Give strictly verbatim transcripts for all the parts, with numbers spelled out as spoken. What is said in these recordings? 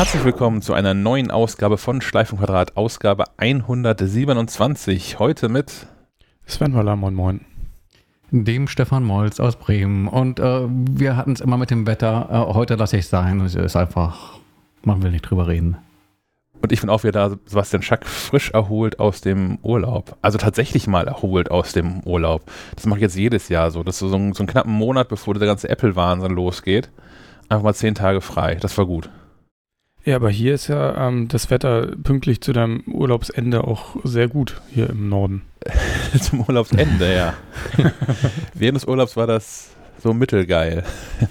Herzlich willkommen zu einer neuen Ausgabe von Schleifenquadrat, Ausgabe hundertsiebenundzwanzig. Heute mit Sven Waller, moin moin. Dem Stefan Molz aus Bremen. Und äh, wir hatten es immer mit dem Wetter. Äh, heute lasse ich es sein. Es ist einfach, man will nicht drüber reden. Und ich bin auch wieder da, Sebastian Schack, frisch erholt aus dem Urlaub. Also tatsächlich mal erholt aus dem Urlaub. Das mache ich jetzt jedes Jahr so. Das ist so, ein, so einen knappen Monat, bevor der ganze Apple-Wahnsinn losgeht. Einfach mal zehn Tage frei. Das war gut. Ja, aber hier ist ja ähm, das Wetter pünktlich zu deinem Urlaubsende auch sehr gut hier im Norden. Zum Urlaubsende, ja. Während des Urlaubs war das so mittelgeil.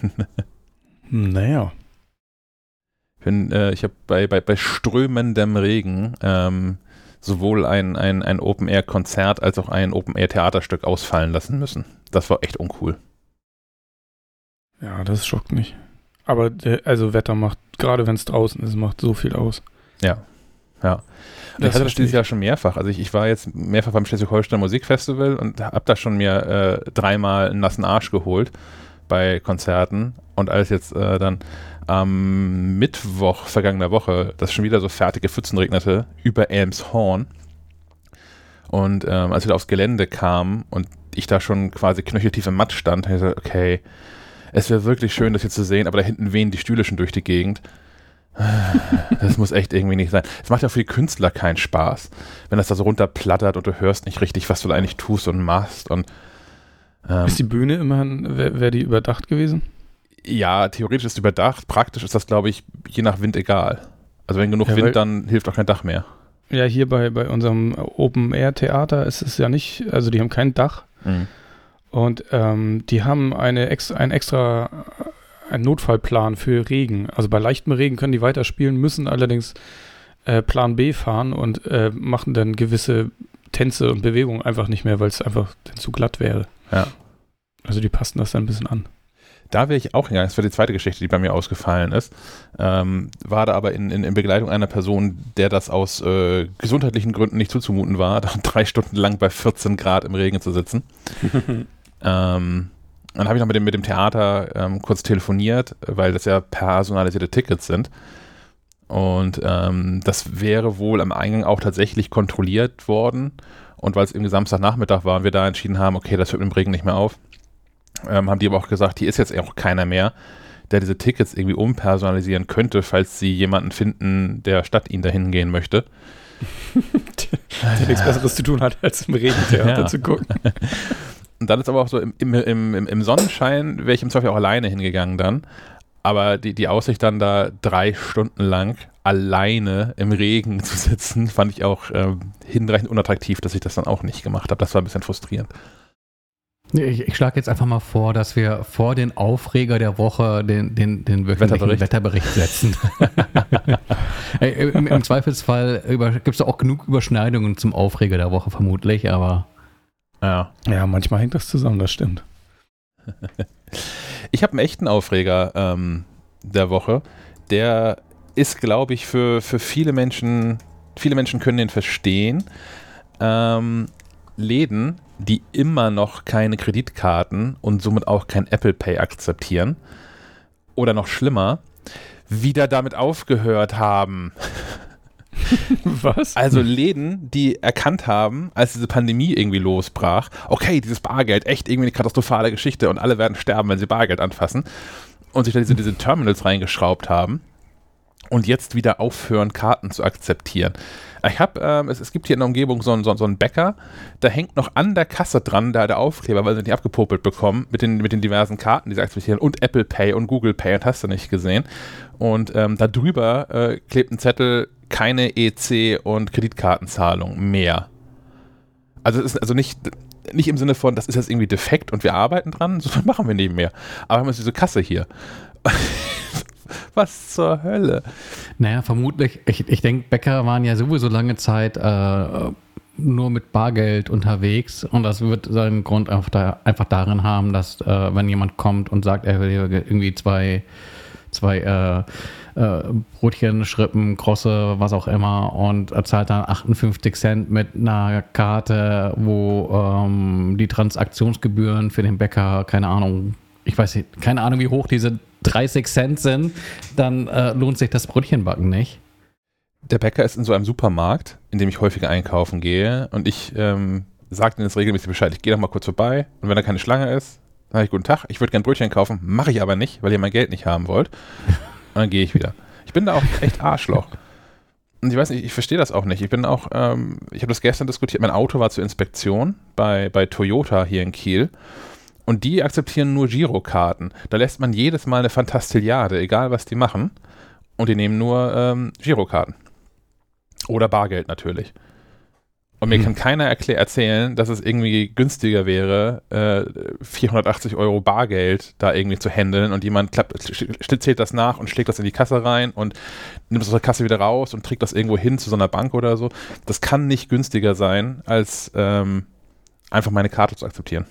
Naja. Ich, bin, äh, ich habe bei, bei, bei strömendem Regen ähm, sowohl ein, ein, ein Open-Air-Konzert als auch ein Open-Air-Theaterstück ausfallen lassen müssen. Das war echt uncool. Ja, das schockt mich. Aber der, also Wetter macht, gerade wenn es draußen ist, macht so viel aus. Ja, ja. Und ich hatte das dieses Jahr schon mehrfach. Also ich, ich war jetzt mehrfach beim Schleswig-Holstein Musikfestival und habe da schon mir äh, dreimal einen nassen Arsch geholt bei Konzerten. Und als jetzt äh, dann am Mittwoch vergangener Woche das schon wieder so fertige Pfützen regnete über Elmshorn und ähm, als wir da aufs Gelände kamen und ich da schon quasi knöcheltief im Matsch stand, habe ich gesagt, okay, es wäre wirklich schön, das hier zu sehen, aber da hinten wehen die Stühle schon durch die Gegend. Das muss echt irgendwie nicht sein. Es macht ja für die Künstler keinen Spaß, wenn das da so runterplattert und du hörst nicht richtig, was du da eigentlich tust und machst. Und, ähm, ist die Bühne immerhin, wäre wär die überdacht gewesen? Ja, theoretisch ist es überdacht. Praktisch ist das, glaube ich, je nach Wind egal. Also wenn genug ja, Wind, dann hilft auch kein Dach mehr. Ja, hier bei, bei unserem Open-Air-Theater ist es ja nicht, also die haben kein Dach. Mhm. Und ähm, die haben eine ex, ein extra einen Notfallplan für Regen. Also bei leichtem Regen können die weiterspielen, müssen allerdings äh, Plan B fahren und äh, machen dann gewisse Tänze und Bewegungen einfach nicht mehr, weil es einfach zu glatt wäre. Ja. Also die passen das dann ein bisschen an. Da wäre ich auch hingegangen, das war die zweite Geschichte, die bei mir ausgefallen ist, ähm, war da aber in, in, in Begleitung einer Person, der das aus äh, gesundheitlichen Gründen nicht zuzumuten war, da drei Stunden lang bei vierzehn Grad im Regen zu sitzen. ähm, dann habe ich noch mit dem, mit dem Theater ähm, kurz telefoniert, weil das ja personalisierte Tickets sind. Und ähm, das wäre wohl am Eingang auch tatsächlich kontrolliert worden. Und weil es irgendwie Samstagnachmittag war und wir da entschieden haben, okay, das hört mit dem Regen nicht mehr auf, Ähm, haben die aber auch gesagt, hier ist jetzt auch keiner mehr, der diese Tickets irgendwie umpersonalisieren könnte, falls sie jemanden finden, der statt ihnen dahin gehen möchte. Der nichts Besseres zu tun hat, als im Regentheater ja. zu gucken. Und dann ist aber auch so, im, im, im, im Sonnenschein wäre ich im Zweifel auch alleine hingegangen dann, aber die, die Aussicht dann da drei Stunden lang alleine im Regen zu sitzen, fand ich auch ähm, hinreichend unattraktiv, dass ich das dann auch nicht gemacht habe. Das war ein bisschen frustrierend. Ich, ich schlage jetzt einfach mal vor, dass wir vor den Aufreger der Woche den, den, den wöchentlichen Wetterbericht, Wetterbericht setzen. Im, Im Zweifelsfall gibt es auch genug Überschneidungen zum Aufreger der Woche vermutlich, aber ja. Ja, manchmal hängt das zusammen, das stimmt. Ich habe einen echten Aufreger ähm, der Woche. Der ist, glaube ich, für, für viele Menschen, viele Menschen können den verstehen. Ähm, Läden, die immer noch keine Kreditkarten und somit auch kein Apple Pay akzeptieren oder noch schlimmer, wieder damit aufgehört haben. Was? Also Läden, die erkannt haben, als diese Pandemie irgendwie losbrach, okay, dieses Bargeld, echt irgendwie eine katastrophale Geschichte und alle werden sterben, wenn sie Bargeld anfassen und sich da diese, diese Terminals reingeschraubt haben und jetzt wieder aufhören, Karten zu akzeptieren. Ich habe, ähm, es, es gibt hier in der Umgebung so einen, so, so einen Bäcker, da hängt noch an der Kasse dran, da der Aufkleber, weil sie nicht abgepopelt bekommen, mit den, mit den diversen Karten, die sie akzeptieren und Apple Pay und Google Pay und hast du nicht gesehen. Und ähm, da drüber äh, klebt ein Zettel, keine E C und Kreditkartenzahlung mehr. Also es ist also nicht, nicht im Sinne von, das ist jetzt irgendwie defekt und wir arbeiten dran, so machen wir nicht mehr. Aber wir haben jetzt diese Kasse hier. Was zur Hölle? Naja, vermutlich, ich, ich denke, Bäcker waren ja sowieso lange Zeit äh, nur mit Bargeld unterwegs und das wird seinen Grund einfach, da, einfach darin haben, dass äh, wenn jemand kommt und sagt, er will irgendwie zwei, zwei äh, äh, Brötchen, Schrippen, Krosse, was auch immer und er zahlt dann achtundfünfzig Cent mit einer Karte, wo ähm, die Transaktionsgebühren für den Bäcker, keine Ahnung, ich weiß nicht, keine Ahnung, wie hoch diese dreißig Cent sind, dann äh, lohnt sich das Brötchenbacken nicht. Der Bäcker ist in so einem Supermarkt, in dem ich häufiger einkaufen gehe und ich ähm, sage denen jetzt regelmäßig Bescheid, ich gehe da mal kurz vorbei und wenn da keine Schlange ist, dann sage ich, guten Tag, ich würde gerne Brötchen kaufen, mache ich aber nicht, weil ihr mein Geld nicht haben wollt und dann gehe ich wieder. Ich bin da auch echt Arschloch. Und ich weiß nicht, ich verstehe das auch nicht. Ich bin auch, ähm, ich habe das gestern diskutiert, mein Auto war zur Inspektion bei, bei Toyota hier in Kiel und die akzeptieren nur Girokarten. Da lässt man jedes Mal eine Fantastilliarde, egal was die machen und die nehmen nur ähm, Girokarten. Oder Bargeld natürlich. Und mir hm. kann keiner erklär, erzählen, dass es irgendwie günstiger wäre, äh, vierhundertachtzig Euro Bargeld da irgendwie zu handeln und jemand klappt, zählt das nach und schlägt das in die Kasse rein und nimmt es aus der Kasse wieder raus und trägt das irgendwo hin zu so einer Bank oder so. Das kann nicht günstiger sein, als ähm, einfach meine Karte zu akzeptieren.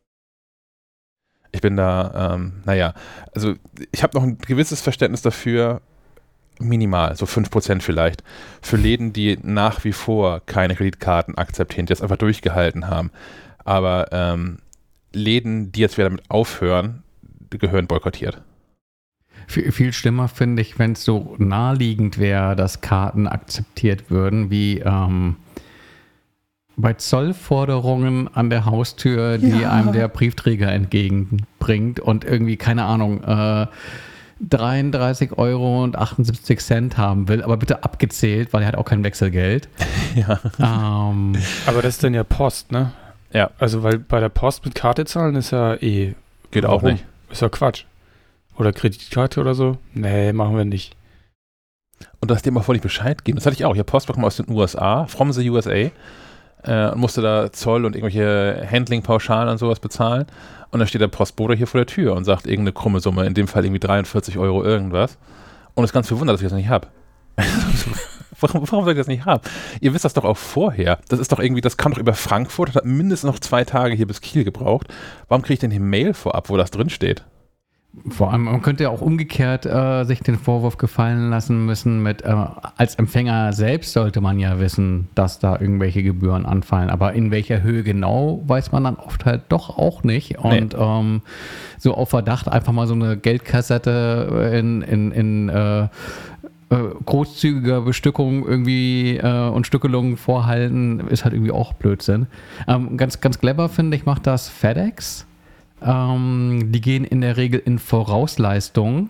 Ich bin da, ähm, naja, also ich habe noch ein gewisses Verständnis dafür, minimal, so fünf Prozent vielleicht, für Läden, die nach wie vor keine Kreditkarten akzeptieren, die das einfach durchgehalten haben. Aber ähm, Läden, die jetzt wieder damit aufhören, gehören boykottiert. Viel, viel schlimmer finde ich, wenn es so naheliegend wäre, dass Karten akzeptiert würden, wie ähm, bei Zollforderungen an der Haustür, die ja. einem der Briefträger entgegenbringt und irgendwie, keine Ahnung, äh, dreiunddreißig Euro und achtundsiebzig Cent haben will, aber bitte abgezählt, weil er hat auch kein Wechselgeld. Ja. Ähm, aber das ist dann ja Post, ne? Ja. Also, weil bei der Post mit Karte zahlen ist ja eh... Geht warum? Auch nicht. Ist ja Quatsch. Oder Kreditkarte oder so? Nee, machen wir nicht. Und dass die mal voll nicht Bescheid geben. Das hatte ich auch. Ich habe Post bekommen aus den U S A, from the U S A, äh, und musste da Zoll und irgendwelche Handling-Pauschalen und sowas bezahlen. Und dann steht der Postbote hier vor der Tür und sagt irgendeine krumme Summe, in dem Fall irgendwie dreiundvierzig Euro irgendwas. Und ist ganz verwundert, dass ich das nicht habe. warum, warum soll ich das nicht haben? Ihr wisst das doch auch vorher. Das ist doch irgendwie, das kam doch über Frankfurt, das hat mindestens noch zwei Tage hier bis Kiel gebraucht. Warum kriege ich denn die Mail vorab, wo das drin steht? Vor allem, man könnte ja auch umgekehrt äh, sich den Vorwurf gefallen lassen müssen mit, äh, als Empfänger selbst sollte man ja wissen, dass da irgendwelche Gebühren anfallen, aber in welcher Höhe genau, weiß man dann oft halt doch auch nicht und nee. ähm, so auf Verdacht einfach mal so eine Geldkassette in, in, in äh, äh, großzügiger Bestückung irgendwie äh, und Stückelungen vorhalten, ist halt irgendwie auch Blödsinn. Ähm, ganz, ganz clever finde ich, macht das FedEx. Ähm, die gehen in der Regel in Vorausleistung,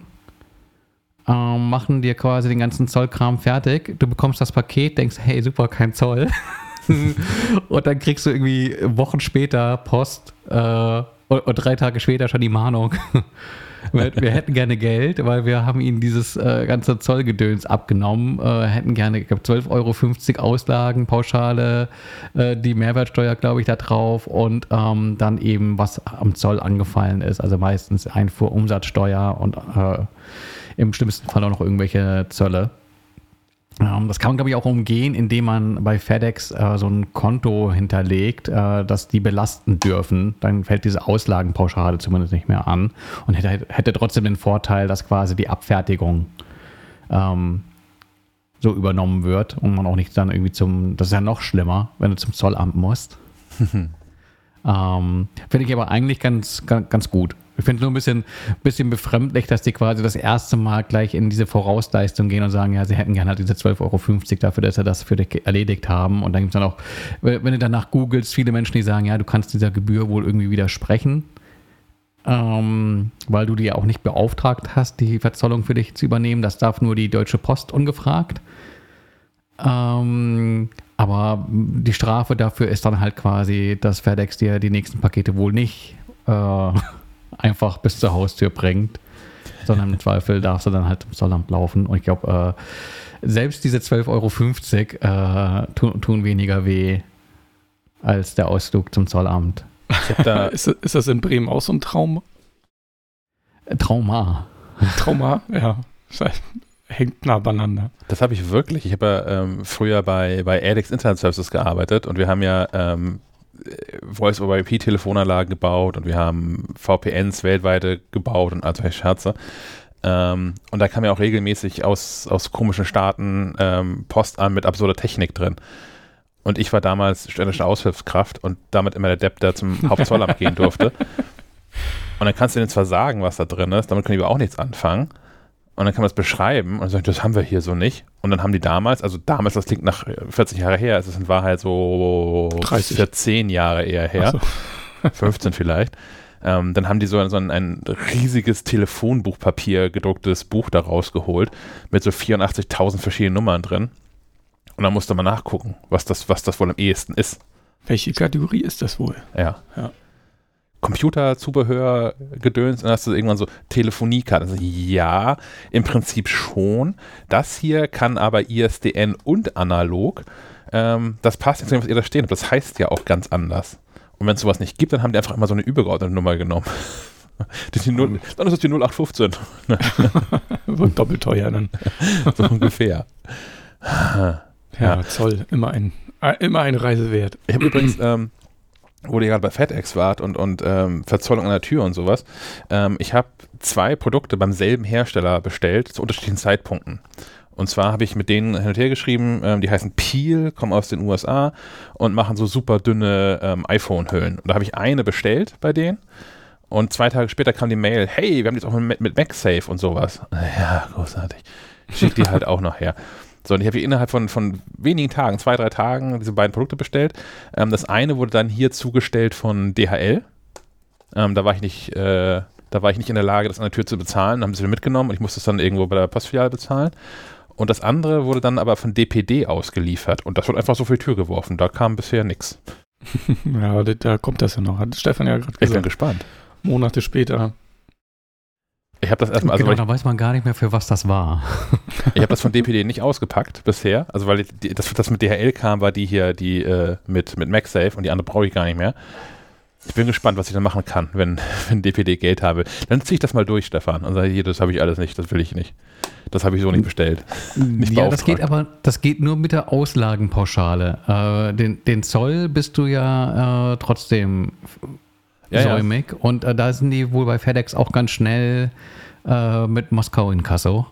ähm, machen dir quasi den ganzen Zollkram fertig. Du bekommst das Paket, denkst, hey, super, kein Zoll. Und dann kriegst du irgendwie Wochen später Post äh, und, und drei Tage später schon die Mahnung. wir, wir hätten gerne Geld, weil wir haben ihnen dieses äh, ganze Zollgedöns abgenommen, äh, hätten gerne, ich glaube, zwölf Euro fünfzig Auslagen, Pauschale, äh, die Mehrwertsteuer, glaube ich, da drauf und ähm, dann eben, was am Zoll angefallen ist, also meistens Einfuhr, Umsatzsteuer und äh, im schlimmsten Fall auch noch irgendwelche Zölle. Ähm, das kann man, glaube ich, auch umgehen, indem man bei FedEx äh, so ein Konto hinterlegt, äh, dass die belasten dürfen. Dann fällt diese Auslagenpauschale zumindest nicht mehr an und hätte, hätte trotzdem den Vorteil, dass quasi die Abfertigung ähm, so übernommen wird und man auch nicht dann irgendwie zum, das ist ja noch schlimmer, wenn du zum Zollamt musst. ähm, Finde ich aber eigentlich ganz, ganz, ganz gut. Ich finde es nur ein bisschen, bisschen befremdlich, dass die quasi das erste Mal gleich in diese Vorausleistung gehen und sagen, ja, sie hätten gerne halt diese zwölf Euro fünfzig dafür, dass sie das für dich erledigt haben. Und dann gibt es dann auch, wenn du danach googelst, viele Menschen, die sagen, ja, du kannst dieser Gebühr wohl irgendwie widersprechen, ähm, weil du die ja auch nicht beauftragt hast, die Verzollung für dich zu übernehmen. Das darf nur die Deutsche Post ungefragt. Ähm, aber die Strafe dafür ist dann halt quasi, dass FedEx dir die nächsten Pakete wohl nicht äh, einfach bis zur Haustür bringt, sondern im Zweifel darfst du dann halt zum Zollamt laufen. Und ich glaube, äh, selbst diese zwölf Euro fünfzig äh, tun, tun weniger weh als der Ausflug zum Zollamt. Da ist, ist das in Bremen auch so ein Trauma? Trauma. Trauma, ja. Hängt nah beieinander. Das habe ich wirklich. Ich habe ja ähm, früher bei, bei Adex Internet Services gearbeitet und wir haben ja ähm, Voice-over-I P-Telefonanlagen gebaut und wir haben V P Ns weltweite gebaut und all solche Scherze. Ähm, und da kam ja auch regelmäßig aus, aus komischen Staaten ähm, Post an mit absurder Technik drin. Und ich war damals ständische Aushilfskraft und damit immer der Depp, der zum Hauptzollamt gehen durfte. Und dann kannst du denen zwar sagen, was da drin ist, damit können die aber auch nichts anfangen. Und dann kann man es beschreiben und sagen, das haben wir hier so nicht. Und dann haben die damals, also damals, das klingt nach vierzig Jahre her, es ist in Wahrheit so dreißig. vierzehn Jahre eher her, so. fünfzehn vielleicht. Ähm, dann haben die so, so ein, ein riesiges Telefonbuchpapier gedrucktes Buch da rausgeholt mit so vierundachtzigtausend verschiedenen Nummern drin. Und dann musste man nachgucken, was das, was das wohl am ehesten ist. Welche Kategorie ist das wohl? Ja. Ja. Computer, Zubehör, Gedöns, und dann hast du irgendwann so Telefoniekarten. Also, ja, im Prinzip schon. Das hier kann aber I S D N und analog. Ähm, das passt nicht zu dem, was ihr da stehen habt. Das heißt ja auch ganz anders. Und wenn es sowas nicht gibt, dann haben die einfach immer so eine übergeordnete Nummer genommen. Die, die null, dann ist es die null acht fünfzehn. Wird doppelt teuer dann. So ungefähr. Ja, Ja. Zoll, immer ein, immer eine Reise wert. Ich habe übrigens, ähm, wo ihr gerade bei FedEx wart und, und ähm, Verzollung an der Tür und sowas, ähm, ich habe zwei Produkte beim selben Hersteller bestellt, zu unterschiedlichen Zeitpunkten. Und zwar habe ich mit denen hin und her geschrieben, ähm, die heißen Peel, kommen aus den U S A und machen so super dünne ähm, iPhone-Hüllen. Und da habe ich eine bestellt bei denen und zwei Tage später kam die Mail, hey, wir haben jetzt auch mit, mit MagSafe und sowas. Ja, großartig. Schick die halt auch noch her. So, und ich habe hier innerhalb von, von wenigen Tagen, zwei, drei Tagen, diese beiden Produkte bestellt. Ähm, das eine wurde dann hier zugestellt von D H L. Ähm, da war ich nicht, äh, da war ich nicht in der Lage, das an der Tür zu bezahlen. Dann haben sie es mitgenommen und ich musste es dann irgendwo bei der Postfiliale bezahlen. Und das andere wurde dann aber von D P D ausgeliefert. Und das wurde einfach so vor die Tür geworfen. Da kam bisher nichts. Ja, da, da kommt das ja noch. Hat Stefan ja gerade gesagt. Ich bin gespannt. Monate später. Ich habe das erstmal, also genau, weil da weiß man gar nicht mehr, für was das war. ich, ich habe das von D P D nicht ausgepackt bisher. Also weil die, das, das mit D H L kam, war die hier, die äh, mit, mit MagSafe und die andere brauche ich gar nicht mehr. Ich bin gespannt, was ich dann machen kann, wenn, wenn D P D Geld habe. Dann ziehe ich das mal durch, Stefan, und sage, hier, das habe ich alles nicht, das will ich nicht. Das habe ich so nicht bestellt. Nicht ja, das beauftragt. geht aber, das geht nur mit der Auslagenpauschale. Äh, den, den Zoll bist du ja äh, trotzdem Ja, ja. säumig. Und äh, da sind die wohl bei FedEx auch ganz schnell äh, mit Moskau in Kasso.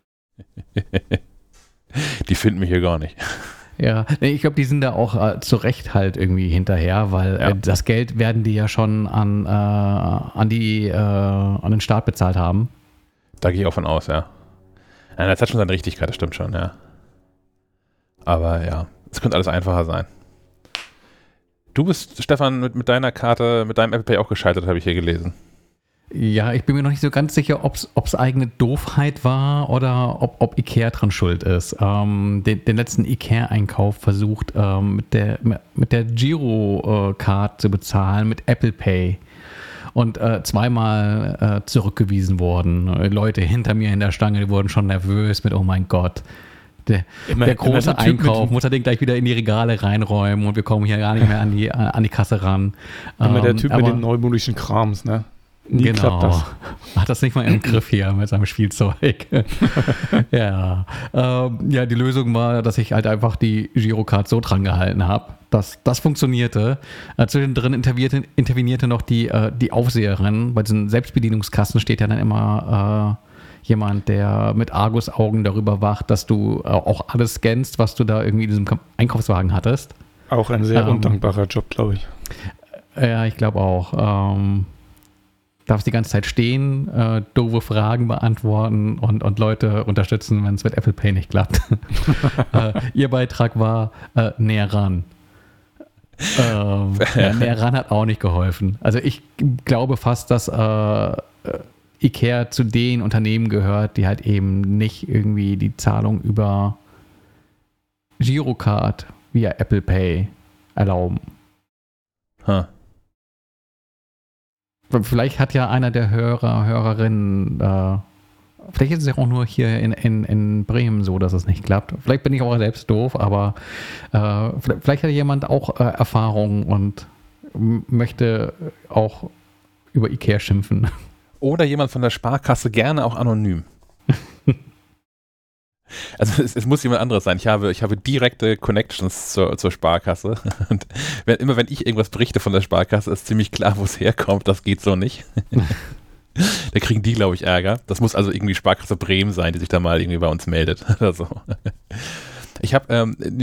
Die finden mich hier gar nicht. Ja, nee, ich glaube, die sind da auch äh, zu Recht halt irgendwie hinterher, weil Ja. äh, das Geld werden die ja schon an, äh, an, die, äh, an den Staat bezahlt haben. Da gehe ich auch von aus, ja. Nein, das hat schon seine Richtigkeit, das stimmt schon, ja. Aber ja, es könnte alles einfacher sein. Du bist, Stefan, mit, mit deiner Karte, mit deinem Apple Pay auch gescheitert, habe ich hier gelesen. Ja, ich bin mir noch nicht so ganz sicher, ob es eigene Doofheit war oder ob, ob Ikea dran schuld ist. Ähm, den, den letzten Ikea-Einkauf versucht, ähm, mit der, mit der Girocard zu bezahlen, mit Apple Pay. Und äh, zweimal äh, zurückgewiesen worden. Leute hinter mir in der Stange, die wurden schon nervös mit, oh mein Gott. Der, Immer- der immer große der Typ mit Einkauf, dem- muss er den gleich wieder in die Regale reinräumen und wir kommen hier gar nicht mehr an die, an die Kasse ran. Immer der Ähm, Typ aber- mit den neumodischen Krams, ne? Nie genau. klappt das. Hat das nicht mal im Griff hier mit seinem Spielzeug. ja. Ähm, ja, die Lösung war, dass ich halt einfach die Girocard so dran gehalten habe. Das, das funktionierte. Äh, zwischendrin intervenierte, intervenierte noch die, äh, die Aufseherin. Bei diesen Selbstbedienungskassen steht ja dann immer äh, jemand, der mit Argusaugen darüber wacht, dass du äh, auch alles scannst, was du da irgendwie in diesem Einkaufswagen hattest. Auch ein sehr Ähm, undankbarer Job, glaube ich. Ja, ich glaube auch. Ähm, darfst die ganze Zeit stehen, äh, doofe Fragen beantworten und, und Leute unterstützen, wenn es mit Apple Pay nicht klappt. äh, ihr Beitrag war äh, näher ran. Ähm, ja, näher ran hat auch nicht geholfen. Also ich glaube fast, dass äh, Ikea zu den Unternehmen gehört, die halt eben nicht irgendwie die Zahlung über Girocard via Apple Pay erlauben. Huh. Vielleicht hat ja einer der Hörer, Hörerinnen, äh, vielleicht ist es ja auch nur hier in, in, in Bremen so, dass es nicht klappt. Vielleicht bin ich auch selbst doof, aber äh, vielleicht, vielleicht hat jemand auch äh, Erfahrung und m- möchte auch über Ikea schimpfen. Oder jemand von der Sparkasse, gerne auch anonym. Also es, es muss jemand anderes sein. Ich habe, ich habe direkte Connections zur, zur Sparkasse. Und wenn, immer wenn ich irgendwas berichte von der Sparkasse, ist ziemlich klar, wo es herkommt. Das geht so nicht. Da kriegen die, glaube ich, Ärger. Das muss also irgendwie Sparkasse Bremen sein, die sich da mal irgendwie bei uns meldet. Oder so. Ich habe ähm, eine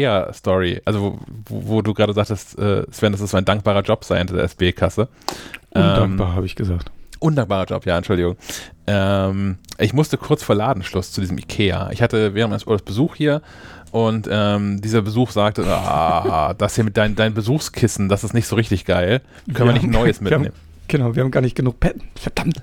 Ikea-Story, also wo, wo, wo du gerade sagtest, äh, Sven, dass es so ein dankbarer Job sei hinter der S B-Kasse. Undankbar, ähm, habe ich gesagt. Undankbarer Job, ja, Entschuldigung. Ähm, ich musste kurz vor Ladenschluss zu diesem Ikea. Ich hatte während meines Urlaubs Besuch hier und ähm, dieser Besuch sagte, ah, das hier mit dein, dein Besuchskissen, das ist nicht so richtig geil. Können wir, wir nicht ein neues mitnehmen? Wir haben, genau, wir haben gar nicht genug Betten. Verdammt.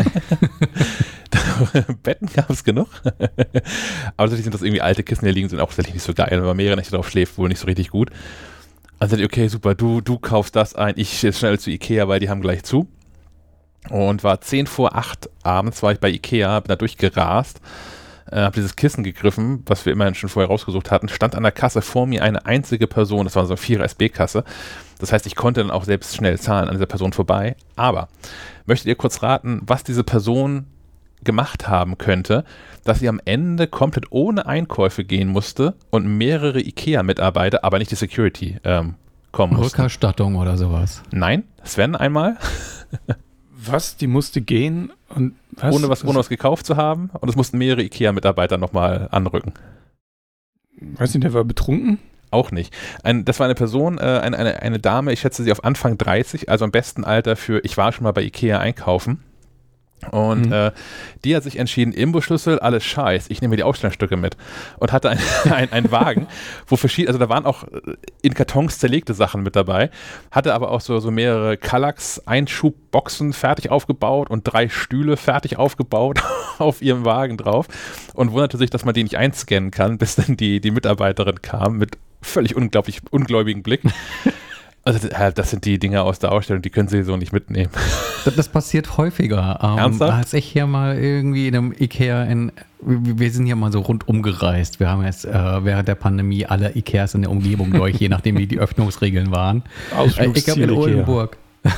Betten gab es genug. Aber tatsächlich sind das irgendwie alte Kissen, die liegen, sind auch tatsächlich nicht so geil. Wenn man mehrere Nächte drauf schläft, wohl nicht so richtig gut. Also okay, super, du, du kaufst das ein, ich jetzt schnell zu Ikea, weil die haben gleich zu. Und war zehn vor acht abends, war ich bei Ikea, bin da durchgerast, äh, habe dieses Kissen gegriffen, was wir immerhin schon vorher rausgesucht hatten, stand an der Kasse vor mir eine einzige Person, das war so eine Vierer S B-Kasse. Das heißt, ich konnte dann auch selbst schnell zahlen an dieser Person vorbei. Aber möchtet ihr kurz raten, was diese Person gemacht haben könnte, dass sie am Ende komplett ohne Einkäufe gehen musste und mehrere Ikea-Mitarbeiter, aber nicht die Security, ähm, kommen mussten? Rückerstattung oder sowas. Nein, Sven einmal. Was? Die musste gehen und was? Ohne was, ohne was gekauft zu haben und es mussten mehrere Ikea-Mitarbeiter nochmal anrücken. Weiß nicht, der war betrunken? Auch nicht. Ein, das war eine Person, äh, eine, eine, eine Dame, ich schätze sie auf Anfang dreißig, also am besten Alter für, ich war schon mal bei Ikea einkaufen. Und mhm. äh, die hat sich entschieden, Imbusschlüssel, alles Scheiß, ich nehme die Ausstellungsstücke mit. Und hatte einen ein, ein Wagen, wo verschiedene, also da waren auch in Kartons zerlegte Sachen mit dabei, hatte aber auch so, so mehrere Kallax-Einschubboxen fertig aufgebaut und drei Stühle fertig aufgebaut auf ihrem Wagen drauf und wunderte sich, dass man die nicht einscannen kann, bis dann die, die Mitarbeiterin kam mit völlig unglaublich ungläubigen Blick. Also das sind die Dinge aus der Ausstellung, die können Sie so nicht mitnehmen. Das, das passiert häufiger. Ähm, Ernsthaft? Als ich hier mal irgendwie in einem Ikea in, wir sind hier mal so rundum gereist. Wir haben jetzt äh, während der Pandemie alle Ikeas in der Umgebung durch, je nachdem wie die Öffnungsregeln waren. Ausflugsziel äh, ich glaube in Oldenburg.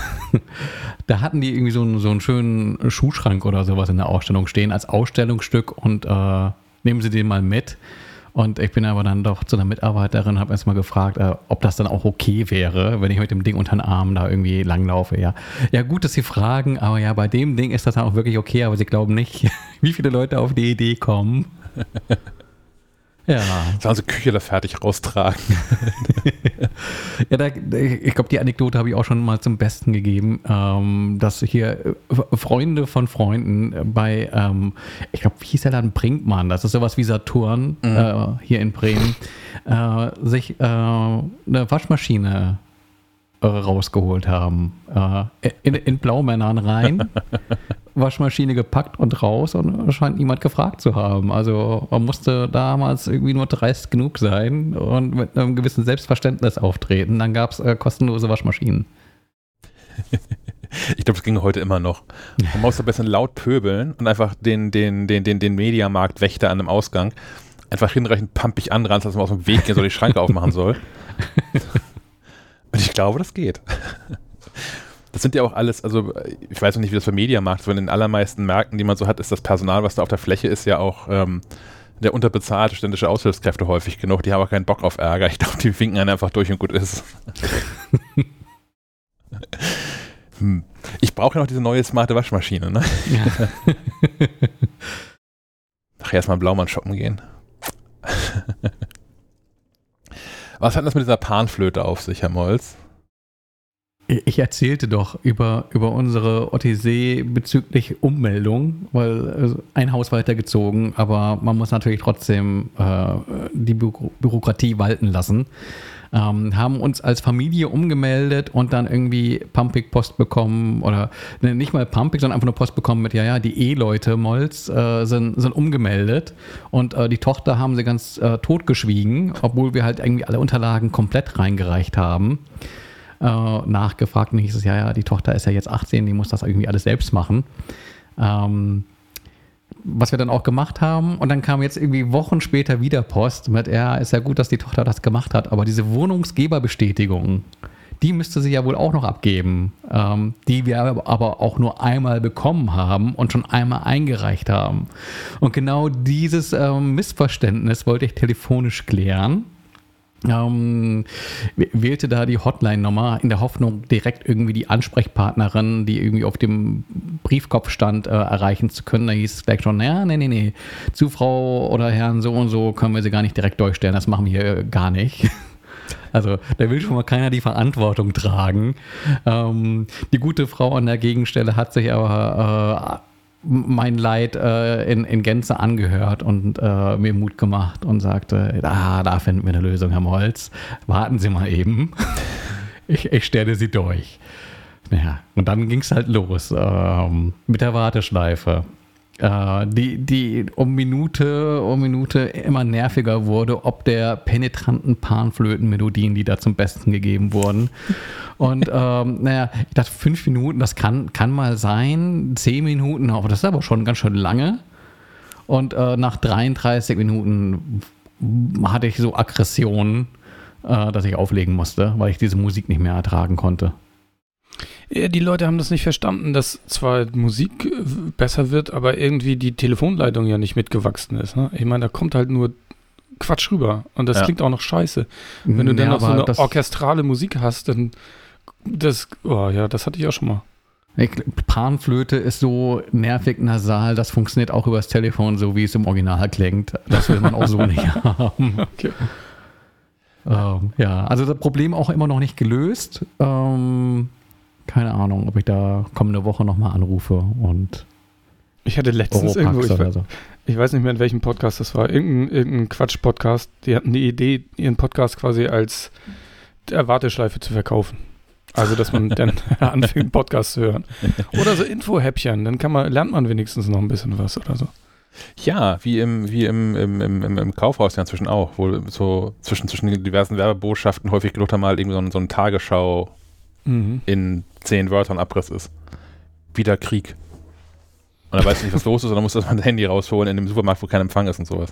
Da hatten die irgendwie so einen, so einen schönen Schuhschrank oder sowas in der Ausstellung stehen als Ausstellungsstück und äh, nehmen Sie den mal mit. Und ich bin aber dann doch zu einer Mitarbeiterin, habe erstmal gefragt, äh, ob das dann auch okay wäre, wenn ich mit dem Ding unter den Armen da irgendwie langlaufe. Ja. ja, gut, dass Sie fragen, aber ja, bei dem Ding ist das dann auch wirklich okay, aber Sie glauben nicht, wie viele Leute auf die Idee kommen. Ja. Sollen sie Küche fertig raustragen. Ja, da, ich glaube, die Anekdote habe ich auch schon mal zum Besten gegeben, ähm, dass hier Freunde von Freunden bei, ähm, ich glaube, wie hieß der Laden? Brinkmann, das ist sowas wie Saturn mhm. äh, hier in Bremen, äh, sich äh, eine Waschmaschine äh, rausgeholt haben. Äh, in, in Blaumännern rein. Waschmaschine gepackt und raus und scheint niemand gefragt zu haben. Also man musste damals irgendwie nur dreist genug sein und mit einem gewissen Selbstverständnis auftreten. Dann gab es äh, kostenlose Waschmaschinen. Ich glaube, es ging heute immer noch. Man muss ein bisschen laut pöbeln und einfach den, den, den, den, den Mediamarkt-Wächter an einem Ausgang einfach hinreichend pumpig anranzen, dass man aus dem Weg gehen soll, die Schranke aufmachen soll. Und ich glaube, das geht. Das sind ja auch alles, also ich weiß noch nicht, wie das für Mediamarkt ist, weil in den allermeisten Märkten, die man so hat, ist das Personal, was da auf der Fläche ist, ja auch ähm, der unterbezahlte ständische Aushilfskräfte häufig genug. Die haben auch keinen Bock auf Ärger. Ich glaube, die winken einen einfach durch und gut ist. hm. Ich brauche ja noch diese neue smarte Waschmaschine, ne? Ja. Nachher erstmal Blaumann shoppen gehen. Was hat das mit dieser Panflöte auf sich, Herr Molz? Ich erzählte doch über, über unsere Odyssee bezüglich Ummeldung, weil also ein Haus weitergezogen, aber man muss natürlich trotzdem äh, die Büro- Bürokratie walten lassen. Ähm, haben uns als Familie umgemeldet und dann irgendwie Pumpig-Post bekommen oder ne, nicht mal Pumpig, sondern einfach nur Post bekommen mit, ja, ja, die Eheleute Molz äh, sind, sind umgemeldet und äh, die Tochter haben sie ganz äh, totgeschwiegen, obwohl wir halt irgendwie alle Unterlagen komplett reingereicht haben. Äh, nachgefragt und hieß es, ja, ja, die Tochter ist ja jetzt achtzehn, die muss das irgendwie alles selbst machen. Ähm, was wir dann auch gemacht haben und dann kam jetzt irgendwie Wochen später wieder Post mit, ja, ist ja gut, dass die Tochter das gemacht hat, aber diese Wohnungsgeberbestätigung, die müsste sie ja wohl auch noch abgeben, ähm, die wir aber auch nur einmal bekommen haben und schon einmal eingereicht haben. Und genau dieses ähm, Missverständnis wollte ich telefonisch klären. Ähm, wählte da die Hotline-Nummer in der Hoffnung, direkt irgendwie die Ansprechpartnerin, die irgendwie auf dem Briefkopf stand, äh, erreichen zu können. Da hieß es gleich schon, ja, nee, nee, nee, zu Frau oder Herrn so und so können wir sie gar nicht direkt durchstellen, das machen wir hier gar nicht. Also da will schon mal keiner die Verantwortung tragen. Ähm, die gute Frau an der Gegenstelle hat sich aber äh, mein Leid äh, in, in Gänze angehört und äh, mir Mut gemacht und sagte, ah, da finden wir eine Lösung, Herr Molz. Warten Sie mal eben. ich, ich stelle Sie durch. Ja, und dann ging es halt los ähm, mit der Warteschleife. Äh, die, die um Minute um Minute immer nerviger wurde, ob der penetranten Panflötenmelodien, die da zum Besten gegeben wurden. Und ähm, naja, ich dachte, fünf Minuten, das kann, kann mal sein, zehn Minuten, aber das ist aber schon ganz schön lange. Und äh, nach dreiunddreißig Minuten hatte ich so Aggressionen, äh, dass ich auflegen musste, weil ich diese Musik nicht mehr ertragen konnte. Ja, die Leute haben das nicht verstanden, dass zwar Musik besser wird, aber irgendwie die Telefonleitung ja nicht mitgewachsen ist. Ne? Ich meine, da kommt halt nur Quatsch rüber und das ja. klingt auch noch scheiße. Wenn du ja, dann noch so eine orchestrale Musik hast, dann das, oh ja, das hatte ich auch schon mal. Ich, Panflöte ist so nervig nasal, das funktioniert auch übers Telefon, so wie es im Original klingt. Das will man auch so nicht haben. Okay. Ähm, ja, also das Problem auch immer noch nicht gelöst. Ähm, keine Ahnung, ob ich da kommende Woche nochmal anrufe und ich hatte letztens irgendwo, ich, we- so. ich weiß nicht mehr, in welchem Podcast das war, irgendein, irgendein Quatsch-Podcast, die hatten die Idee, ihren Podcast quasi als Warteschleife zu verkaufen. Also, dass man dann anfängt, Podcast zu hören. Oder so Info-Häppchen, dann kann man, lernt man wenigstens noch ein bisschen was oder so. Ja, wie im, wie im, im, im, im Kaufhaus ja inzwischen auch, wo so zwischen, zwischen den diversen Werbebotschaften häufig genug mal irgendwie so, ein, so eine Tagesschau mhm. in zehn Wörtern Abriss ist. Wieder Krieg. Und dann weißt du nicht, was los ist, und dann musst du das Handy rausholen in dem Supermarkt, wo kein Empfang ist und sowas.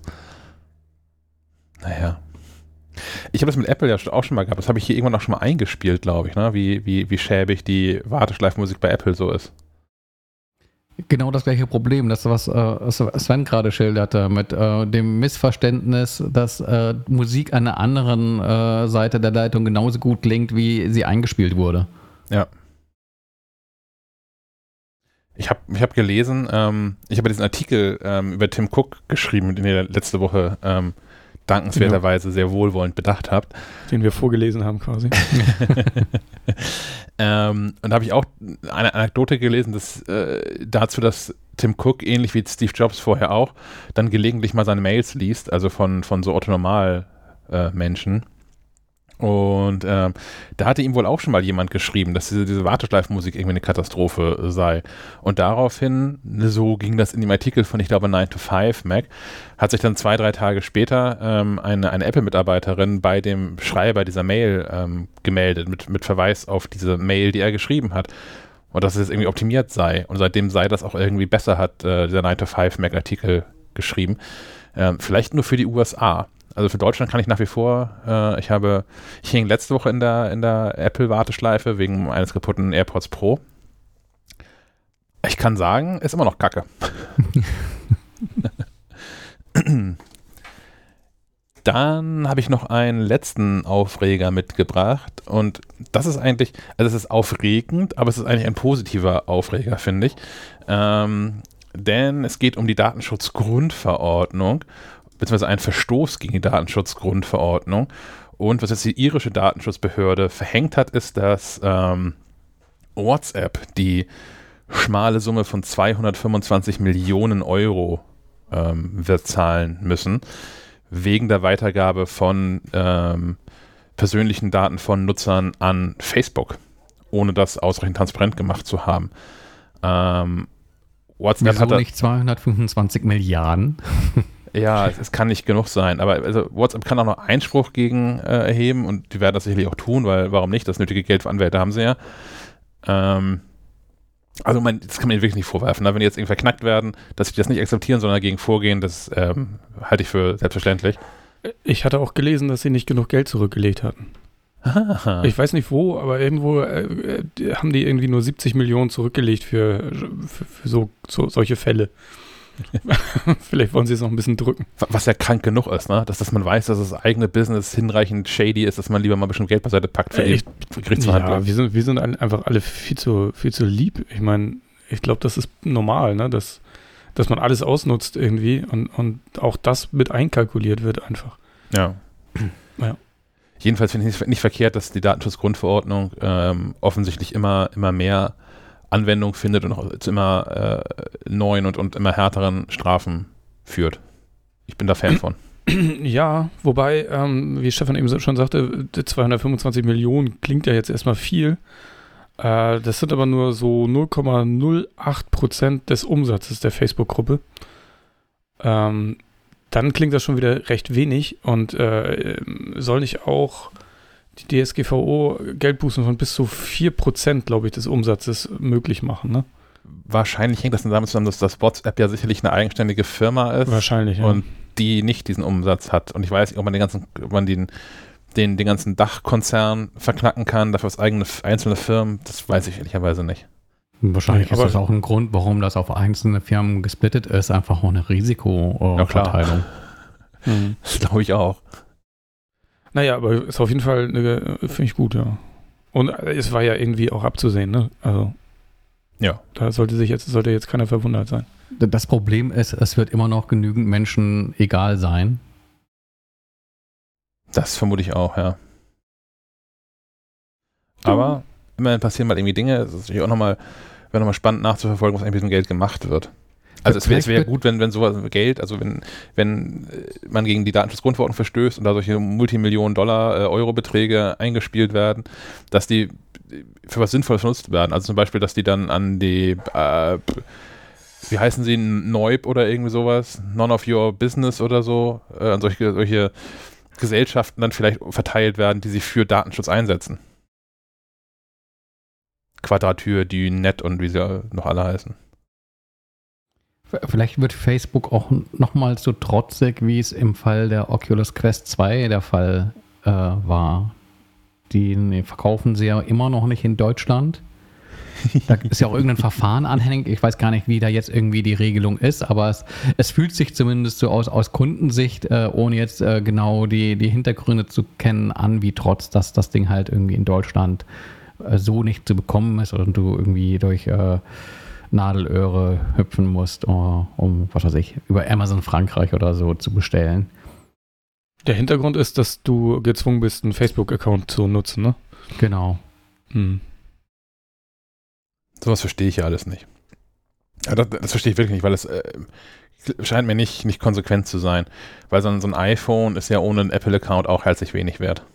Naja. Ich habe das mit Apple ja auch schon mal gehabt. Das habe ich hier irgendwann auch schon mal eingespielt, glaube ich, ne? wie, wie, wie schäbig die Warteschleifenmusik bei Apple so ist. Genau das gleiche Problem, das was äh, Sven gerade schilderte, mit äh, dem Missverständnis, dass äh, Musik an der anderen äh, Seite der Leitung genauso gut klingt, wie sie eingespielt wurde. Ja. Ich habe ich hab gelesen, ähm, ich habe diesen Artikel ähm, über Tim Cook geschrieben, den ihr letzte Woche ähm, dankenswerterweise sehr wohlwollend bedacht habt. Den wir vorgelesen haben quasi. ähm, und da habe ich auch eine Anekdote gelesen, dass, äh, dazu, dass Tim Cook, ähnlich wie Steve Jobs vorher auch, dann gelegentlich mal seine Mails liest, also von, von so Otto-Normal-Menschen. Äh, Und ähm, da hatte ihm wohl auch schon mal jemand geschrieben, dass diese, diese Warteschleifenmusik irgendwie eine Katastrophe sei. Und daraufhin, so ging das in dem Artikel von, ich glaube, nine to five Mac, hat sich dann zwei, drei Tage später ähm, eine, eine Apple-Mitarbeiterin bei dem Schreiber dieser Mail ähm, gemeldet, mit, mit Verweis auf diese Mail, die er geschrieben hat. Und dass es jetzt irgendwie optimiert sei. Und seitdem sei das auch irgendwie besser, hat äh, dieser nine to five Mac Artikel geschrieben. Ähm, vielleicht nur für die U S A. Also für Deutschland kann ich nach wie vor, äh, ich habe, ich hing letzte Woche in der, in der Apple-Warteschleife wegen eines kaputten AirPods Pro. Ich kann sagen, ist immer noch Kacke. Dann habe ich noch einen letzten Aufreger mitgebracht und das ist eigentlich, also es ist aufregend, aber es ist eigentlich ein positiver Aufreger, finde ich. Ähm, denn es geht um die Datenschutzgrundverordnung, beziehungsweise einen Verstoß gegen die Datenschutzgrundverordnung. Und was jetzt die irische Datenschutzbehörde verhängt hat, ist, dass ähm, WhatsApp die schmale Summe von zweihundertfünfundzwanzig Millionen Euro ähm, wird zahlen müssen, wegen der Weitergabe von ähm, persönlichen Daten von Nutzern an Facebook, ohne das ausreichend transparent gemacht zu haben. Ähm, WhatsApp Wieso hat da, nicht zweihundertfünfundzwanzig Milliarden? Ja, es, es kann nicht genug sein, aber also WhatsApp kann auch noch Einspruch gegen äh, erheben und die werden das sicherlich auch tun, weil warum nicht? Das nötige Geld für Anwälte haben sie ja. Ähm, also man, das kann man ihnen wirklich nicht vorwerfen, ne? Wenn die jetzt irgendwie verknackt werden, dass sie das nicht akzeptieren, sondern dagegen vorgehen, das ähm, halte ich für selbstverständlich. Ich hatte auch gelesen, dass sie nicht genug Geld zurückgelegt hatten. Aha. Ich weiß nicht wo, aber irgendwo äh, haben die irgendwie nur siebzig Millionen zurückgelegt für, für, für so, so solche Fälle. Vielleicht wollen sie es noch ein bisschen drücken. Was ja krank genug ist, ne? Dass, dass man weiß, dass das eigene Business hinreichend shady ist, dass man lieber mal ein bisschen Geld beiseite packt für äh, die Gerichtsverhandlung. Ja, wir sind, wir sind einfach alle viel zu, viel zu lieb. Ich meine, ich glaube, das ist normal, ne? Dass, dass man alles ausnutzt irgendwie und, und auch das mit einkalkuliert wird einfach. Ja. Ja. jedenfalls finde ich es nicht verkehrt, dass die Datenschutzgrundverordnung ähm, offensichtlich immer, immer mehr Anwendung findet und auch zu immer äh, neuen und, und immer härteren Strafen führt. Ich bin da Fan von. Ja, wobei, ähm, wie Stefan eben schon sagte, zweihundertfünfundzwanzig Millionen klingt ja jetzt erstmal viel. Äh, das sind aber nur so null Komma null acht Prozent des Umsatzes der Facebook-Gruppe. Ähm, dann klingt das schon wieder recht wenig und äh, soll nicht auch die D S G V O Geldbußen von bis zu vier Prozent, glaube ich, des Umsatzes möglich machen, ne? Wahrscheinlich hängt das damit zusammen, dass das WhatsApp ja sicherlich eine eigenständige Firma ist. Wahrscheinlich, ja. Und die nicht diesen Umsatz hat. Und ich weiß nicht, ob man den ganzen, ob man den, den, den ganzen Dachkonzern verknacken kann, dafür als eigene einzelne Firmen, das weiß ich ehrlicherweise nicht. Wahrscheinlich ja, ist das auch ein Grund, warum das auf einzelne Firmen gesplittet ist, einfach auch eine Risikoverteilung. Ja, mhm. Das glaube ich auch. Naja, aber ist auf jeden Fall, finde ich gut, ja. Und es war ja irgendwie auch abzusehen, ne? Also, ja. Da sollte sich jetzt, sollte jetzt keiner verwundert sein. Das Problem ist, es wird immer noch genügend Menschen egal sein. Das vermute ich auch, ja. Aber immerhin passieren mal irgendwie Dinge. Es ist natürlich auch nochmal, wäre nochmal spannend nachzuverfolgen, was eigentlich mit dem Geld gemacht wird. Also es wäre wär gut, wenn, wenn sowas Geld, also wenn, wenn man gegen die Datenschutzgrundverordnung verstößt und da solche Multimillionen Dollar, äh, Euro-Beträge eingespielt werden, dass die für was Sinnvolles genutzt werden. Also zum Beispiel, dass die dann an die äh, wie heißen sie, N O I B oder irgendwie sowas, None of Your Business oder so, äh, an solche, solche Gesellschaften dann vielleicht verteilt werden, die sich für Datenschutz einsetzen. Quadratur, Net und wie sie noch alle heißen. Vielleicht wird Facebook auch nochmal so trotzig, wie es im Fall der Oculus Quest zwei der Fall äh, war. Die nee, verkaufen sie ja immer noch nicht in Deutschland. Da ist ja auch irgendein Verfahren anhängig. Ich weiß gar nicht, wie da jetzt irgendwie die Regelung ist, aber es, es fühlt sich zumindest so aus, aus Kundensicht, äh, ohne jetzt äh, genau die, die Hintergründe zu kennen, an, wie trotz, dass das Ding halt irgendwie in Deutschland äh, so nicht zu bekommen ist und du irgendwie durch äh, Nadelöhre hüpfen musst, uh, um, was weiß ich, über Amazon Frankreich oder so zu bestellen. Der Hintergrund ist, dass du gezwungen bist, einen Facebook-Account zu nutzen, ne? Genau. Hm. Sowas verstehe ich ja alles nicht. Ja, das, das verstehe ich wirklich nicht, weil es äh, scheint mir nicht, nicht konsequent zu sein. Weil so ein, so ein iPhone ist ja ohne einen Apple-Account auch herzlich wenig wert.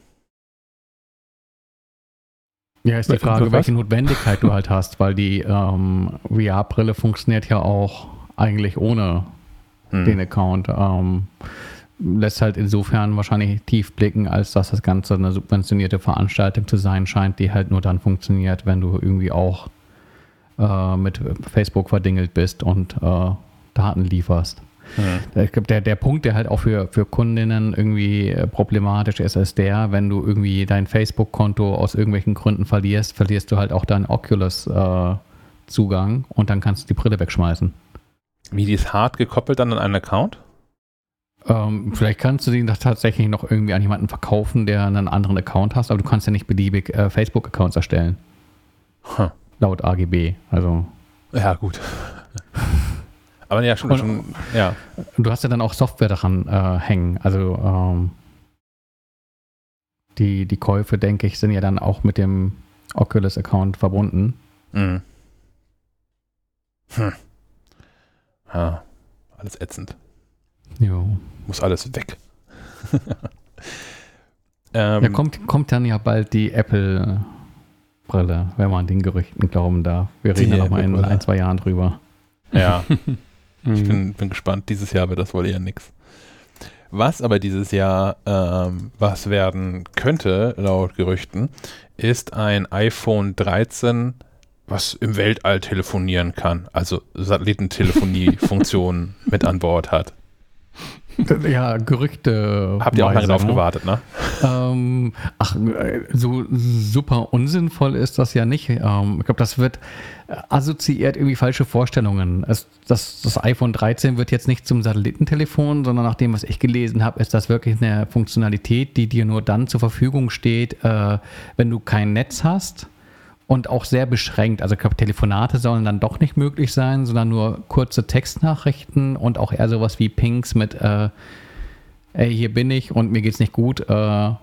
Ja, ist die Frage, welche Notwendigkeit du halt hast, weil die ähm, V R-Brille funktioniert ja auch eigentlich ohne hm. den Account. Ähm, lässt halt insofern wahrscheinlich tief blicken, als dass das Ganze eine subventionierte Veranstaltung zu sein scheint, die halt nur dann funktioniert, wenn du irgendwie auch äh, mit Facebook verdingelt bist und äh, Daten lieferst. Ja. Ich glaube, der, der Punkt, der halt auch für, für Kundinnen irgendwie problematisch ist, ist der, wenn du irgendwie dein Facebook-Konto aus irgendwelchen Gründen verlierst, verlierst du halt auch deinen Oculus-Zugang äh, und dann kannst du die Brille wegschmeißen. Wie, die ist hart gekoppelt dann an einen Account? Ähm, vielleicht kannst du den tatsächlich noch irgendwie an jemanden verkaufen, der einen anderen Account hast, aber du kannst ja nicht beliebig äh, Facebook-Accounts erstellen. Huh. Laut A G B, also. Ja, gut. Aber ja, schon, und, schon, ja. Du hast ja dann auch Software daran äh, hängen. Also ähm, die, die Käufe, denke ich, sind ja dann auch mit dem Oculus-Account verbunden. Mhm. Hm. Ja, alles ätzend. Jo. Muss alles weg. ähm, ja, kommt, kommt dann ja bald die Apple-Brille, wenn man den Gerüchten glauben darf. Wir reden ja nochmal in ein, zwei Jahren drüber. Ja. Ich bin, bin gespannt. Dieses Jahr wird das wohl eher nix. Was aber dieses Jahr ähm, was werden könnte, laut Gerüchten, ist ein iPhone dreizehn, was im Weltall telefonieren kann. Also Satellitentelefonie-Funktionen mit an Bord hat. Ja, Gerüchte. Habt ihr auch lange drauf gewartet, ne? Ähm, ach, so super unsinnvoll ist das ja nicht. Ähm, ich glaube, das wird assoziiert irgendwie falsche Vorstellungen. Es, das, das iPhone dreizehn wird jetzt nicht zum Satellitentelefon, sondern nach dem, was ich gelesen habe, ist das wirklich eine Funktionalität, die dir nur dann zur Verfügung steht, äh, wenn du kein Netz hast. Und auch sehr beschränkt. Also ich glaube, Telefonate sollen dann doch nicht möglich sein, sondern nur kurze Textnachrichten und auch eher sowas wie Pings mit äh, ey, hier bin ich und mir geht's nicht gut. Äh,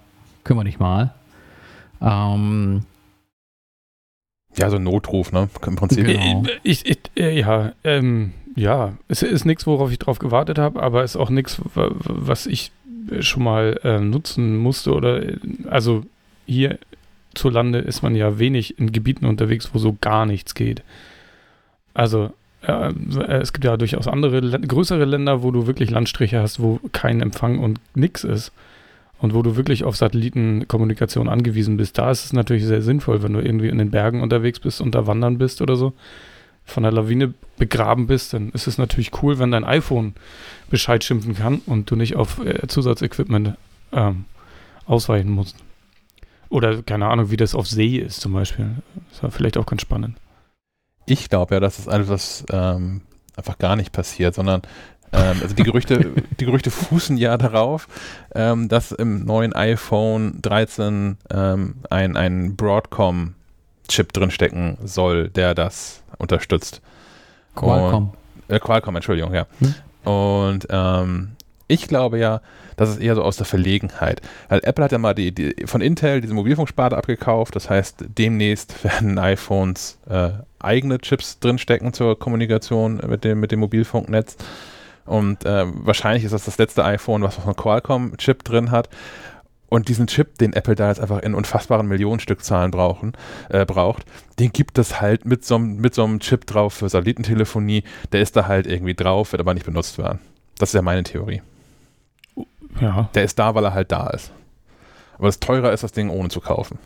kümmere dich mal. Ähm, ja, so ein Notruf, ne? Im Prinzip. Genau. Ich, ich, ja, ähm, ja, es ist nichts, worauf ich drauf gewartet habe, aber es ist auch nichts, was ich schon mal äh, nutzen musste. Oder also hierzulande ist man ja wenig in Gebieten unterwegs, wo so gar nichts geht. Also äh, es gibt ja durchaus andere, größere Länder, wo du wirklich Landstriche hast, wo kein Empfang und nix ist. Und wo du wirklich auf Satellitenkommunikation angewiesen bist. Da ist es natürlich sehr sinnvoll, wenn du irgendwie in den Bergen unterwegs bist und da wandern bist oder so, von der Lawine begraben bist, dann ist es natürlich cool, wenn dein iPhone Bescheid schimpfen kann und du nicht auf äh, Zusatzequipment ähm, ausweichen musst. Oder keine Ahnung, wie das auf See ist zum Beispiel. Das war vielleicht auch ganz spannend. Ich glaube ja, dass das etwas ähm, einfach gar nicht passiert, sondern ähm, also die Gerüchte, die Gerüchte fußen ja darauf, ähm, dass im neuen iPhone dreizehn ähm, ein, ein Broadcom-Chip drinstecken soll, der das unterstützt. Qualcomm. Und, äh, Qualcomm, Entschuldigung, ja. Hm? Und ähm, ich glaube ja, das ist eher so aus der Verlegenheit. Weil Apple hat ja mal die, die von Intel diese Mobilfunksparte abgekauft. Das heißt, demnächst werden iPhones äh, eigene Chips drinstecken zur Kommunikation mit dem, mit dem Mobilfunknetz. Und äh, wahrscheinlich ist das das letzte iPhone, was noch einen Qualcomm-Chip drin hat. Und diesen Chip, den Apple da jetzt einfach in unfassbaren Millionenstückzahlen brauchen, äh, braucht, den gibt es halt mit so, mit so einem Chip drauf für Satellitentelefonie. Der ist da halt irgendwie drauf, wird aber nicht benutzt werden. Das ist ja meine Theorie. Ja. Der ist da, weil er halt da ist. Aber es teurer ist, das Ding ohne zu kaufen.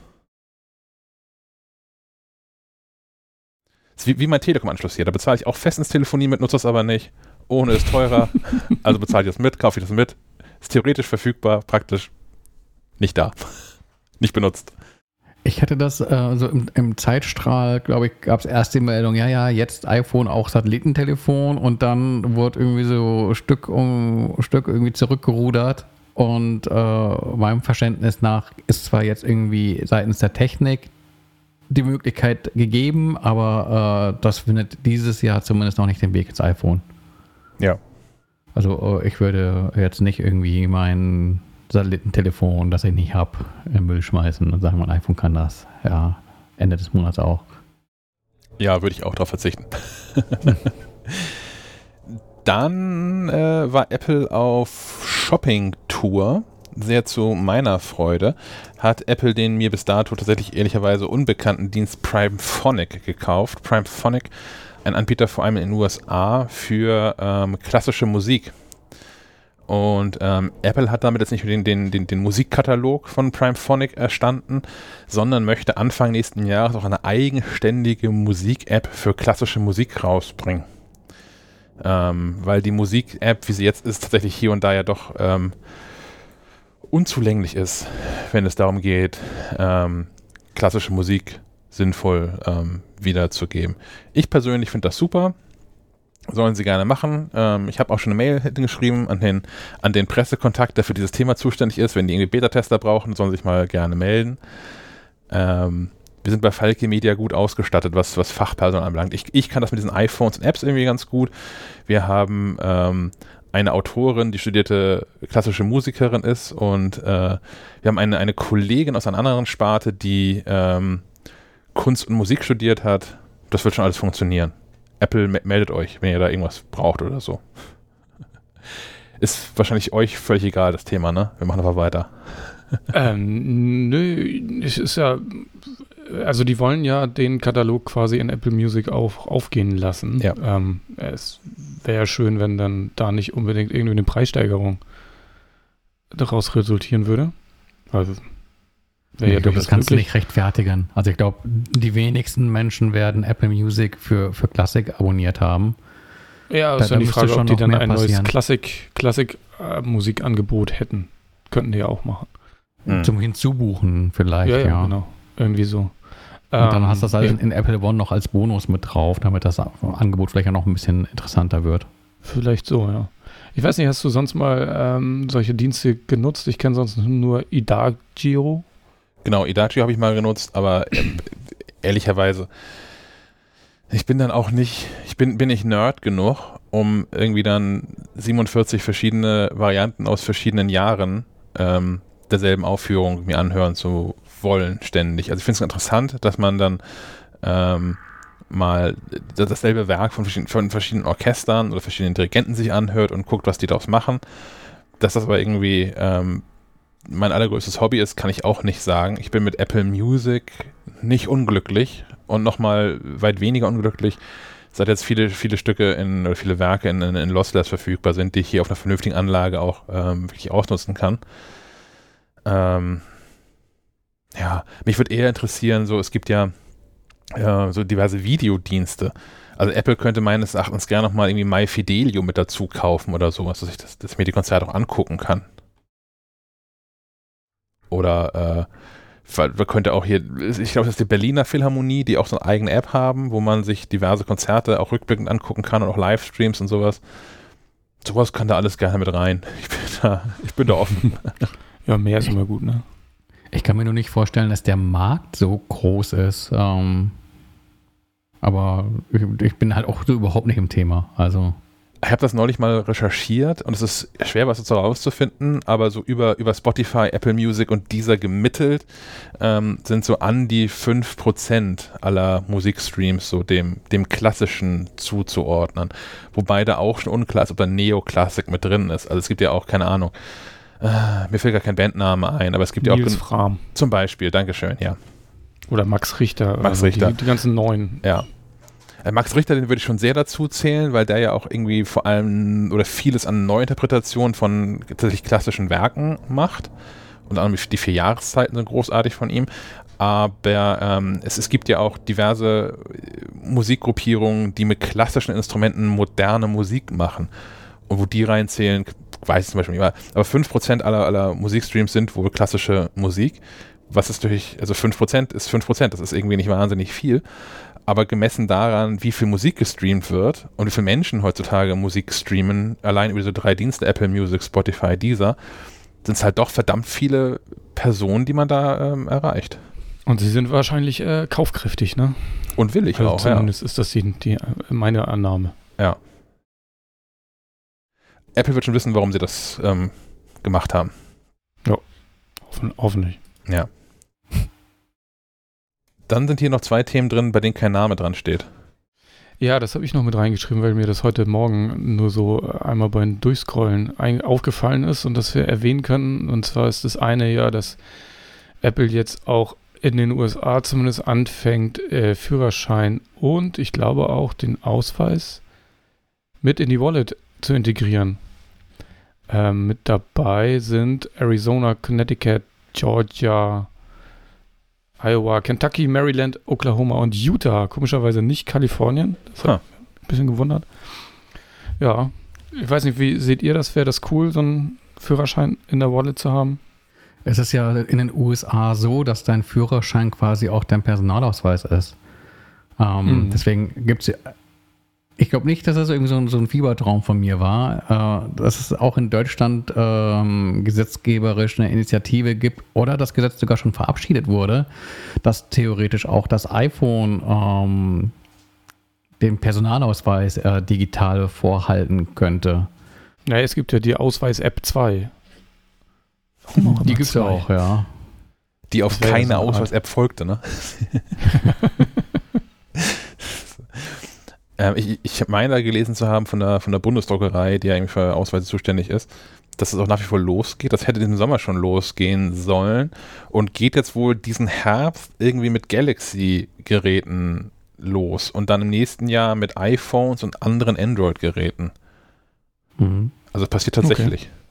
Das ist wie, wie mein Telekom-Anschluss hier. Da bezahle ich auch fest ins Telefonie mit, nutze das aber nicht. Ohne ist teurer. Also bezahle ich das mit, kaufe ich das mit. Ist theoretisch verfügbar, praktisch nicht da. Nicht benutzt. Ich hatte das äh, so im, im Zeitstrahl, glaube ich, gab es erst die Meldung, ja, ja, jetzt iPhone auch Satellitentelefon und dann wurde irgendwie so Stück um Stück irgendwie zurückgerudert und äh, meinem Verständnis nach ist zwar jetzt irgendwie seitens der Technik die Möglichkeit gegeben, aber äh, das findet dieses Jahr zumindest noch nicht den Weg ins iPhone. Ja. Also äh, ich würde jetzt nicht irgendwie mein Satellitentelefon, das ich nicht habe, im Müll schmeißen und sagen, mein iPhone kann das. Ja, Ende des Monats auch. Ja, würde ich auch darauf verzichten. Dann äh, war Apple auf Shopping-Tour. Sehr zu meiner Freude hat Apple den mir bis dato tatsächlich ehrlicherweise unbekannten Dienst Primephonic gekauft. Primephonic, ein Anbieter vor allem in den U S A für ähm, klassische Musik. Und ähm, Apple hat damit jetzt nicht nur den, den, den, den Musikkatalog von Primephonic erstanden, sondern möchte Anfang nächsten Jahres auch eine eigenständige Musik-App für klassische Musik rausbringen. Ähm, weil die Musik-App, wie sie jetzt ist, tatsächlich hier und da ja doch ähm, unzulänglich ist, wenn es darum geht, ähm, klassische Musik sinnvoll ähm, wiederzugeben. Ich persönlich finde das super. Sollen sie gerne machen. Ähm, ich habe auch schon eine Mail geschrieben an den, an den Pressekontakt, der für dieses Thema zuständig ist. Wenn die irgendwie Beta-Tester brauchen, sollen sie sich mal gerne melden. Ähm, wir sind bei Falke Media gut ausgestattet, was, was Fachpersonal anbelangt. Ich, ich kann das mit diesen iPhones und Apps irgendwie ganz gut. Wir haben ähm, eine Autorin, die studierte klassische Musikerin ist und äh, wir haben eine, eine Kollegin aus einer anderen Sparte, die ähm, Kunst und Musik studiert hat. Das wird schon alles funktionieren. Apple, meldet euch, wenn ihr da irgendwas braucht oder so. Ist wahrscheinlich euch völlig egal, das Thema, ne? Wir machen aber weiter. ähm, nö, es ist ja, also die wollen ja den Katalog quasi in Apple Music auch aufgehen lassen. Ja. Ähm, es wäre ja schön, wenn dann da nicht unbedingt irgendwie eine Preissteigerung daraus resultieren würde. Also Ja, ich glaube, das kannst möglich. du nicht rechtfertigen. Also ich glaube, die wenigsten Menschen werden Apple Music für, für Klassik abonniert haben. Ja, das da, ist ja die Frage, ob die dann ein passieren. neues Klassik, Klassik-Musikangebot äh, hätten. Könnten die ja auch machen. Hm. Zum Hinzubuchen vielleicht, ja. ja, ja. Genau, irgendwie so. Und ähm, dann hast du das halt ja. in Apple One noch als Bonus mit drauf, damit das Angebot vielleicht auch noch ein bisschen interessanter wird. Vielleicht so, ja. Ich weiß nicht, hast du sonst mal ähm, solche Dienste genutzt? Ich kenne sonst nur Idagio. Genau, Idagio habe ich mal genutzt, aber äh, ehrlicherweise, ich bin dann auch nicht, ich bin, bin nicht Nerd genug, um irgendwie dann siebenundvierzig verschiedene Varianten aus verschiedenen Jahren ähm, derselben Aufführung mir anhören zu wollen ständig. Also ich finde es interessant, dass man dann ähm, mal dasselbe Werk von verschiedenen, von verschiedenen Orchestern oder verschiedenen Dirigenten sich anhört und guckt, was die daraus machen. Dass das aber irgendwie ähm, mein allergrößtes Hobby ist, kann ich auch nicht sagen. Ich bin mit Apple Music nicht unglücklich und nochmal weit weniger unglücklich, seit jetzt viele, viele Stücke in, oder viele Werke in, in, in Lossless verfügbar sind, die ich hier auf einer vernünftigen Anlage auch ähm, wirklich ausnutzen kann. Ähm, ja, mich würde eher interessieren, so, es gibt ja äh, so diverse Videodienste. Also Apple könnte meines Erachtens gerne nochmal irgendwie MyFidelio mit dazu kaufen oder sowas, dass ich, das, dass ich mir die Konzerte auch angucken kann. Oder äh, man könnte auch hier, ich glaube, das ist die Berliner Philharmonie, die auch so eine eigene App haben, wo man sich diverse Konzerte auch rückblickend angucken kann und auch Livestreams und sowas. Sowas kann da alles gerne mit rein. Ich bin da, ich bin da offen. Ja, mehr ist immer gut, ne? Ich kann mir nur nicht vorstellen, dass der Markt so groß ist. Ähm, aber ich, ich bin halt auch so überhaupt nicht im Thema. Also ich habe das neulich mal recherchiert und es ist schwer, was dazu rauszufinden, aber so über, über Spotify, Apple Music und Deezer gemittelt ähm, sind so an die fünf Prozent aller Musikstreams so dem, dem Klassischen zuzuordnen. Wobei da auch schon unklar ist, ob da Neoklassik mit drin ist. Also es gibt ja auch, keine Ahnung, äh, mir fällt gar kein Bandname ein, aber es gibt Nils ja auch... Frahm. Zum Beispiel, Dankeschön, ja. Oder Max Richter. Max also Richter. Die, die ganzen neuen. Ja. Max Richter, den würde ich schon sehr dazu zählen, weil der ja auch irgendwie vor allem oder vieles an Neuinterpretationen von tatsächlich klassischen Werken macht. Unter anderem die vier Jahreszeiten sind großartig von ihm. Aber ähm, es, es gibt ja auch diverse Musikgruppierungen, die mit klassischen Instrumenten moderne Musik machen. Und wo die reinzählen, weiß ich zum Beispiel nicht. Aber fünf Prozent aller, aller Musikstreams sind wohl klassische Musik. Was ist durch, also fünf Prozent ist fünf Prozent, das ist irgendwie nicht wahnsinnig viel. Aber gemessen daran, wie viel Musik gestreamt wird und wie viele Menschen heutzutage Musik streamen, allein über diese drei Dienste, Apple Music, Spotify, Deezer, sind es halt doch verdammt viele Personen, die man da ähm, erreicht. Und sie sind wahrscheinlich äh, kaufkräftig, ne? Und willig also auch, zumindest ja. ist das die, die, meine Annahme. Ja. Apple wird schon wissen, warum sie das ähm, gemacht haben. Ja, hoffen, hoffentlich. Ja. Dann sind hier noch zwei Themen drin, bei denen kein Name dran steht. Ja, das habe ich noch mit reingeschrieben, weil mir das heute Morgen nur so einmal beim Durchscrollen ein, aufgefallen ist und das wir erwähnen können. Und zwar ist das eine ja, dass Apple jetzt auch in den U S A zumindest anfängt, äh, Führerschein und ich glaube auch den Ausweis mit in die Wallet zu integrieren. Ähm, mit dabei sind Arizona, Connecticut, Georgia, Iowa, Kentucky, Maryland, Oklahoma und Utah. Komischerweise nicht Kalifornien. Das hat mich ein bisschen gewundert. Ja, ich weiß nicht, wie seht ihr das? Wäre das cool, so einen Führerschein in der Wallet zu haben? Es ist ja in den U S A so, dass dein Führerschein quasi auch dein Personalausweis ist. Ähm, mhm. Deswegen gibt es, ich glaube nicht, dass das irgendwie so ein, so ein Fiebertraum von mir war, äh, dass es auch in Deutschland ähm, gesetzgeberisch eine Initiative gibt oder das Gesetz sogar schon verabschiedet wurde, dass theoretisch auch das iPhone ähm, den Personalausweis äh, digital vorhalten könnte. Ja, es gibt ja die Ausweis-App zwei. Die gibt es ja auch, ja. Die auf keine Ausweis-App folgte, ne? ähm, ich ich meine da gelesen zu haben von der, von der Bundesdruckerei, die ja irgendwie für Ausweise zuständig ist, dass es auch nach wie vor losgeht. Das hätte diesen Sommer schon losgehen sollen und geht jetzt wohl diesen Herbst irgendwie mit Galaxy-Geräten los und dann im nächsten Jahr mit iPhones und anderen Android-Geräten. Mhm. Also es passiert tatsächlich. Okay.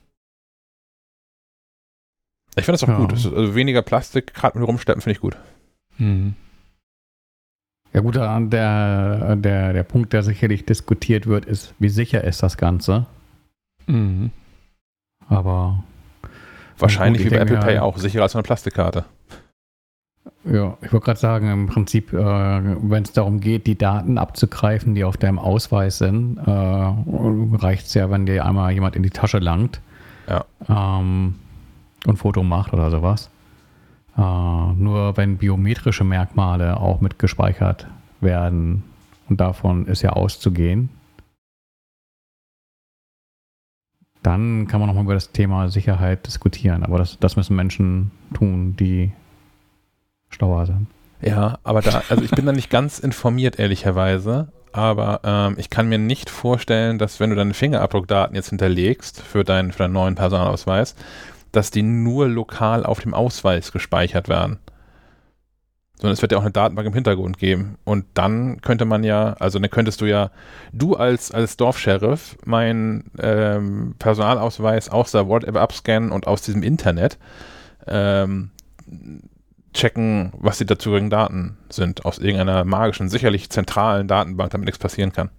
Ich finde das auch ja. gut. Also weniger Plastik, gerade mit rumsteppen, finde ich gut. Mhm. Ja gut, der, der, der Punkt, der sicherlich diskutiert wird, ist, wie sicher ist das Ganze? Mhm. Aber wahrscheinlich gut, wie bei denke, Apple Pay auch, sicherer als eine Plastikkarte. Ja, ich wollte gerade sagen, im Prinzip, äh, wenn es darum geht, die Daten abzugreifen, die auf deinem Ausweis sind, äh, reicht es ja, wenn dir einmal jemand in die Tasche langt. Ja. Ähm, und ein Foto macht oder sowas. Äh, nur wenn biometrische Merkmale auch mit gespeichert werden und davon ist ja auszugehen, dann kann man nochmal über das Thema Sicherheit diskutieren. Aber das, das müssen Menschen tun, die schlauer sind. Ja, aber da, also ich bin da nicht ganz informiert, ehrlicherweise. Aber ähm, ich kann mir nicht vorstellen, dass wenn du deine Fingerabdruckdaten jetzt hinterlegst für, dein, für deinen neuen Personalausweis, dass die nur lokal auf dem Ausweis gespeichert werden. Sondern es wird ja auch eine Datenbank im Hintergrund geben. Und dann könnte man ja, also dann könntest du ja, du als, als Dorfsheriff, meinen ähm, Personalausweis aus der World-App abscannen und aus diesem Internet ähm, checken, was die dazugehörigen Daten sind, aus irgendeiner magischen, sicherlich zentralen Datenbank, damit nichts passieren kann.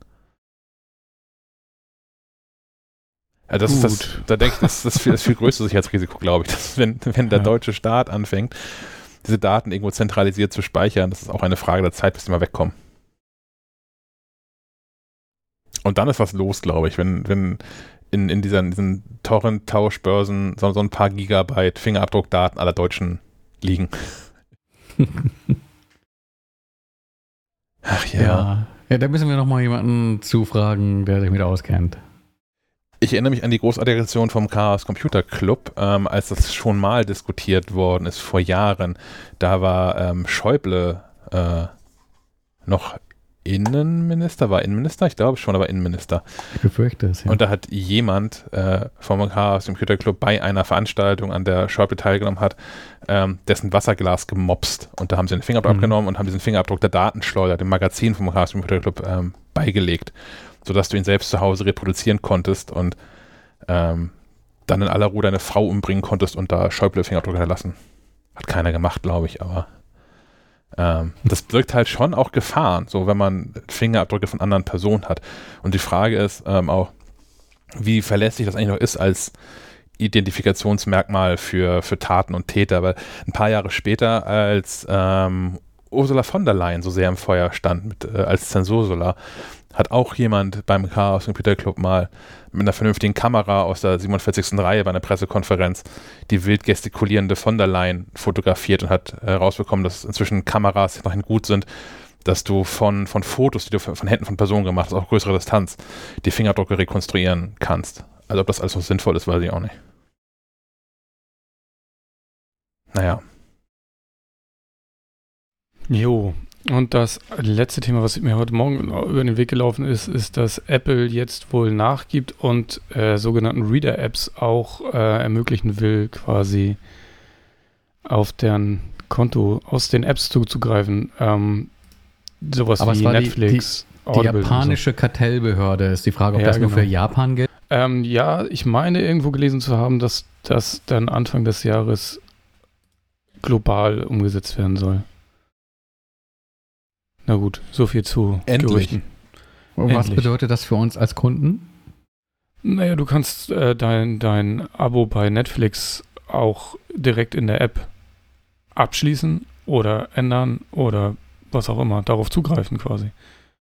Ja, das ist das, da denke ich, das ist das viel, das viel größte Sicherheitsrisiko, glaube ich, dass wenn, wenn der ja. deutsche Staat anfängt, diese Daten irgendwo zentralisiert zu speichern, das ist auch eine Frage der Zeit, bis die mal wegkommen. Und dann ist was los, glaube ich, wenn, wenn in, in, dieser, in diesen Torrent-Tauschbörsen so, so ein paar Gigabyte Fingerabdruckdaten aller Deutschen liegen. Ach ja. ja. Ja, da müssen wir nochmal jemanden zufragen, der sich mit auskennt. Ich erinnere mich an die großartige Aktion vom Chaos Computer Club, ähm, als das schon mal diskutiert worden ist vor Jahren. Da war ähm, Schäuble äh, noch Innenminister, war Innenminister? Ich glaube schon, aber Innenminister. Ich befürchte es, ja. Und da hat jemand äh, vom Chaos Computer Club bei einer Veranstaltung, an der Schäuble teilgenommen hat, ähm, dessen Wasserglas gemopst. Und da haben sie den Fingerabdruck mhm. abgenommen und haben diesen Fingerabdruck der Datenschleuder, dem Magazin vom Chaos Computer Club, ähm, beigelegt, sodass du ihn selbst zu Hause reproduzieren konntest und ähm, dann in aller Ruhe deine Frau umbringen konntest und da Schäuble Fingerabdruck hinterlassen. Hat keiner gemacht, glaube ich, aber Ähm, das birgt halt schon auch Gefahren, so wenn man Fingerabdrücke von anderen Personen hat. Und die Frage ist ähm, auch, wie verlässlich das eigentlich noch ist als Identifikationsmerkmal für, für Taten und Täter, weil ein paar Jahre später, als ähm, Ursula von der Leyen so sehr im Feuer stand mit, äh, als Zensursula, hat auch jemand beim Chaos Computer Club mal mit einer vernünftigen Kamera aus der siebenundvierzigsten Reihe bei einer Pressekonferenz die wild gestikulierende von der Leyen fotografiert und hat herausbekommen, äh, dass inzwischen Kameras noch gut sind, dass du von, von Fotos, die du von Händen von Personen gemacht hast, auf größere Distanz, die Fingerdrücke rekonstruieren kannst. Also ob das alles so sinnvoll ist, weiß ich auch nicht. Naja. Jo, und das letzte Thema, was mir heute Morgen über den Weg gelaufen ist, ist, dass Apple jetzt wohl nachgibt und äh, sogenannten Reader-Apps auch äh, ermöglichen will, quasi auf deren Konto aus den Apps zuzugreifen. Ähm, sowas Aber wie Netflix, die, die, die japanische so. Kartellbehörde ist die Frage, ob ja, das genau. nur für Japan gilt? Ähm, ja, ich meine irgendwo gelesen zu haben, dass das dann Anfang des Jahres global umgesetzt werden soll. Na gut, so viel zu Endlich. Gerüchten. Und was Endlich. bedeutet das für uns als Kunden? Naja, du kannst äh, dein, dein Abo bei Netflix auch direkt in der App abschließen oder ändern oder was auch immer, darauf zugreifen quasi.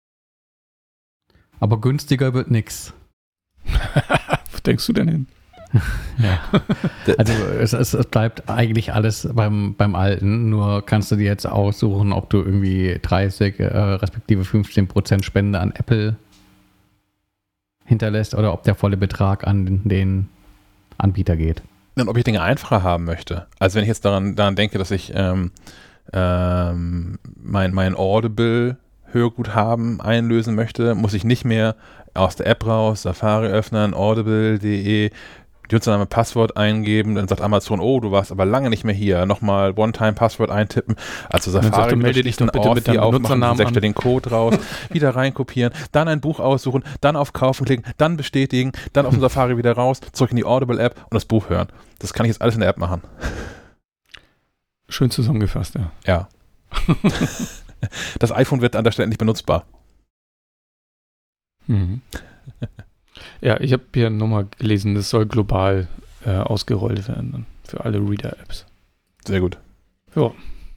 Aber günstiger wird nix. Wo denkst du denn hin? Ja. Also es, es, es bleibt eigentlich alles beim, beim Alten, nur kannst du dir jetzt aussuchen, ob du irgendwie dreißig äh, respektive fünfzehn Prozent Spende an Apple hinterlässt oder ob der volle Betrag an den Anbieter geht. Und ob ich Dinge einfacher haben möchte. Also wenn ich jetzt daran, daran denke, dass ich ähm, ähm, mein, mein Audible-Hörguthaben einlösen möchte, muss ich nicht mehr aus der App raus, Safari öffnen, audible punkt de, Nutzername, Passwort eingeben, dann sagt Amazon, oh, du warst aber lange nicht mehr hier, nochmal One-Time-Passwort eintippen, also Safari, melde dich doch bitte mit deinem Benutzernamen an, den Code raus, wieder reinkopieren, dann ein Buch aussuchen, dann auf Kaufen klicken, dann bestätigen, dann auf den Safari wieder raus, zurück in die Audible-App und das Buch hören. Das kann ich jetzt alles in der App machen. Schön zusammengefasst, ja. Ja. Das iPhone wird an der Stelle nicht benutzbar. Mhm. Ja, ich habe hier nochmal gelesen, das soll global äh, ausgerollt werden dann für alle Reader-Apps. Sehr gut. Ja.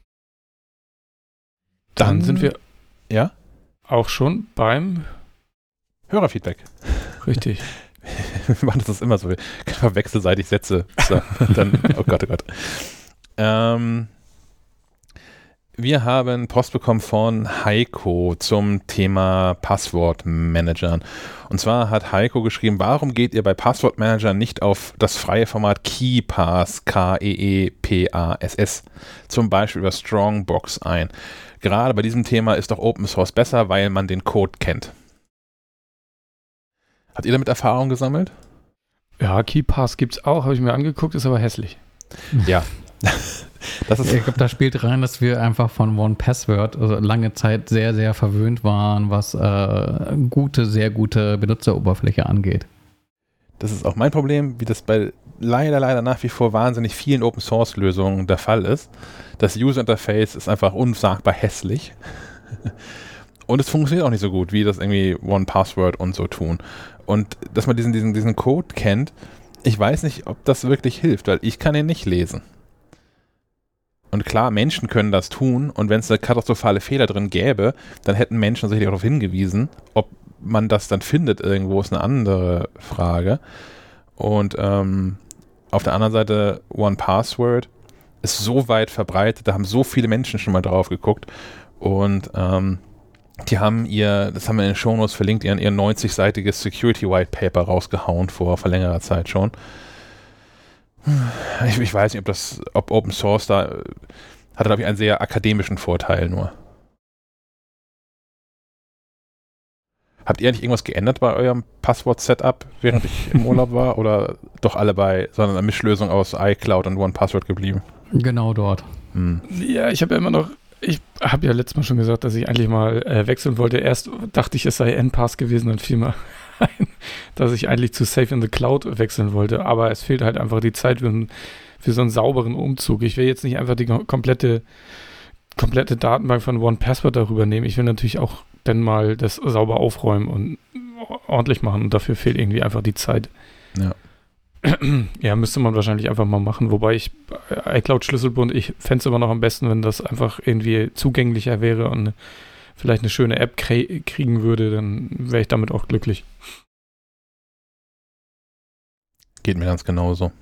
Dann, dann sind wir ja? auch schon beim Hörerfeedback. Richtig. Wir machen das immer so. Wir können wechselseitig Sätze. So, dann, oh Gott, oh Gott. Ähm, wir haben Post bekommen von Heiko zum Thema Passwortmanagern. Und zwar hat Heiko geschrieben, warum geht ihr bei Passwortmanagern nicht auf das freie Format KeePass, K E E P A S S, zum Beispiel über Strongbox ein? Gerade bei diesem Thema ist doch Open Source besser, weil man den Code kennt. Habt ihr damit Erfahrung gesammelt? Ja, KeePass gibt es auch, habe ich mir angeguckt, ist aber hässlich. Ja. Das ist ich glaube, da spielt rein, dass wir einfach von One Password also lange Zeit sehr, sehr verwöhnt waren, was äh, gute, sehr gute Benutzeroberfläche angeht. Das ist auch mein Problem, wie das bei leider, leider nach wie vor wahnsinnig vielen Open-Source-Lösungen der Fall ist. Das User-Interface ist einfach unsagbar hässlich. Und es funktioniert auch nicht so gut, wie das irgendwie One Password und so tun. Und dass man diesen, diesen, diesen Code kennt, ich weiß nicht, ob das wirklich hilft, weil ich kann ihn nicht lesen. Und klar, Menschen können das tun und wenn es eine katastrophale Fehler drin gäbe, dann hätten Menschen sicherlich auch darauf hingewiesen. Ob man das dann findet irgendwo, ist eine andere Frage. Und ähm, auf der anderen Seite, One Password ist so weit verbreitet, da haben so viele Menschen schon mal drauf geguckt und ähm, die haben ihr, das haben wir in den Shownotes verlinkt, ihr, ihr neunzig-seitiges Security White Paper rausgehauen vor, vor längerer Zeit schon. Ich, ich weiß nicht, ob das, ob Open Source da, hatte glaube ich einen sehr akademischen Vorteil nur. Habt ihr eigentlich irgendwas geändert bei eurem Passwort-Setup, während ich im Urlaub war? Oder doch alle bei, sondern eine Mischlösung aus iCloud und One Password geblieben? Genau dort. Hm. Ja, ich habe ja immer noch, ich habe ja letztes Mal schon gesagt, dass ich eigentlich mal äh, wechseln wollte. Erst dachte ich, es sei N Pass gewesen, dann fiel mir ein, dass ich eigentlich zu Safe in the Cloud wechseln wollte. Aber es fehlt halt einfach die Zeit für, für so einen sauberen Umzug. Ich will jetzt nicht einfach die komplette, komplette Datenbank von One Password darüber nehmen. Ich will natürlich auch dann mal das sauber aufräumen und ordentlich machen. Und dafür fehlt irgendwie einfach die Zeit. Ja. Ja, müsste man wahrscheinlich einfach mal machen. Wobei ich iCloud-Schlüsselbund, ich fände es immer noch am besten, wenn das einfach irgendwie zugänglicher wäre und vielleicht eine schöne App krie- kriegen würde, dann wäre ich damit auch glücklich. Geht mir ganz genauso.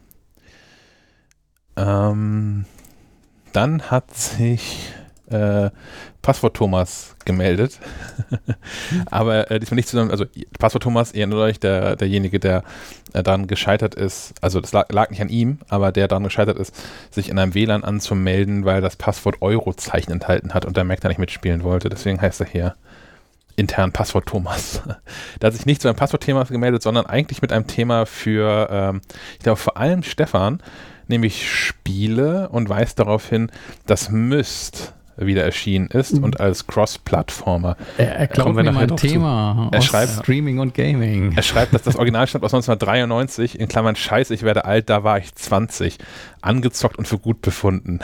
Ähm, dann hat sich äh, Passwort Thomas gemeldet. Aber äh, diesmal nicht zusammen, also Passwort Thomas, ihr erinnert euch, der, derjenige, der äh, daran gescheitert ist, also das lag, lag nicht an ihm, aber der daran gescheitert ist, sich in einem W L A N anzumelden, weil das Passwort Eurozeichen enthalten hat und der Mac da nicht mitspielen wollte. Deswegen heißt er hier intern Passwort Thomas. Der hat sich nicht zu einem Passwort-Thema gemeldet, sondern eigentlich mit einem Thema für, ähm, ich glaube vor allem Stefan, nämlich Spiele, und weist darauf hin, dass Myst wieder erschienen ist mhm. und als Cross-Plattformer. Er, er klaut mir mein Thema er aus schreibt, Streaming und Gaming. Er schreibt, dass das Original stammt aus neunzehnhundertdreiundneunzig, in Klammern Scheiße, ich werde alt, da war ich zwanzig. Angezockt und für gut befunden.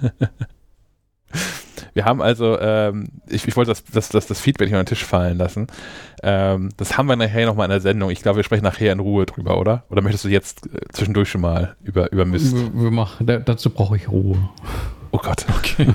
Wir haben also, ähm, ich, ich wollte das, das, das, das Feedback nicht auf den Tisch fallen lassen. Ähm, das haben wir nachher nochmal in der Sendung. Ich glaube, wir sprechen nachher in Ruhe drüber, oder? Oder möchtest du jetzt äh, zwischendurch schon mal über, über Myst? Wir, wir machen, da, dazu brauche ich Ruhe. Oh Gott. Okay.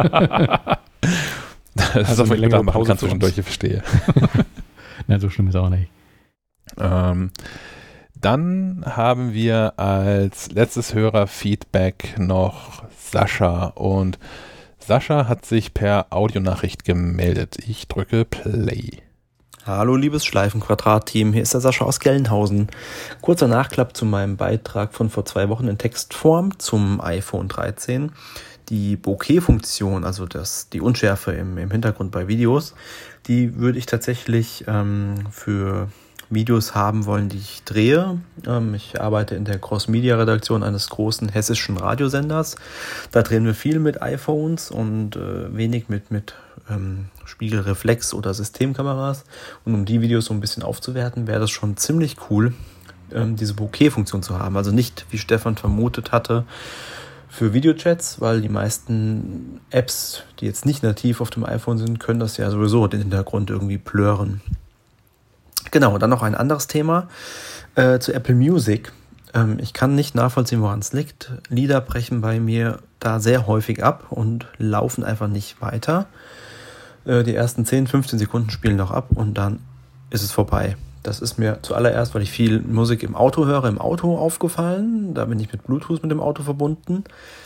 Das also ist auch, wenn ich da machen kann zwischendurch, ich verstehe. Na, so schlimm ist auch nicht. Ähm, dann haben wir als letztes Hörerfeedback noch Sascha, und Sascha hat sich per Audionachricht gemeldet. Ich drücke Play. Hallo liebes Schleifenquadrat-Team, hier ist der Sascha aus Gelnhausen. Kurzer Nachklapp zu meinem Beitrag von vor zwei Wochen in Textform zum iPhone dreizehn. Die Bokeh-Funktion, also das, die Unschärfe im, im Hintergrund bei Videos, die würde ich tatsächlich ähm, für Videos haben wollen, die ich drehe. Ähm, ich arbeite in der Cross-Media-Redaktion eines großen hessischen Radiosenders. Da drehen wir viel mit iPhones und äh, wenig mit, mit ähm, Spiegelreflex- oder Systemkameras. Und um die Videos so ein bisschen aufzuwerten, wäre das schon ziemlich cool, ähm, diese Bokeh-Funktion zu haben. Also nicht, wie Stefan vermutet hatte, für Videochats, weil die meisten Apps, die jetzt nicht nativ auf dem iPhone sind, können das ja sowieso den Hintergrund irgendwie blurren. Genau, dann noch ein anderes Thema äh, zu Apple Music. Ähm, ich kann nicht nachvollziehen, woran es liegt. Lieder brechen bei mir da sehr häufig ab und laufen einfach nicht weiter. Äh, die ersten zehn, fünfzehn Sekunden spielen noch ab und dann ist es vorbei. Das ist mir zuallererst, weil ich viel Musik im Auto höre, im Auto aufgefallen. Da bin ich mit Bluetooth mit dem Auto verbunden.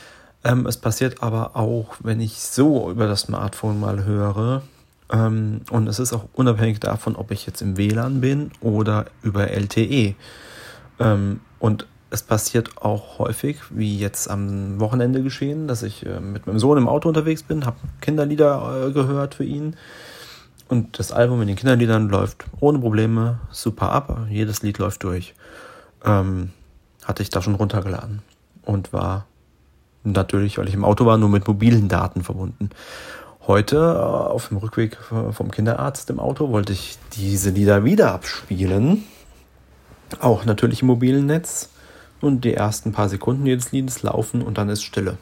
Ähm, es passiert aber auch, wenn ich so über das Smartphone mal höre, ähm, und es ist auch unabhängig davon, ob ich jetzt im W L A N bin oder über L T E. Ähm, und es passiert auch häufig, wie jetzt am Wochenende geschehen, dass ich äh, mit meinem Sohn im Auto unterwegs bin, habe Kinderlieder äh, gehört für ihn. Und das Album mit den Kinderliedern läuft ohne Probleme super ab. Jedes Lied läuft durch. Ähm, hatte ich da schon runtergeladen. Und war natürlich, weil ich im Auto war, nur mit mobilen Daten verbunden. Heute, äh, auf dem Rückweg vom Kinderarzt im Auto, wollte ich diese Lieder wieder abspielen. Auch natürlich im mobilen Netz. Und die ersten paar Sekunden jedes Liedes laufen und dann ist Stille.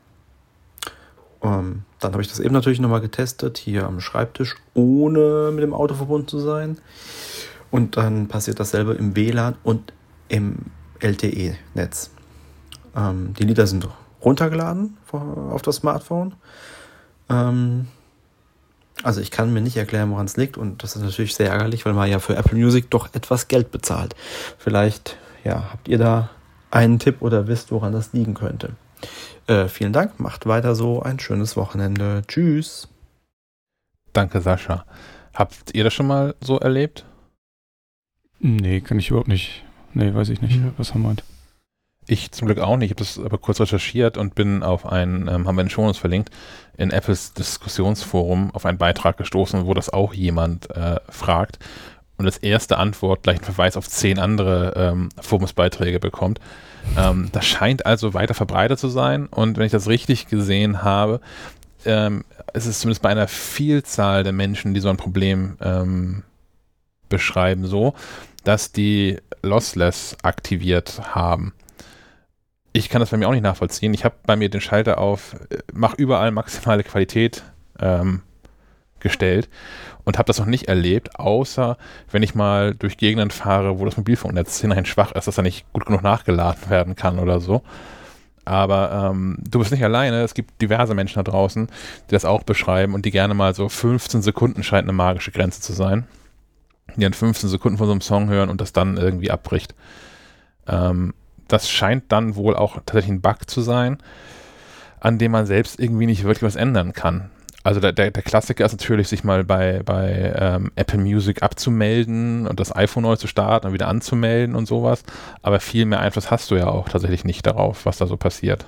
Ähm, dann habe ich das eben natürlich nochmal getestet, hier am Schreibtisch, ohne mit dem Auto verbunden zu sein. Und dann passiert dasselbe im W L A N und im L T E-Netz. Ähm, die Lieder sind runtergeladen auf das Smartphone. Ähm, also ich kann mir nicht erklären, woran es liegt. Und das ist natürlich sehr ärgerlich, weil man ja für Apple Music doch etwas Geld bezahlt. Vielleicht ja, habt ihr da einen Tipp oder wisst, woran das liegen könnte. Äh, vielen Dank, macht weiter so, ein schönes Wochenende. Tschüss. Danke, Sascha. Habt ihr das schon mal so erlebt? Nee, kann ich überhaupt nicht. Nee, weiß ich nicht, was er meint. Ich zum Glück auch nicht. Ich habe das aber kurz recherchiert und bin auf einen, ähm, haben wir in den Shownotes verlinkt, in Apples Diskussionsforum auf einen Beitrag gestoßen, wo das auch jemand äh, fragt und als erste Antwort gleich einen Verweis auf zehn andere ähm, Forumsbeiträge bekommt. Ähm, das scheint also weiter verbreitet zu sein und wenn ich das richtig gesehen habe, ähm, ist es zumindest bei einer Vielzahl der Menschen, die so ein Problem ähm, beschreiben, so, dass die Lossless aktiviert haben. Ich kann das bei mir auch nicht nachvollziehen. Ich habe bei mir den Schalter auf mach überall maximale Qualität ähm, gestellt und habe das noch nicht erlebt, außer wenn ich mal durch Gegenden fahre, wo das Mobilfunknetz hinterher schwach ist, dass da nicht gut genug nachgeladen werden kann oder so. Aber ähm, du bist nicht alleine. Es gibt diverse Menschen da draußen, die das auch beschreiben und die gerne mal so fünfzehn Sekunden scheint eine magische Grenze zu sein. Die dann fünfzehn Sekunden von so einem Song hören und das dann irgendwie abbricht. Ähm, Das scheint dann wohl auch tatsächlich ein Bug zu sein, an dem man selbst irgendwie nicht wirklich was ändern kann. Also der, der, der Klassiker ist natürlich, sich mal bei, bei ähm, Apple Music abzumelden und das iPhone neu zu starten und wieder anzumelden und sowas. Aber viel mehr Einfluss hast du ja auch tatsächlich nicht darauf, was da so passiert.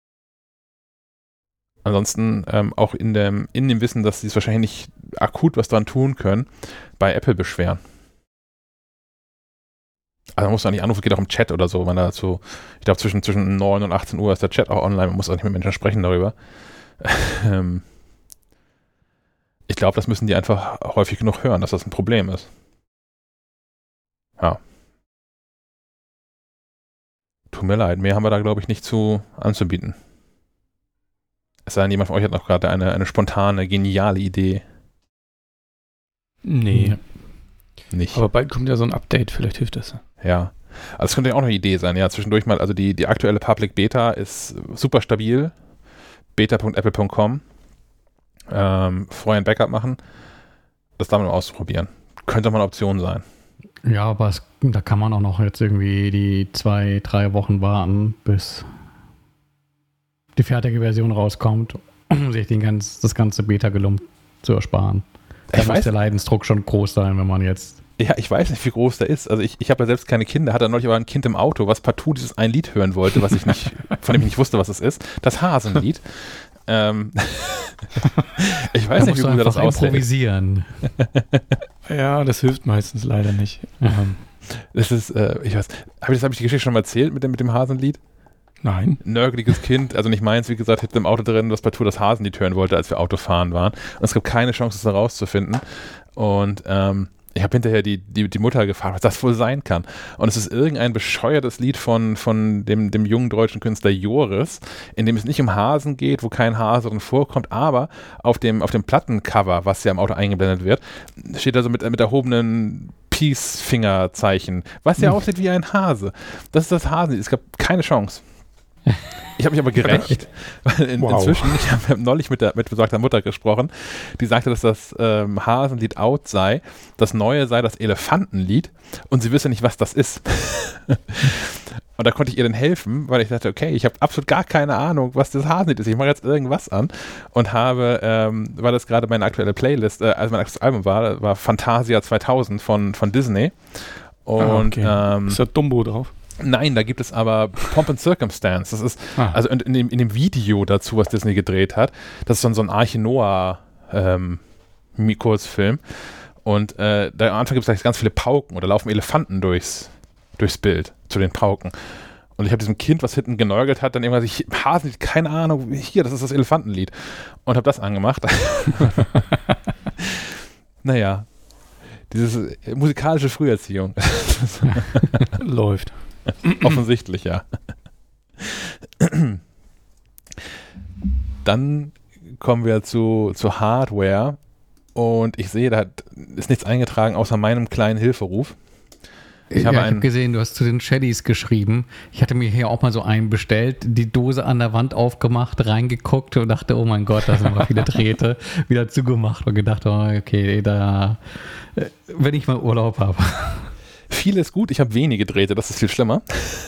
Ansonsten ähm, auch in dem, in dem Wissen, dass sie es wahrscheinlich nicht akut was dran tun können, bei Apple beschweren. Also man muss auch nicht anrufen, geht auch im Chat oder so, wenn da so, ich glaube zwischen, zwischen neun und achtzehn Uhr ist der Chat auch online, man muss auch nicht mit Menschen sprechen darüber. ähm, ich glaube, das müssen die einfach häufig genug hören, dass das ein Problem ist. Ja. Tut mir leid, mehr haben wir da, glaube ich, nicht zu anzubieten. Es sei denn, jemand von euch hat noch gerade eine, eine spontane, geniale Idee. Nee. Nicht. Aber bald kommt ja so ein Update, vielleicht hilft das. Ja, also es könnte ja auch eine Idee sein, ja, zwischendurch mal, also die, die aktuelle Public Beta ist super stabil, beta punkt apple punkt com, ähm, vorher ein Backup machen, das da mal ausprobieren. Könnte mal eine Option sein. Ja, aber es, da kann man auch noch jetzt irgendwie die zwei, drei Wochen warten, bis die fertige Version rauskommt, um sich den ganz, das ganze Beta-Gelump zu ersparen. Da muss der Leidensdruck schon groß sein, wenn man jetzt... Ja, ich weiß nicht, wie groß der ist. Also ich, ich habe ja selbst keine Kinder, hatte neulich aber ein Kind im Auto, was partout dieses ein Lied hören wollte, was ich nicht, von dem ich nicht wusste, was es ist. Das Hasenlied. ähm, ich weiß da nicht, wie gut er das aushält. Improvisieren. Ja, das hilft meistens leider nicht. Ähm, das ist, äh, ich weiß, habe ich, das, hab ich die Geschichte schon mal erzählt mit dem, mit dem Hasenlied? Nein. Nörgeliges Kind, also nicht meins, wie gesagt, hätte im Auto drin, was partout das Hasenlied hören wollte, als wir Autofahren waren. Und es gab keine Chance, das herauszufinden. Und ähm, ich habe hinterher die, die, die Mutter gefragt, was das wohl sein kann. Und es ist irgendein bescheuertes Lied von, von dem, dem jungen deutschen Künstler Joris, in dem es nicht um Hasen geht, wo kein Hase drin vorkommt, aber auf dem, auf dem Plattencover, was ja im Auto eingeblendet wird, steht also mit, mit erhobenen Peace-Fingerzeichen, was ja aussieht wie ein Hase. Das ist das Hasenlied. Es gab keine Chance. Ich habe mich aber gerecht, weil in, wow. inzwischen, ich habe neulich mit der mit besagter Mutter gesprochen, die sagte, dass das ähm, Hasenlied out sei, das neue sei das Elefantenlied und sie wisse nicht, was das ist. Und da konnte ich ihr dann helfen, weil ich dachte, okay, ich habe absolut gar keine Ahnung, was das Hasenlied ist. Ich mache jetzt irgendwas an und habe, ähm, weil das gerade meine aktuelle Playlist, äh, also mein aktuelles Album war, war Fantasia zweitausend von, von Disney. Und ah, okay. ähm, ist da Dumbo drauf? Nein, da gibt es aber Pomp and Circumstance. Das ist, ah. also in, in, dem, in dem Video dazu, was Disney gedreht hat, das ist so, so ein Arche Noah ähm, Kurzfilm. Und äh, da am Anfang gibt es ganz viele Pauken oder laufen Elefanten durchs, durchs Bild zu den Pauken. Und ich habe diesem Kind, was hinten genörgelt hat, dann irgendwann ich, Hasenlied, keine Ahnung, hier, das ist das Elefantenlied. Und habe das angemacht. Naja, diese musikalische Früherziehung. Läuft. Offensichtlich, ja. Dann kommen wir zu, zu Hardware. Und ich sehe, da ist nichts eingetragen außer meinem kleinen Hilferuf. Ich habe ja, hab gesehen, du hast zu den Shellys geschrieben. Ich hatte mir hier auch mal so einen bestellt, die Dose an der Wand aufgemacht, reingeguckt und dachte, oh mein Gott, da sind aber viele Drähte, wieder zugemacht und gedacht, oh, okay, da, wenn ich mal Urlaub habe. Viel ist gut, ich habe wenige Drähte, das ist viel schlimmer.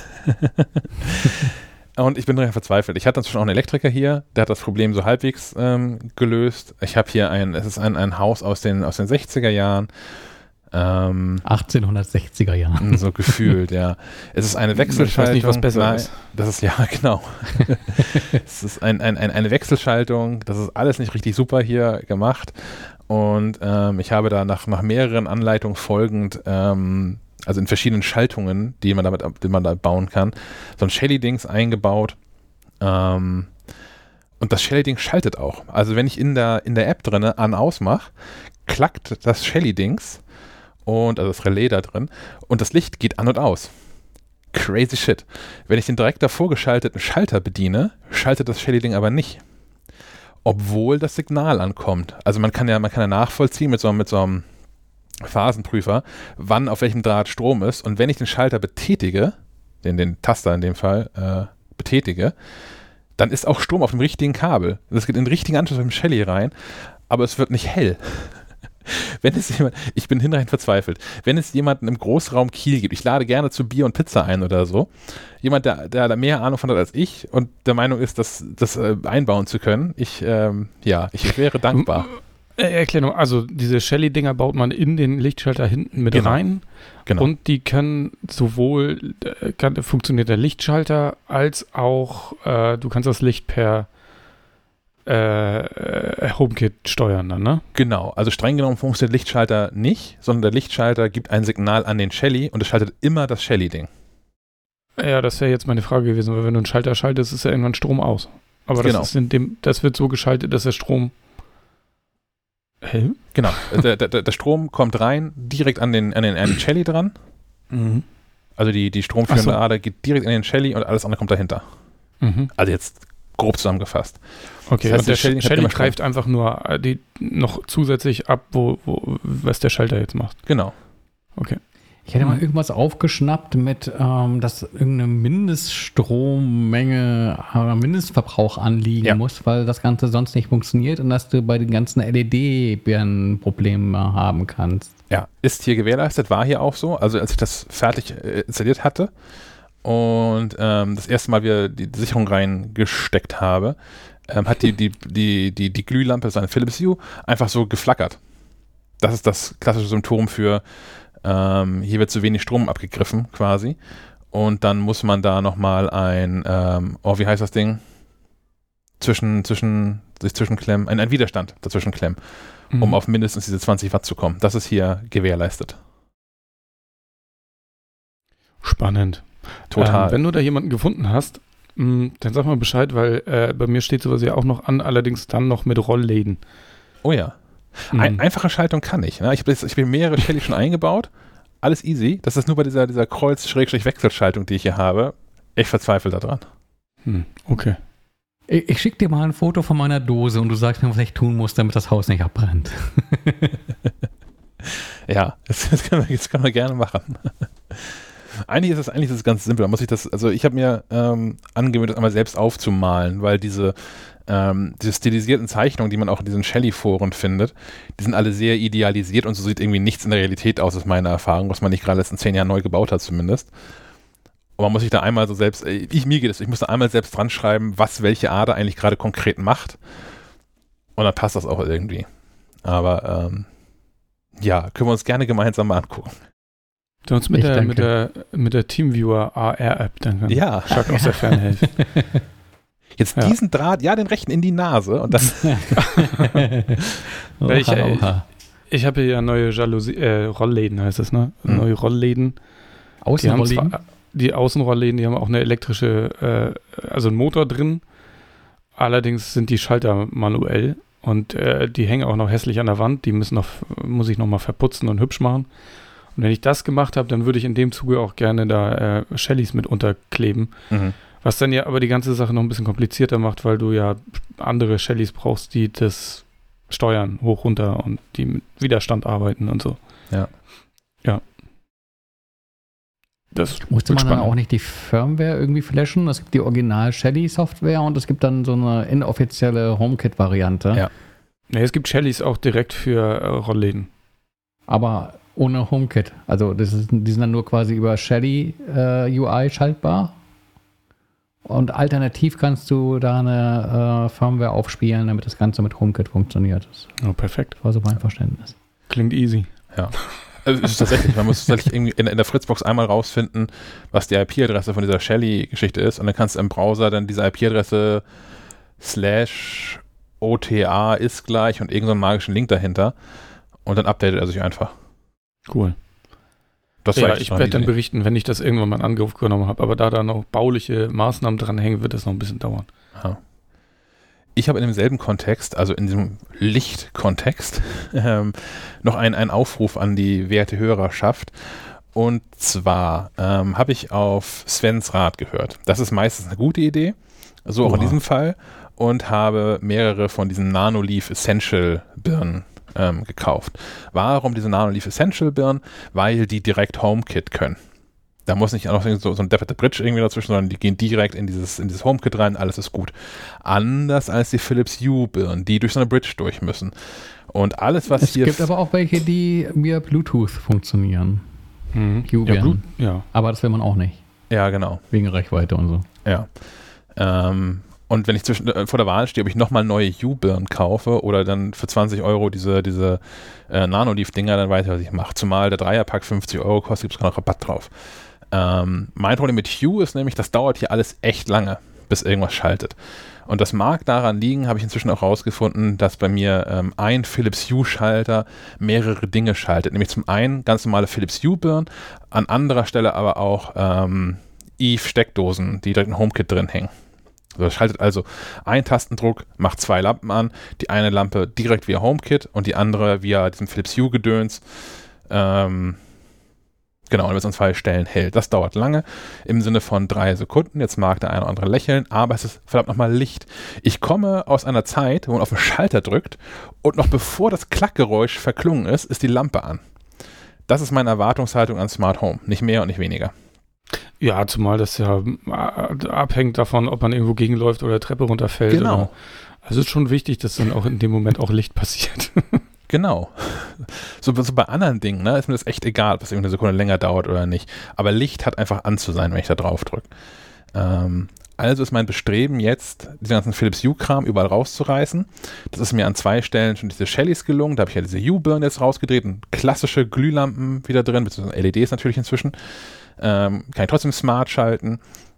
Und ich bin daran verzweifelt. Ich hatte inzwischen auch einen Elektriker hier, der hat das Problem so halbwegs ähm, gelöst. Ich habe hier ein, es ist ein, ein Haus aus den, aus den sechziger Jahren. Ähm, achtzehnhundertsechziger Jahren. So gefühlt, ja. Es ist eine Wechselschaltung. Ich weiß nicht, was besser Nein, ist. Das ist, ja, genau. Es ist ein, ein, ein, eine Wechselschaltung. Das ist alles nicht richtig super hier gemacht. Und ähm, ich habe da nach, nach mehreren Anleitungen folgend, ähm, also in verschiedenen Schaltungen, die man damit, die man da bauen kann, so ein Shelly-Dings eingebaut. Ähm, und das Shelly-Ding schaltet auch. Also wenn ich in der, in der App drinne an-aus mache, klackt das Shelly-Dings und also das Relais da drin und das Licht geht an und aus. Crazy shit. Wenn ich den direkt davor geschalteten Schalter bediene, schaltet das Shelly-Ding aber nicht. Obwohl das Signal ankommt. Also man kann ja, man kann ja nachvollziehen mit so, mit so einem Phasenprüfer, wann auf welchem Draht Strom ist. Und wenn ich den Schalter betätige, den, den Taster in dem Fall äh, betätige, dann ist auch Strom auf dem richtigen Kabel. Das geht in den richtigen Anschluss auf dem Shelly rein, aber es wird nicht hell. Wenn es jemand, ich bin hinreichend verzweifelt, wenn es jemanden im Großraum Kiel gibt, ich lade gerne zu Bier und Pizza ein oder so, jemand, der, der da mehr Ahnung von hat als ich und der Meinung ist, das, das äh, einbauen zu können, ich, ähm, ja, ich wäre dankbar. Äh, Erklärung, also diese Shelly-Dinger baut man in den Lichtschalter hinten mit genau. rein genau. und die können sowohl, äh, kann, funktioniert der Lichtschalter, als auch, äh, du kannst das Licht per Äh, HomeKit steuern dann, ne? Genau, also streng genommen funktioniert der Lichtschalter nicht, sondern der Lichtschalter gibt ein Signal an den Shelly und es schaltet immer das Shelly-Ding. Ja, das wäre jetzt meine Frage gewesen, weil wenn du einen Schalter schaltest, ist ja irgendwann Strom aus. Aber das, genau. ist in dem, das wird so geschaltet, dass der Strom Hä? Genau, der, der, der Strom kommt rein, direkt an den, an den, an den Shelly dran. Mhm. Also die, die stromführende so. Ader geht direkt in den Shelly und alles andere kommt dahinter. Mhm. Also jetzt grob zusammengefasst. Okay, das heißt, und der, der Shelly, Shelly greift Strom. einfach nur die noch zusätzlich ab, wo, wo, was der Schalter jetzt macht. Genau. Okay. Ich hätte mal irgendwas aufgeschnappt mit, ähm, dass irgendeine Mindeststrommenge, äh, Mindestverbrauch anliegen ja. muss, weil das Ganze sonst nicht funktioniert und dass du bei den ganzen L E D-Birnen Probleme haben kannst. Ja, ist hier gewährleistet, war hier auch so. Also als ich das fertig äh, installiert hatte und ähm, das erste Mal wieder die Sicherung reingesteckt habe, ähm, hat die, die, die, die, die Glühlampe, das ist eine Philips Hue, einfach so geflackert. Das ist das klassische Symptom für ähm, hier wird zu wenig Strom abgegriffen quasi und dann muss man da nochmal ein, ähm, oh wie heißt das Ding? Zwischen, zwischen, sich zwischenklemmen, ein, ein Widerstand dazwischen klemmen, mhm. um auf mindestens diese zwanzig Watt zu kommen. Das ist hier gewährleistet. Spannend. Total. Ähm, wenn du da jemanden gefunden hast, mh, dann sag mal Bescheid, weil äh, bei mir steht sowas ja auch noch an, allerdings dann noch mit Rollläden. Oh ja. Mhm. Ein, einfache Schaltung kann ich. Ne? Ich habe hab mehrere Shelly schon eingebaut. Alles easy. Das ist nur bei dieser, dieser Kreuz-Wechselschaltung, die ich hier habe. Ich verzweifle da dran. Hm, okay. Ich, ich schicke dir mal ein Foto von meiner Dose und du sagst mir, was ich tun muss, damit das Haus nicht abbrennt. Ja, das, das, können wir, das können wir gerne machen. Eigentlich ist es eigentlich ist es ganz simpel. Da muss ich das, also ich habe mir ähm, angewöhnt, das einmal selbst aufzumalen, weil diese, ähm, diese stilisierten Zeichnungen, die man auch in diesen Shelly-Foren findet, die sind alle sehr idealisiert und so sieht irgendwie nichts in der Realität aus, ist meine Erfahrung, was man nicht gerade in den letzten zehn Jahren neu gebaut hat zumindest. Und man muss sich da einmal so selbst, ich, mir geht es, ich muss da einmal selbst dran schreiben, was welche Ader eigentlich gerade konkret macht. Und dann passt das auch irgendwie. Aber ähm, ja, können wir uns gerne gemeinsam mal angucken. Sonst mit der, mit der mit der Teamviewer A R-App, dann kann ja. Chuck aus der Ferne helfen. Jetzt ja. diesen Draht, ja, den rechten in die Nase und das. oha, ich ich, ich habe hier ja neue Jalousie, äh, Rollläden heißt das, ne? Mhm. Neue Rollläden. Außenrollläden? Die, die Außenrollläden, die haben auch eine elektrische, äh, also einen Motor drin. Allerdings sind die Schalter manuell und äh, die hängen auch noch hässlich an der Wand. Die müssen noch, muss ich noch mal verputzen und hübsch machen. Und wenn ich das gemacht habe, dann würde ich in dem Zuge auch gerne da äh, Shellys mit unterkleben. Mhm. Was dann ja aber die ganze Sache noch ein bisschen komplizierter macht, weil du ja andere Shellys brauchst, die das steuern, hoch, runter und die mit Widerstand arbeiten und so. Ja. Ja. Das musste man spannend. Dann auch nicht die Firmware irgendwie flashen? Es gibt die Original-Shelly-Software und es gibt dann so eine inoffizielle HomeKit-Variante. Ja. Nee, es gibt Shellys auch direkt für äh, Rollläden. Aber ohne HomeKit. Also das ist, die sind dann nur quasi über Shelly äh, U I schaltbar. Und alternativ kannst du da eine äh, Firmware aufspielen, damit das Ganze mit HomeKit funktioniert. Das oh, perfekt. war so mein Verständnis. Klingt easy. Ja. Also es ist tatsächlich, man muss tatsächlich irgendwie in, in der Fritzbox einmal rausfinden, was die I P-Adresse von dieser Shelly-Geschichte ist. Und dann kannst du im Browser dann diese I P-Adresse slash O T A ist gleich und irgendeinen magischen Link dahinter. Und dann updatet er sich einfach. Cool. Das ja, ich werde dann berichten, wenn ich das irgendwann mal in Angriff genommen habe. Aber da da noch bauliche Maßnahmen dranhängen, wird das noch ein bisschen dauern. Ja. Ich habe in demselben Kontext, also in diesem Lichtkontext, ähm, noch einen, einen Aufruf an die werte Hörerschaft. Und zwar ähm, habe ich auf Svens Rat gehört. Das ist meistens eine gute Idee, so auch Oha. in diesem Fall. Und habe mehrere von diesen Nanoleaf Essential Birnen Ähm, gekauft. Warum diese Nanoleaf Essential Birnen? Weil die direkt HomeKit können. Da muss nicht auch noch so, so ein Dev at the Bridge irgendwie dazwischen, sondern die gehen direkt in dieses, in dieses HomeKit rein, alles ist gut. Anders als die Philips Hue Birnen, die durch so eine Bridge durch müssen. Und alles, was es hier... Es gibt aber auch welche, die via Bluetooth funktionieren. Mhm. Ja, Blut, ja. Aber das will man auch nicht. Ja, genau. Wegen Reichweite und so. Ja. Ähm, Und wenn ich zwischen, äh, vor der Wahl stehe, ob ich nochmal neue U-Birnen kaufe oder dann für zwanzig Euro diese, diese äh, Nanoleaf-Dinger, dann weiß ich, was ich mache. Zumal der Dreierpack fünfzig Euro kostet, gibt es noch Rabatt drauf. Ähm, mein Problem mit Hue ist nämlich, das dauert hier alles echt lange, bis irgendwas schaltet. Und das mag daran liegen, habe ich inzwischen auch rausgefunden, dass bei mir ähm, ein Philips Hue-Schalter mehrere Dinge schaltet. Nämlich zum einen ganz normale Philips Hue-Birnen, an anderer Stelle aber auch ähm, Eve-Steckdosen, die direkt ein HomeKit drin hängen. Also das schaltet also ein Tastendruck, macht zwei Lampen an, die eine Lampe direkt via HomeKit und die andere via diesem Philips Hue-Gedöns. Ähm, genau, und wird es an zwei Stellen hell. Das dauert lange, im Sinne von drei Sekunden. Jetzt mag der eine oder andere lächeln, aber es ist verdammt nochmal Licht. Ich komme aus einer Zeit, wo man auf den Schalter drückt und noch bevor das Klackgeräusch verklungen ist, ist die Lampe an. Das ist meine Erwartungshaltung an Smart Home, nicht mehr und nicht weniger. Ja, zumal das ja abhängt davon, ob man irgendwo gegenläuft oder Treppe runterfällt. Genau. Oder, also es ist schon wichtig, dass dann auch in dem Moment auch Licht passiert. Genau. So, so bei anderen Dingen, ne, ist mir das echt egal, ob das irgendeine Sekunde länger dauert oder nicht. Aber Licht hat einfach an zu sein, wenn ich da drauf drücke. Ähm, also ist mein Bestreben jetzt, diesen ganzen Philips Hue-Kram überall rauszureißen. Das ist mir an zwei Stellen schon diese Shellys gelungen. Da habe ich ja diese Hue-Birnen jetzt rausgedreht und klassische Glühlampen wieder drin, beziehungsweise L E Ds natürlich inzwischen. Ähm, kann ich trotzdem smart schalten.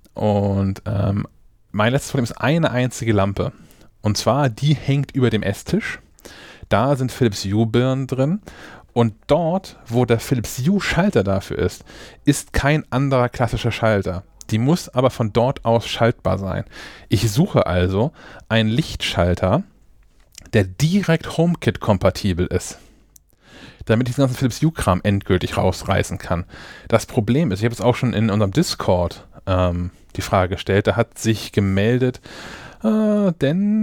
Und ähm, mein letztes Problem ist eine einzige Lampe. Und zwar, die hängt über dem Esstisch. Da sind Philips Hue-Birnen drin. Und dort, wo der Philips Hue-Schalter dafür ist, ist kein anderer klassischer Schalter. Die muss aber von dort aus schaltbar sein. Ich suche also einen Lichtschalter, der direkt HomeKit-kompatibel ist, damit ich den ganzen Philips Hue-Kram endgültig rausreißen kann. Das Problem ist, ich habe es auch schon in unserem Discord ähm, die Frage gestellt, da hat sich gemeldet äh,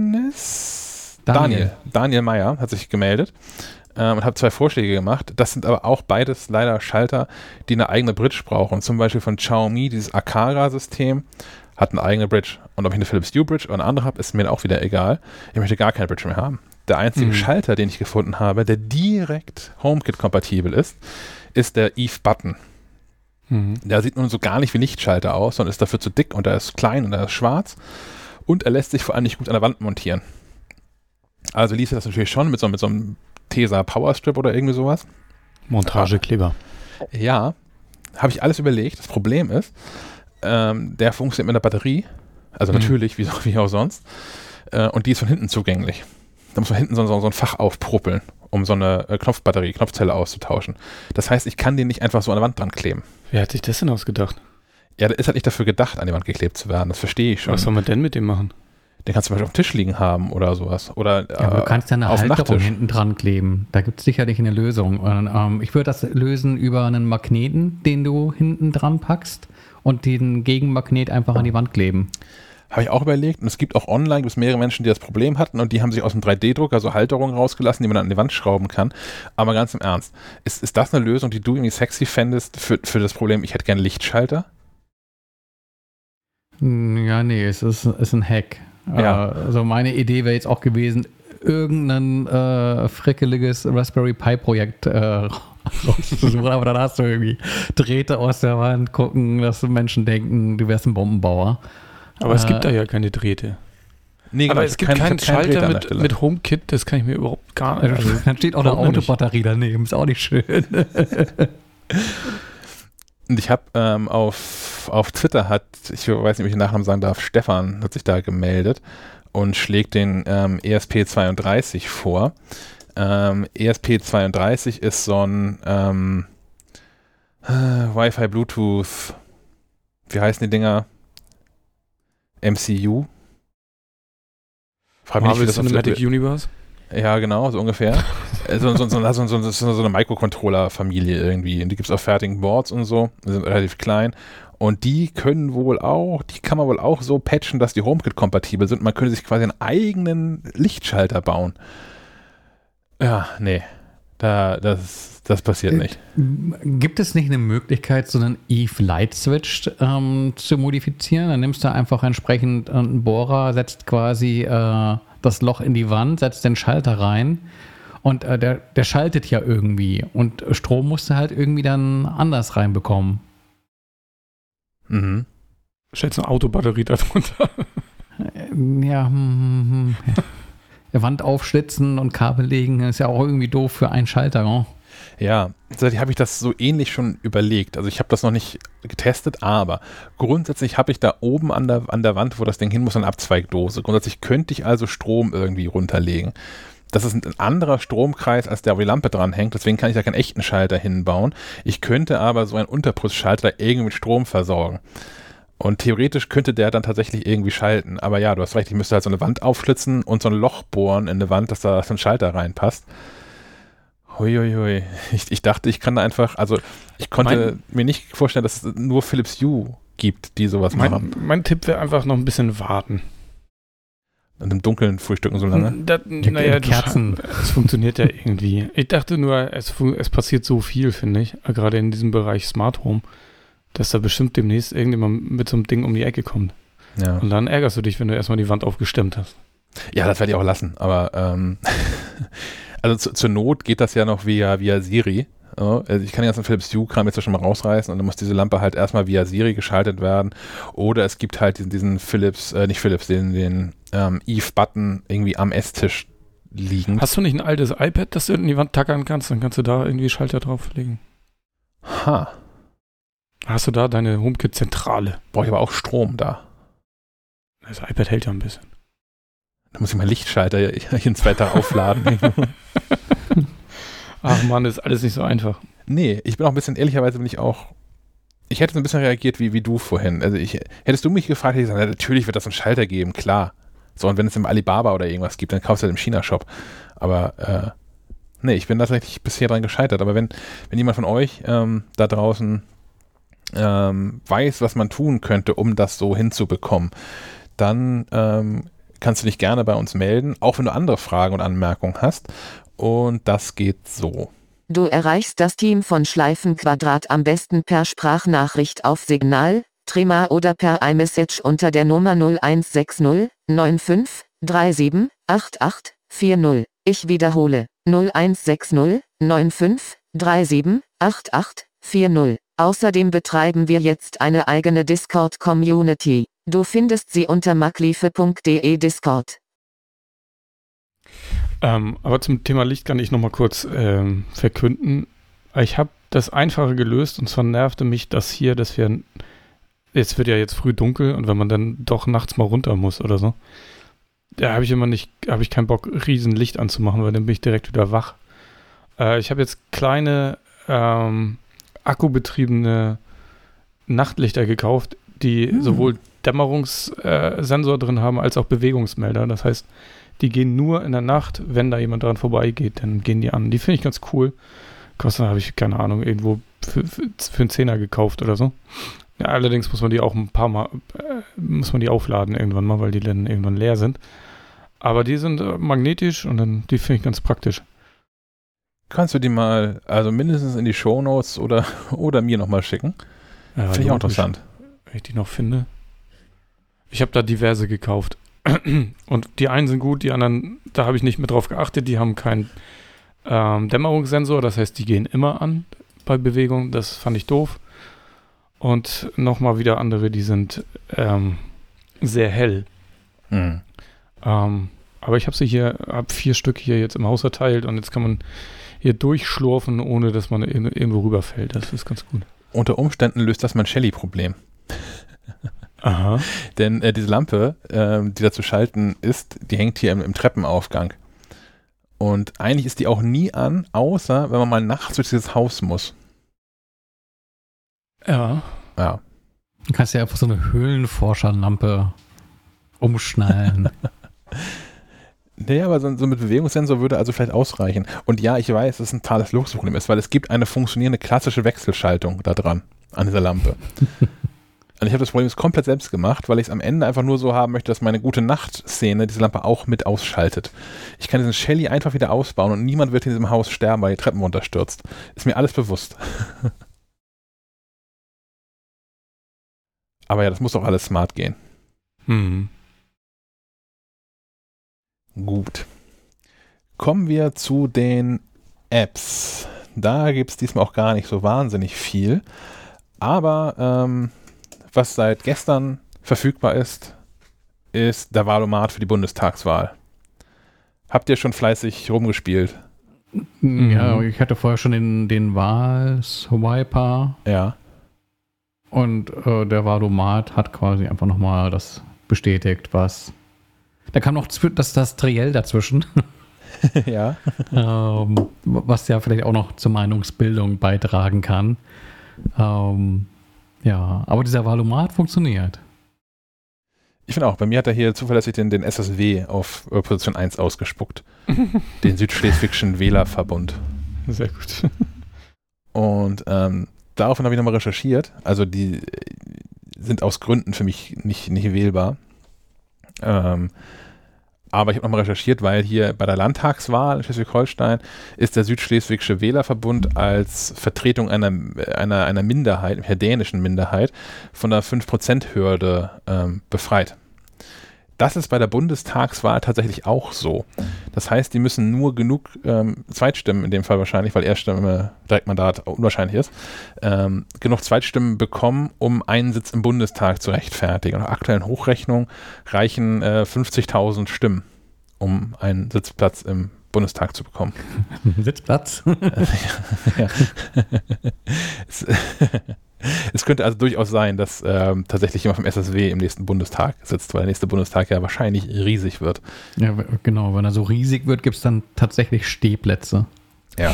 Dennis, Daniel, Daniel, Daniel Meyer hat sich gemeldet ähm, und hat zwei Vorschläge gemacht. Das sind aber auch beides leider Schalter, die eine eigene Bridge brauchen. Zum Beispiel von Xiaomi, dieses Akara-System, hat eine eigene Bridge. Und ob ich eine Philips Hue Bridge oder eine andere habe, ist mir auch wieder egal. Ich möchte gar keine Bridge mehr haben. Der einzige mhm. Schalter, den ich gefunden habe, der direkt HomeKit-kompatibel ist, ist der Eve Button. Mhm. Der sieht nun so gar nicht wie Lichtschalter aus, sondern ist dafür zu dick und er ist klein und er ist schwarz und er lässt sich vor allem nicht gut an der Wand montieren. Also ließ er das natürlich schon mit so, mit so einem Tesa Powerstrip oder irgendwie sowas. Montagekleber. Ja, habe ich alles überlegt. Das Problem ist, ähm, der funktioniert mit einer Batterie, also Mhm. natürlich, wie, wie auch sonst, äh, und die ist von hinten zugänglich. Da muss man hinten so, so, so ein Fach aufpruppeln, um so eine äh, Knopfbatterie, Knopfzelle auszutauschen. Das heißt, ich kann den nicht einfach so an der Wand dran kleben. Wer hat sich das denn ausgedacht? Ja, der ist halt nicht dafür gedacht, an die Wand geklebt zu werden. Das verstehe ich schon. Was soll man denn mit dem machen? Den kannst du zum Beispiel auf dem Tisch liegen haben oder sowas. Oder Ja, aber du kannst ja eine auf dem Halterung Nachttisch. hinten dran kleben. Da gibt es sicherlich eine Lösung. Und, ähm, ich würde das lösen über einen Magneten, den du hinten dran packst und den Gegenmagnet einfach an die Wand kleben. Habe ich auch überlegt. Und es gibt auch online, gibt es mehrere Menschen, die das Problem hatten und die haben sich aus dem drei D Drucker so Halterungen rausgelassen, die man dann an die Wand schrauben kann. Aber ganz im Ernst, ist, ist das eine Lösung, die du irgendwie sexy fändest für, für das Problem, ich hätte gerne Lichtschalter? Ja, nee, es ist, ist ein Hack. Ja. Äh, also meine Idee wäre jetzt auch gewesen, irgendein äh, frickeliges Raspberry Pi Projekt äh, rauszusuchen, aber dann hast du irgendwie Drähte aus der Wand, gucken, dass Menschen denken, du wärst ein Bombenbauer. Aber es Äh, gibt da ja keine Drähte. Nee, Aber genau, es gibt kein- keinen ich hab keinen Drähte Schalter an der mit, Stelle. mit HomeKit, das kann ich mir überhaupt gar nicht. Also, dann steht auch eine Braucht man nicht. Autobatterie daneben, ist auch nicht schön. Und ich habe ähm, auf, auf Twitter hat, ich weiß nicht, ob ich den Nachnamen sagen darf, Stefan hat sich da gemeldet und schlägt den ähm, E S P zweiunddreißig vor. Ähm, E S P zweiunddreißig ist so ein ähm, äh, Wi-Fi, Bluetooth, wie heißen die Dinger? M C U? Frag mich nicht, wie Marvel das auf Cinematic der- Universe? Ja, genau, so ungefähr. Äh, so, so, so, so, so, so, so eine Microcontroller-Familie irgendwie. Und die gibt es auf fertigen Boards und so. Die sind relativ klein. Und die können wohl auch, die kann man wohl auch so patchen, dass die HomeKit-kompatibel sind. Man könnte sich quasi einen eigenen Lichtschalter bauen. Ja, nee. Da, das, das passiert nicht. Gibt es nicht eine Möglichkeit, so einen Eve Light Switch ähm, zu modifizieren? Dann nimmst du einfach entsprechend einen Bohrer, setzt quasi äh, das Loch in die Wand, setzt den Schalter rein und äh, der, der schaltet ja irgendwie und Strom musst du halt irgendwie dann anders reinbekommen. Mhm. Stellst eine Autobatterie darunter. Äh, Ja, hm, hm, hm. Ja, Wand aufschlitzen und Kabel legen ist ja auch irgendwie doof für einen Schalter. Ne? Ja, tatsächlich habe ich das so ähnlich schon überlegt. Also ich habe das noch nicht getestet, aber grundsätzlich habe ich da oben an der, an der Wand, wo das Ding hin muss, eine Abzweigdose. Grundsätzlich könnte ich also Strom irgendwie runterlegen. Das ist ein anderer Stromkreis, als der, wo die Lampe dran hängt. Deswegen kann ich da keinen echten Schalter hinbauen. Ich könnte aber so einen Unterpusschalter irgendwie mit Strom versorgen. Und theoretisch könnte der dann tatsächlich irgendwie schalten. Aber ja, du hast recht, ich müsste halt so eine Wand aufschlitzen und so ein Loch bohren in eine Wand, dass da so ein Schalter reinpasst. Huiuiui. Ich, ich dachte, ich kann da einfach, also ich konnte Mein- mir nicht vorstellen, dass es nur Philips Hue gibt, die sowas machen. Mein, mein Tipp wäre einfach noch ein bisschen warten. Und im Dunkeln frühstücken so lange. Das, naja, du- Kerzen. es funktioniert ja irgendwie. Ich dachte nur, es, fu- es passiert so viel, finde ich, gerade in diesem Bereich Smart Home, dass da bestimmt demnächst irgendjemand mit so einem Ding um die Ecke kommt. Ja. Und dann ärgerst du dich, wenn du erstmal die Wand aufgestemmt hast. Ja, das werde ich auch lassen, aber ähm, also zu, zur Not geht das ja noch via, via Siri. Ja, also ich kann den ganzen Philips Hue-Kram jetzt schon mal rausreißen und dann muss diese Lampe halt erstmal via Siri geschaltet werden. Oder es gibt halt diesen, diesen Philips, äh, nicht Philips, den, den ähm, Eve-Button irgendwie am Esstisch liegen. Hast du nicht ein altes iPad, das du in die Wand tackern kannst? Dann kannst du da irgendwie Schalter drauflegen. Ha, Hast du da deine HomeKit-Zentrale? brauche ich aber auch Strom da. Das iPad hält ja ein bisschen. Da muss ich mal Lichtschalter in zwei Tagen aufladen. Ach man, das ist alles nicht so einfach. Nee, ich bin auch ein bisschen, ehrlicherweise bin ich auch, ich hätte so ein bisschen reagiert wie, wie du vorhin. Also ich, hättest du mich gefragt, hätte ich gesagt, ja, natürlich wird das einen Schalter geben, klar. So, und wenn es im Alibaba oder irgendwas gibt, dann kaufst du halt im China-Shop. Aber, äh, nee, ich bin tatsächlich bisher dran gescheitert. Aber wenn, wenn jemand von euch ähm, da draußen ähm, weiß, was man tun könnte, um das so hinzubekommen, dann ähm, kannst du dich gerne bei uns melden, auch wenn du andere Fragen und Anmerkungen hast. Und das geht so. Du erreichst das Team von Schleifenquadrat am besten per Sprachnachricht auf Signal, Trema oder per iMessage unter der Nummer null eins sechs null neun fünf drei sieben acht acht vier null. Ich wiederhole, null eins sechs null neun fünf drei sieben acht acht vier null. Außerdem betreiben wir jetzt eine eigene Discord-Community. Du findest sie unter magliefe punkt de Discord. Ähm, aber zum Thema Licht kann ich nochmal kurz ähm, verkünden. Ich habe das Einfache gelöst und zwar nervte mich das hier, dass wir, jetzt wird ja jetzt früh dunkel und wenn man dann doch nachts mal runter muss oder so, da habe ich immer nicht, habe ich keinen Bock, riesen Licht anzumachen, weil dann bin ich direkt wieder wach. Äh, ich habe jetzt kleine ähm, akkubetriebene Nachtlichter gekauft, die hm. sowohl Dämmerungssensor äh, drin haben als auch Bewegungsmelder. Das heißt, die gehen nur in der Nacht, wenn da jemand dran vorbeigeht, dann gehen die an. Die finde ich ganz cool. Kostet, habe ich, keine Ahnung, irgendwo für, für, für einen Zehner gekauft oder so. Ja, allerdings muss man die auch ein paar Mal, äh, muss man die aufladen irgendwann mal, weil die dann irgendwann leer sind. Aber die sind äh, magnetisch und dann, die finde ich ganz praktisch. Kannst du die mal, also mindestens in die Shownotes oder, oder mir nochmal schicken? Ja, finde ich auch interessant. Wenn ich die noch finde. Ich habe da diverse gekauft. Und die einen sind gut, die anderen, da habe ich nicht mehr drauf geachtet, die haben keinen ähm, Dämmerungssensor, das heißt, die gehen immer an bei Bewegung, das fand ich doof. Und nochmal wieder andere, die sind ähm, sehr hell. Mhm. Ähm, aber ich habe sie hier, habe vier Stück hier jetzt im Haus verteilt und jetzt kann man hier durchschlurfen, ohne dass man irgendwo rüberfällt. Das ist ganz gut. Unter Umständen löst das mein Shelly-Problem. Aha. Denn äh, diese Lampe, äh, die da zu schalten ist, die hängt hier im, im Treppenaufgang. Und eigentlich ist die auch nie an, außer wenn man mal nachts durch dieses Haus muss. Ja. Ja. Du kannst ja einfach so eine Höhlenforscherlampe umschnallen. Nee, aber so, so mit Bewegungssensor würde also vielleicht ausreichen. Und ja, ich weiß, dass es ein totales Luxusproblem ist, weil es gibt eine funktionierende klassische Wechselschaltung da dran, an dieser Lampe. Und ich habe das Problem jetzt komplett selbst gemacht, weil ich es am Ende einfach nur so haben möchte, dass meine gute Nacht-Szene diese Lampe auch mit ausschaltet. Ich kann diesen Shelly einfach wieder ausbauen und niemand wird in diesem Haus sterben, weil die Treppen runterstürzt. Ist mir alles bewusst. Aber ja, das muss doch alles smart gehen. Hm. Gut. Kommen wir zu den Apps. Da gibt es diesmal auch gar nicht so wahnsinnig viel. Aber ähm, was seit gestern verfügbar ist, ist der Wahlomat für die Bundestagswahl. Habt ihr schon fleißig rumgespielt? Ja, ich hatte vorher schon den, den Wahlswiper. Ja. Und äh, der Wahlomat hat quasi einfach nochmal das bestätigt, was. Da kam noch das, das Triell dazwischen. Ja. ähm, was ja vielleicht auch noch zur Meinungsbildung beitragen kann. Ähm, ja, aber dieser Wahlomat funktioniert. Ich finde auch, bei mir hat er hier zuverlässig den, den S S W auf äh, Position eins ausgespuckt. Den Südschleswigschen Wählerverbund. Sehr gut. Und ähm, daraufhin habe ich nochmal recherchiert. Also die sind aus Gründen für mich nicht, nicht wählbar. Ähm, aber ich habe nochmal recherchiert, weil hier bei der Landtagswahl in Schleswig-Holstein ist der Südschleswigsche Wählerverbund als Vertretung einer, einer, einer Minderheit, einer dänischen Minderheit, von der fünf Prozent Hürde ähm, befreit. Das ist bei der Bundestagswahl tatsächlich auch so. Das heißt, die müssen nur genug ähm, Zweitstimmen, in dem Fall wahrscheinlich, weil Erststimme, Direktmandat unwahrscheinlich ist, ähm, genug Zweitstimmen bekommen, um einen Sitz im Bundestag zu rechtfertigen. Und nach aktuellen Hochrechnungen reichen äh, fünfzigtausend Stimmen, um einen Sitzplatz im Bundestag zu bekommen. Sitzplatz? Ja. es, es könnte also durchaus sein, dass ähm, tatsächlich jemand vom S S W im nächsten Bundestag sitzt, weil der nächste Bundestag ja wahrscheinlich riesig wird. Ja, genau. Wenn er so riesig wird, gibt es dann tatsächlich Stehplätze. Ja.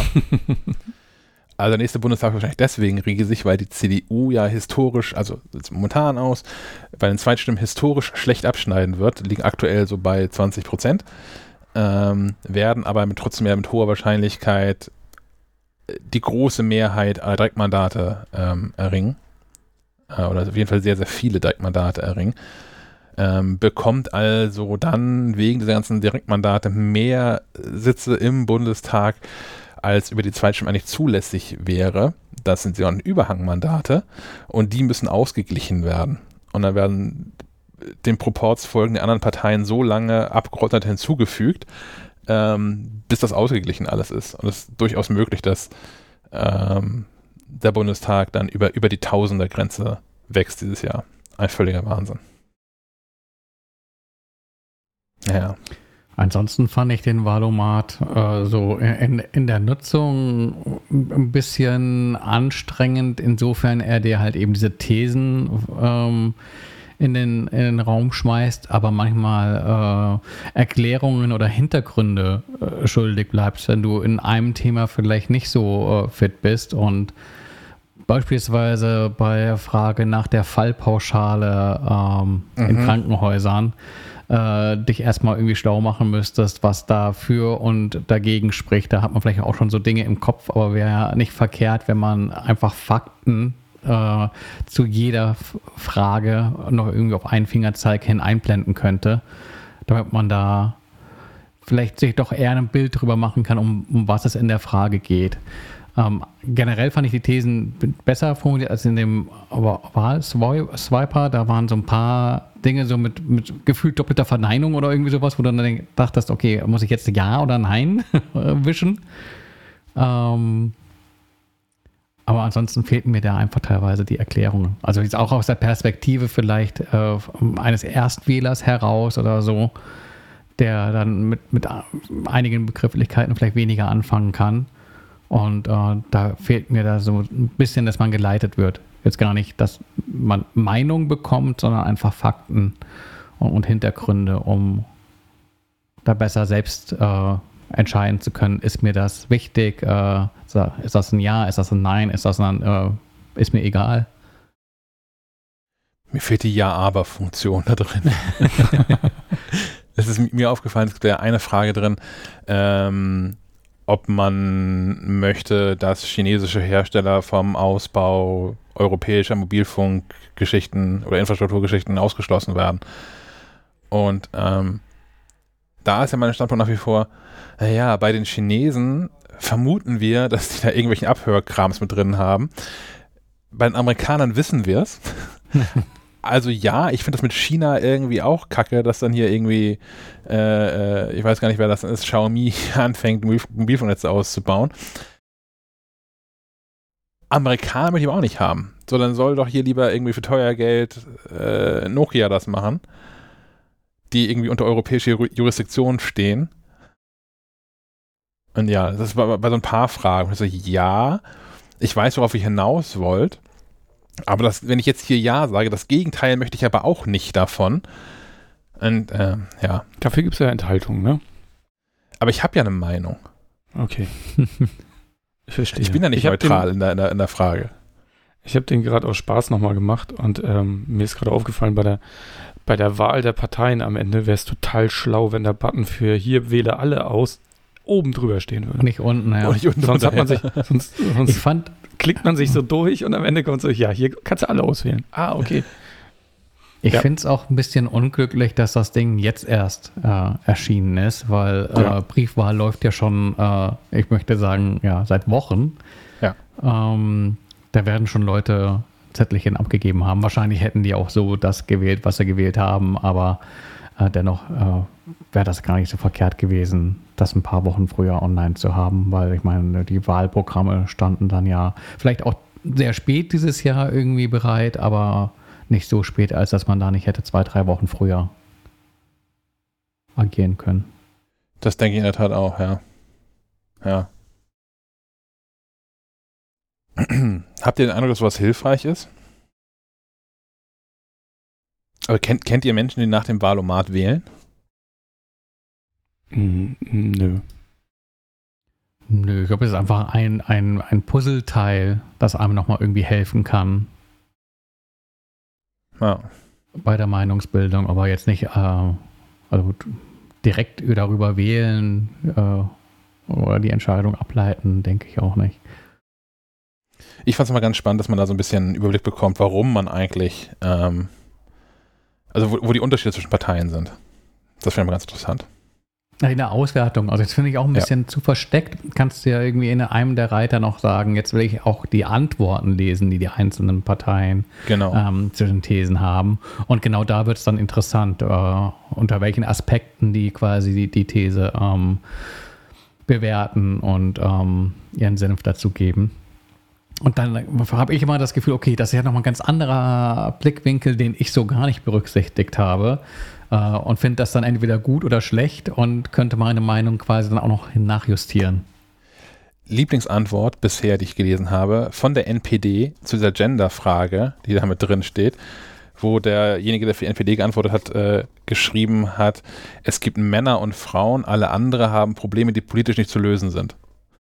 Also der nächste Bundestag wahrscheinlich deswegen riesig, weil die C D U ja historisch, also sieht momentan aus, bei den Zweitstimmen historisch schlecht abschneiden wird, liegen aktuell so bei zwanzig Prozent. Ähm, werden aber mit, trotzdem ja mit hoher Wahrscheinlichkeit die große Mehrheit aller Direktmandate ähm, erringen. Äh, oder auf jeden Fall sehr, sehr viele Direktmandate erringen. Ähm, bekommt also dann wegen dieser ganzen Direktmandate mehr Sitze im Bundestag, als über die Zweitstimmen eigentlich zulässig wäre. Das sind ja Überhangmandate und die müssen ausgeglichen werden. Und dann werden dem Proporz folgende anderen Parteien so lange Abgeordnete hinzugefügt, ähm, bis das ausgeglichen alles ist. Und es ist durchaus möglich, dass ähm, der Bundestag dann über, über die Tausender-Grenze wächst dieses Jahr. Ein völliger Wahnsinn. Ja. Ansonsten fand ich den Wahlomat äh, so in, in der Nutzung ein bisschen anstrengend, insofern er dir halt eben diese Thesen ähm, in, den, in den Raum schmeißt, aber manchmal äh, Erklärungen oder Hintergründe äh, schuldig bleibst, wenn du in einem Thema vielleicht nicht so äh, fit bist und beispielsweise bei der Frage nach der Fallpauschale ähm, mhm. in Krankenhäusern Äh, dich erstmal irgendwie schlau machen müsstest, was da für und dagegen spricht. Da hat man vielleicht auch schon so Dinge im Kopf, aber wäre ja nicht verkehrt, wenn man einfach Fakten äh, zu jeder F- Frage noch irgendwie auf einen Fingerzeig hin einblenden könnte, damit man da vielleicht sich doch eher ein Bild drüber machen kann, um, um was es in der Frage geht. Ähm, generell fand ich die Thesen besser formuliert als in dem Wahl-Swiper. Da waren so ein paar Dinge so mit, mit gefühlt doppelter Verneinung oder irgendwie sowas, wo du dann dachtest, okay, muss ich jetzt Ja oder Nein wischen? Ähm, aber ansonsten fehlten mir da einfach teilweise die Erklärungen. Also jetzt auch aus der Perspektive vielleicht äh, eines Erstwählers heraus oder so, der dann mit, mit einigen Begrifflichkeiten vielleicht weniger anfangen kann. Und äh, da fehlt mir da so ein bisschen, dass man geleitet wird. Jetzt gar nicht, dass man Meinung bekommt, sondern einfach Fakten und, und Hintergründe, um da besser selbst äh, entscheiden zu können, ist mir das wichtig, äh, ist das ein Ja, ist das ein Nein, ist das ein, äh, ist mir egal. Mir fehlt die Ja-Aber-Funktion da drin. Es ist mir aufgefallen, es gibt ja eine Frage drin, ähm, ob man möchte, dass chinesische Hersteller vom Ausbau europäischer Mobilfunkgeschichten oder Infrastrukturgeschichten ausgeschlossen werden. Und ähm, da ist ja mein Standpunkt nach wie vor, naja, bei den Chinesen vermuten wir, dass die da irgendwelchen Abhörkrams mit drin haben. Bei den Amerikanern wissen wir es. Also ja, ich finde das mit China irgendwie auch kacke, dass dann hier irgendwie, äh, ich weiß gar nicht, wer das ist, Xiaomi anfängt, Mobilfunknetze auszubauen. Amerikaner möchte ich aber auch nicht haben. So, dann soll doch hier lieber irgendwie für teuer Geld äh, Nokia das machen, die irgendwie unter europäischer Jurisdiktion stehen. Und ja, das ist bei, bei so ein paar Fragen. Also ja, ich weiß, worauf ihr hinaus wollt. Aber das, wenn ich jetzt hier Ja sage, das Gegenteil möchte ich aber auch nicht davon. Und äh, ja. Dafür gibt es ja Enthaltungen, ne? Aber ich habe ja eine Meinung. Okay. Ich verstehe. Ich bin ja nicht ich neutral den, in, der, in, der, in der Frage. Ich habe den gerade aus Spaß nochmal gemacht und ähm, mir ist gerade aufgefallen, bei der, bei der Wahl der Parteien am Ende wäre es total schlau, wenn der Button für hier wähle alle aus oben drüber stehen würde. Nicht unten, ja. Nicht unten sonst hat man sich, sonst, sonst ich fand, klickt man sich so durch und am Ende kommt so, ja, hier kannst du alle auswählen. Ah, okay. Ich ja. finde es auch ein bisschen unglücklich, dass das Ding jetzt erst äh, erschienen ist, weil ja. äh, Briefwahl läuft ja schon, äh, ich möchte sagen, ja, seit Wochen. Ja. Ähm, da werden schon Leute Zettelchen abgegeben haben. Wahrscheinlich hätten die auch so das gewählt, was sie gewählt haben, aber äh, dennoch äh, wäre das gar nicht so verkehrt gewesen, das ein paar Wochen früher online zu haben, weil ich meine, die Wahlprogramme standen dann ja vielleicht auch sehr spät dieses Jahr irgendwie bereit, aber nicht so spät, als dass man da nicht hätte zwei, drei Wochen früher agieren können. Das denke ich in der Tat auch, ja. Ja. Habt ihr den Eindruck, dass sowas hilfreich ist? Aber kennt, kennt ihr Menschen, die nach dem Wahlomat wählen? Mm, nö. Nö, ich glaube, es ist einfach ein, ein, ein Puzzleteil, das einem nochmal irgendwie helfen kann. Ja. Bei der Meinungsbildung, aber jetzt nicht äh, also direkt darüber wählen äh, oder die Entscheidung ableiten, denke ich auch nicht. Ich fand es mal ganz spannend, dass man da so ein bisschen einen Überblick bekommt, warum man eigentlich, ähm, also wo, wo die Unterschiede zwischen Parteien sind. Das finde ich mal ganz interessant. In der Auswertung, also das finde ich auch ein bisschen ja. zu versteckt. Kannst du ja irgendwie in einem der Reiter noch sagen, jetzt will ich auch die Antworten lesen, die die einzelnen Parteien genau. ähm, zu den Thesen haben. Und genau da wird es dann interessant, äh, unter welchen Aspekten die quasi die, die These ähm, bewerten und ähm, ihren Senf dazu geben. Und dann habe ich immer das Gefühl, okay, das ist ja nochmal ein ganz anderer Blickwinkel, den ich so gar nicht berücksichtigt habe. Äh, und finde das dann entweder gut oder schlecht und könnte meine Meinung quasi dann auch noch nachjustieren. Lieblingsantwort bisher, die ich gelesen habe, von der N P D zu dieser Gender-Frage, die da mit drin steht, wo derjenige, der für die N P D geantwortet hat, äh, geschrieben hat, es gibt Männer und Frauen, alle andere haben Probleme, die politisch nicht zu lösen sind.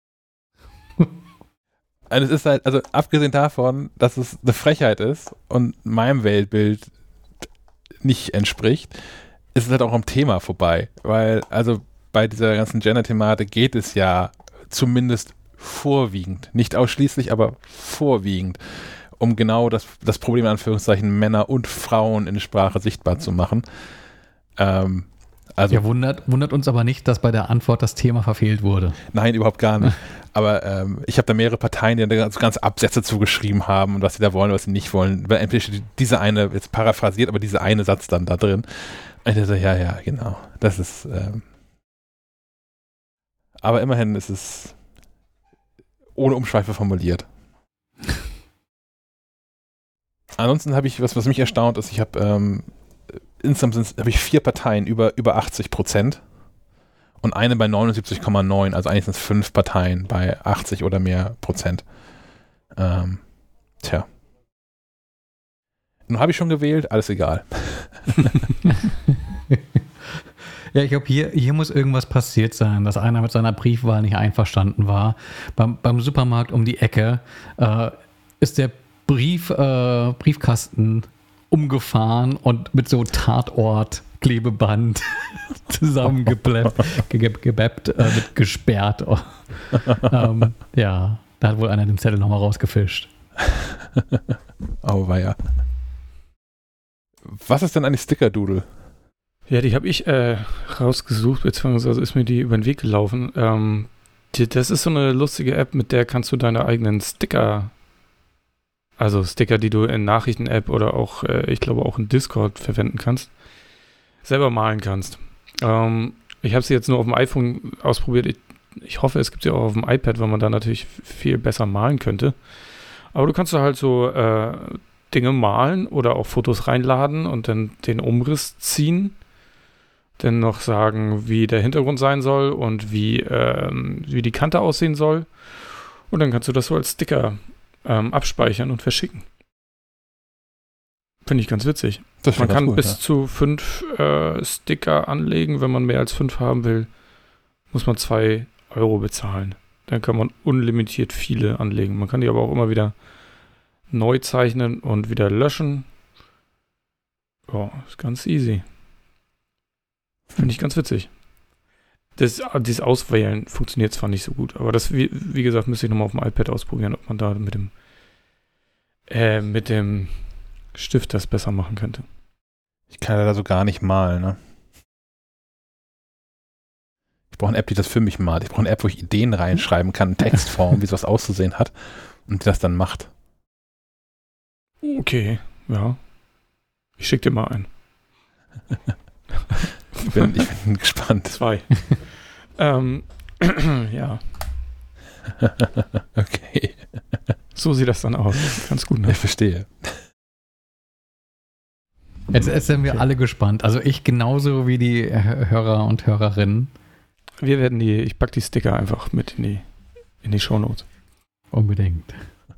Und es ist halt, also abgesehen davon, dass es eine Frechheit ist und meinem Weltbild nicht entspricht, ist es halt auch am Thema vorbei. Weil, also bei dieser ganzen Gender-Thematik geht es ja zumindest vorwiegend, nicht ausschließlich, aber vorwiegend, um genau das, das Problem in Anführungszeichen Männer und Frauen in Sprache sichtbar zu machen. Ähm, also, ja, wundert, wundert uns aber nicht, dass bei der Antwort das Thema verfehlt wurde. Nein, überhaupt gar nicht. Aber ähm, ich habe da mehrere Parteien, die da ganz, ganz Absätze zugeschrieben haben und was sie da wollen, was sie nicht wollen. Weil entweder steht diese eine, jetzt paraphrasiert, aber dieser eine Satz dann da drin. Und ich so, ja, ja, genau. Das ist ähm aber immerhin ist es ohne Umschweife formuliert. Ansonsten habe ich, was, was mich erstaunt ist, ich habe ähm, insgesamt habe ich vier Parteien über, über achtzig Prozent und eine bei neunundsiebzig Komma neun, also eigentlich sind es fünf Parteien bei achtzig oder mehr Prozent. Ähm, tja. Nun habe ich schon gewählt, alles egal. Ja, ich glaube, hier, hier muss irgendwas passiert sein, dass einer mit seiner Briefwahl nicht einverstanden war. Beim, beim Supermarkt um die Ecke äh, ist der Brief, äh, Briefkasten umgefahren und mit so Tatort-Klebeband zusammengebappt, gebappt, äh, mit gesperrt. ähm, ja, da hat wohl einer den Zettel nochmal rausgefischt. Auweia. Was ist denn eigentlich Sticker-Doodle? Ja, die habe ich äh, rausgesucht, beziehungsweise ist mir die über den Weg gelaufen. Ähm, die, das ist so eine lustige App, mit der kannst du deine eigenen Sticker, also Sticker, die du in Nachrichten-App oder auch, äh, ich glaube auch in Discord verwenden kannst, selber malen kannst. Ähm, ich habe sie jetzt nur auf dem iPhone ausprobiert. Ich, ich hoffe, es gibt sie auch auf dem iPad, weil man da natürlich viel besser malen könnte. Aber du kannst da halt so äh, Dinge malen oder auch Fotos reinladen und dann den Umriss ziehen. Dann noch sagen, wie der Hintergrund sein soll und wie, ähm, wie die Kante aussehen soll. Und dann kannst du das so als Sticker ähm, abspeichern und verschicken. Finde ich ganz witzig. Das man kann cool, bis ja. zu fünf äh, Sticker anlegen. Wenn man mehr als fünf haben will, muss man zwei Euro bezahlen. Dann kann man unlimitiert viele anlegen. Man kann die aber auch immer wieder neu zeichnen und wieder löschen. Ja, ist ganz easy. Finde ich ganz witzig. Das, dieses Auswählen funktioniert zwar nicht so gut, aber das, wie, wie gesagt, müsste ich nochmal auf dem iPad ausprobieren, ob man da mit dem äh, mit dem Stift das besser machen könnte. Ich kann ja da so gar nicht malen, ne? Ich brauche eine App, die das für mich malt. Ich brauche eine App, wo ich Ideen reinschreiben kann, in Textform, wie sowas auszusehen hat und die das dann macht. Okay, ja. Ich schicke dir mal ein. Ich bin, ich bin gespannt. Zwei. ähm, ja. Okay. So sieht das dann aus. Ganz gut, ne? Ich verstehe. Jetzt, jetzt sind wir okay. alle gespannt. Also ich genauso wie die Hörer und Hörerinnen. Wir werden die, ich packe die Sticker einfach mit in die, in die Shownotes. Unbedingt.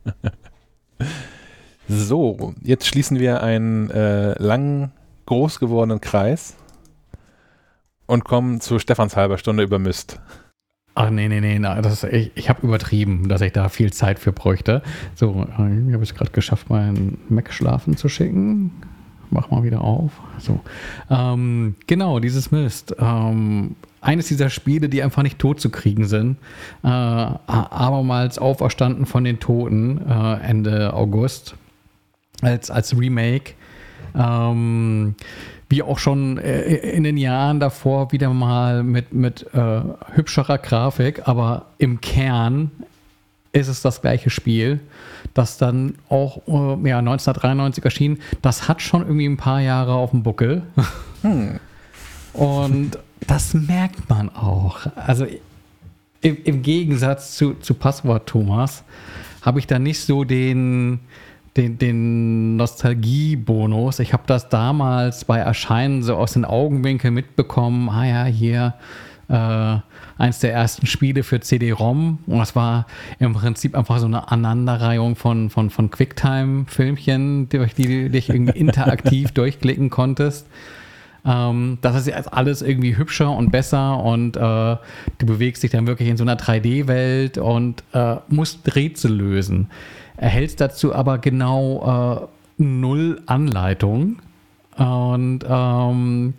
So, jetzt schließen wir einen äh, langen, groß gewordenen Kreis und kommen zu Stefans halber Stunde über Myst. Ach nee, nee, nee, nee. Das, ich, ich habe übertrieben, dass ich da viel Zeit für bräuchte. So, ich habe es gerade geschafft, meinen Mac schlafen zu schicken. Mach mal wieder auf. So, ähm, genau, dieses Myst. Ähm, eines dieser Spiele, die einfach nicht tot zu kriegen sind. Äh, abermals auferstanden von den Toten äh, Ende August als, als Remake. Ähm, wie auch schon äh, in den Jahren davor wieder mal mit, mit äh, hübscherer Grafik, aber im Kern ist es das gleiche Spiel, das dann auch äh, ja, neunzehnhundertdreiundneunzig erschien. Das hat schon irgendwie ein paar Jahre auf dem Buckel. Hm. Und das merkt man auch. Also im, im Gegensatz zu, zu Passwort Thomas habe ich da nicht so den, den, den Nostalgie-Bonus. Ich habe das damals bei Erscheinen so aus den Augenwinkeln mitbekommen. Ah ja, hier äh, eins der ersten Spiele für C D-ROM. Und das war im Prinzip einfach so eine Aneinanderreihung von, von, von Quicktime-Filmchen, durch die du dich irgendwie interaktiv durchklicken konntest. Ähm, das ist jetzt alles irgendwie hübscher und besser und äh, du bewegst dich dann wirklich in so einer drei D-Welt und äh, musst Rätsel lösen. Erhältst dazu aber genau äh, null Anleitung und ähm,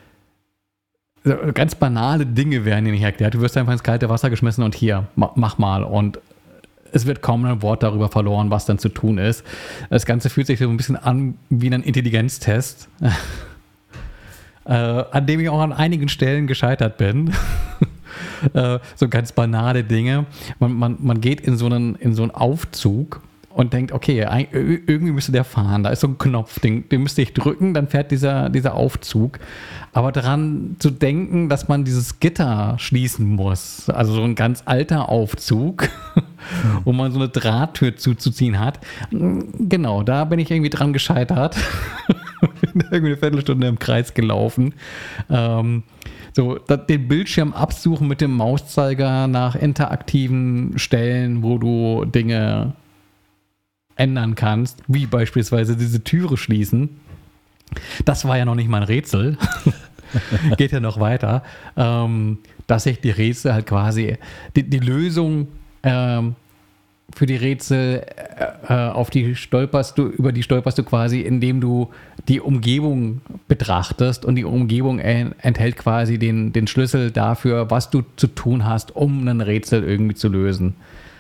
ganz banale Dinge werden dir nicht erklärt. Du wirst einfach ins kalte Wasser geschmissen und hier, mach mal. Und es wird kaum ein Wort darüber verloren, was dann zu tun ist. Das Ganze fühlt sich so ein bisschen an wie ein Intelligenztest. Äh, an dem ich auch an einigen Stellen gescheitert bin. äh, so ganz banale Dinge. Man, man, man geht in so einen, in so einen Aufzug und denkt, okay, irgendwie müsste der fahren. Da ist so ein Knopf, den, den müsste ich drücken, dann fährt dieser, dieser Aufzug. Aber daran zu denken, dass man dieses Gitter schließen muss, also so ein ganz alter Aufzug, wo man so eine Drahttür zuzuziehen hat, genau, da bin ich irgendwie dran gescheitert. Irgendwie eine Viertelstunde im Kreis gelaufen. Ähm, so, das, den Bildschirm absuchen mit dem Mauszeiger nach interaktiven Stellen, wo du Dinge ändern kannst, wie beispielsweise diese Türe schließen. Das war ja noch nicht mal ein Rätsel. Geht ja noch weiter. Ähm, dass ich die Rätsel halt quasi, die, die Lösung ähm, für die Rätsel äh, auf die stolperst du, über die stolperst du quasi, indem du die Umgebung betrachtest und die Umgebung en- enthält quasi den, den Schlüssel dafür, was du zu tun hast, um ein Rätsel irgendwie zu lösen.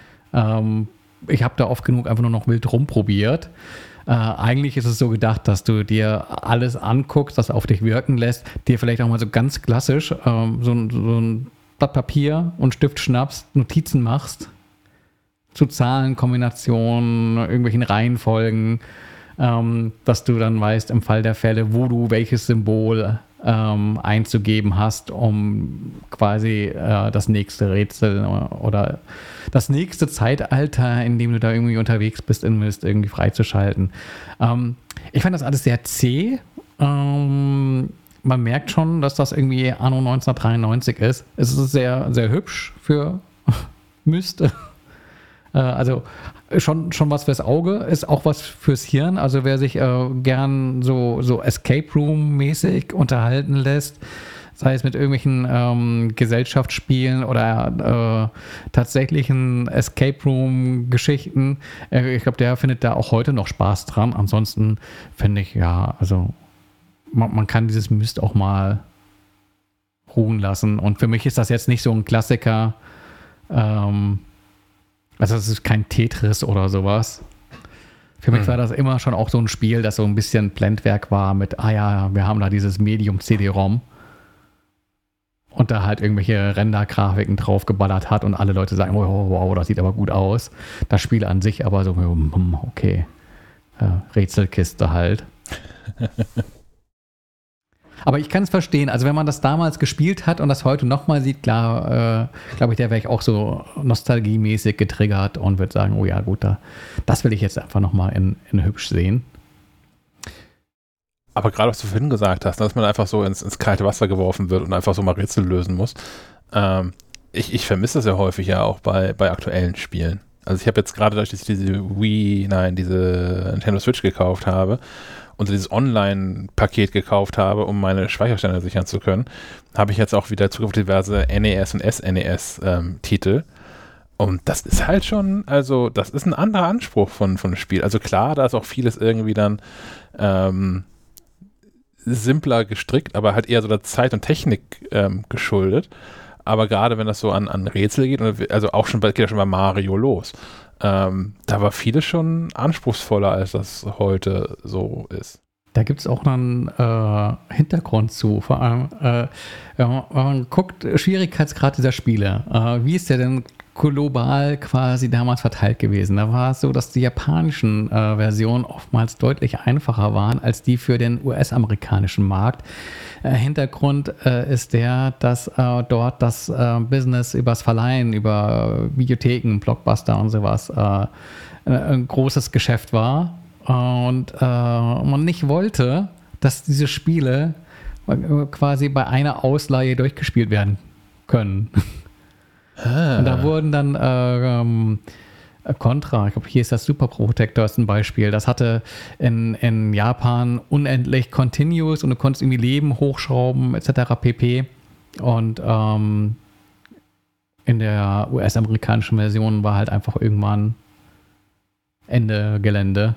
Ähm, ich habe da oft genug einfach nur noch wild rumprobiert. Äh, eigentlich ist es so gedacht, dass du dir alles anguckst, das auf dich wirken lässt, dir vielleicht auch mal so ganz klassisch ähm, so, so ein Blatt Papier und Stift schnappst, Notizen machst, zu Zahlenkombinationen, irgendwelchen Reihenfolgen, ähm, dass du dann weißt, im Fall der Fälle, wo du welches Symbol ähm, einzugeben hast, um quasi äh, das nächste Rätsel oder das nächste Zeitalter, in dem du da irgendwie unterwegs bist, irgendwie freizuschalten. Ähm, ich fand das alles sehr zäh. Ähm, man merkt schon, dass das irgendwie Anno neunzehnhundertdreiundneunzig ist. Es ist sehr, sehr hübsch für Myst. Also schon, schon was fürs Auge, ist auch was fürs Hirn. Also wer sich äh, gern so, so Escape Room-mäßig unterhalten lässt, sei es mit irgendwelchen ähm, Gesellschaftsspielen oder äh, tatsächlichen Escape Room-Geschichten, äh, ich glaube, der findet da auch heute noch Spaß dran. Ansonsten finde ich, ja, also man, man kann dieses Mist auch mal ruhen lassen. Und für mich ist das jetzt nicht so ein Klassiker, ähm, also es ist kein Tetris oder sowas. Für mich hm. war das immer schon auch so ein Spiel, das so ein bisschen Blendwerk war mit, ah ja, wir haben da dieses Medium C D-ROM und da halt irgendwelche Render-Grafiken draufgeballert hat und alle Leute sagen, oh, wow, wow, das sieht aber gut aus. Das Spiel an sich aber so, okay, ja, Rätselkiste halt. Aber ich kann es verstehen. Also wenn man das damals gespielt hat und das heute nochmal sieht, klar, äh, glaube ich, der wäre ich auch so nostalgiemäßig getriggert und würde sagen, oh ja, gut, da, das will ich jetzt einfach nochmal in, in hübsch sehen. Aber gerade was du vorhin gesagt hast, dass man einfach so ins, ins kalte Wasser geworfen wird und einfach so mal Rätsel lösen muss. Ähm, ich, ich vermisse das ja häufig ja auch bei, bei aktuellen Spielen. Also ich habe jetzt gerade, dass ich diese Wii, nein, diese Nintendo Switch gekauft habe, und dieses Online-Paket gekauft habe, um meine Speicherstände sichern zu können, habe ich jetzt auch wieder Zugriff auf diverse N E S und S N E S-Titel. Ähm, und das ist halt schon, also das ist ein anderer Anspruch von, von dem Spiel. Also klar, da ist auch vieles irgendwie dann ähm, simpler gestrickt, aber halt eher so der Zeit und Technik ähm, geschuldet. Aber gerade wenn das so an, an Rätsel geht, also auch schon bei, geht ja schon bei Mario los, Ähm, da war vieles schon anspruchsvoller, als das heute so ist. Da gibt es auch einen äh, Hintergrund zu. Vor allem, äh, wenn man guckt, Schwierigkeitsgrad dieser Spiele. Äh, wie ist der denn global quasi damals verteilt gewesen. Da war es so, dass die japanischen äh, Versionen oftmals deutlich einfacher waren als die für den U S-amerikanischen Markt. Äh, Hintergrund äh, ist der, dass äh, dort das äh, Business übers Verleihen, über Videotheken, Blockbuster und sowas äh, ein großes Geschäft war und äh, man nicht wollte, dass diese Spiele quasi bei einer Ausleihe durchgespielt werden können. Ah. Und da wurden dann äh, ähm, Contra, ich glaube, hier ist das Super Protector, ist ein Beispiel. Das hatte in, in Japan unendlich Continuous und du konntest irgendwie Leben hochschrauben et cetera pp. Und ähm, in der U S-amerikanischen Version war halt einfach irgendwann Ende Gelände.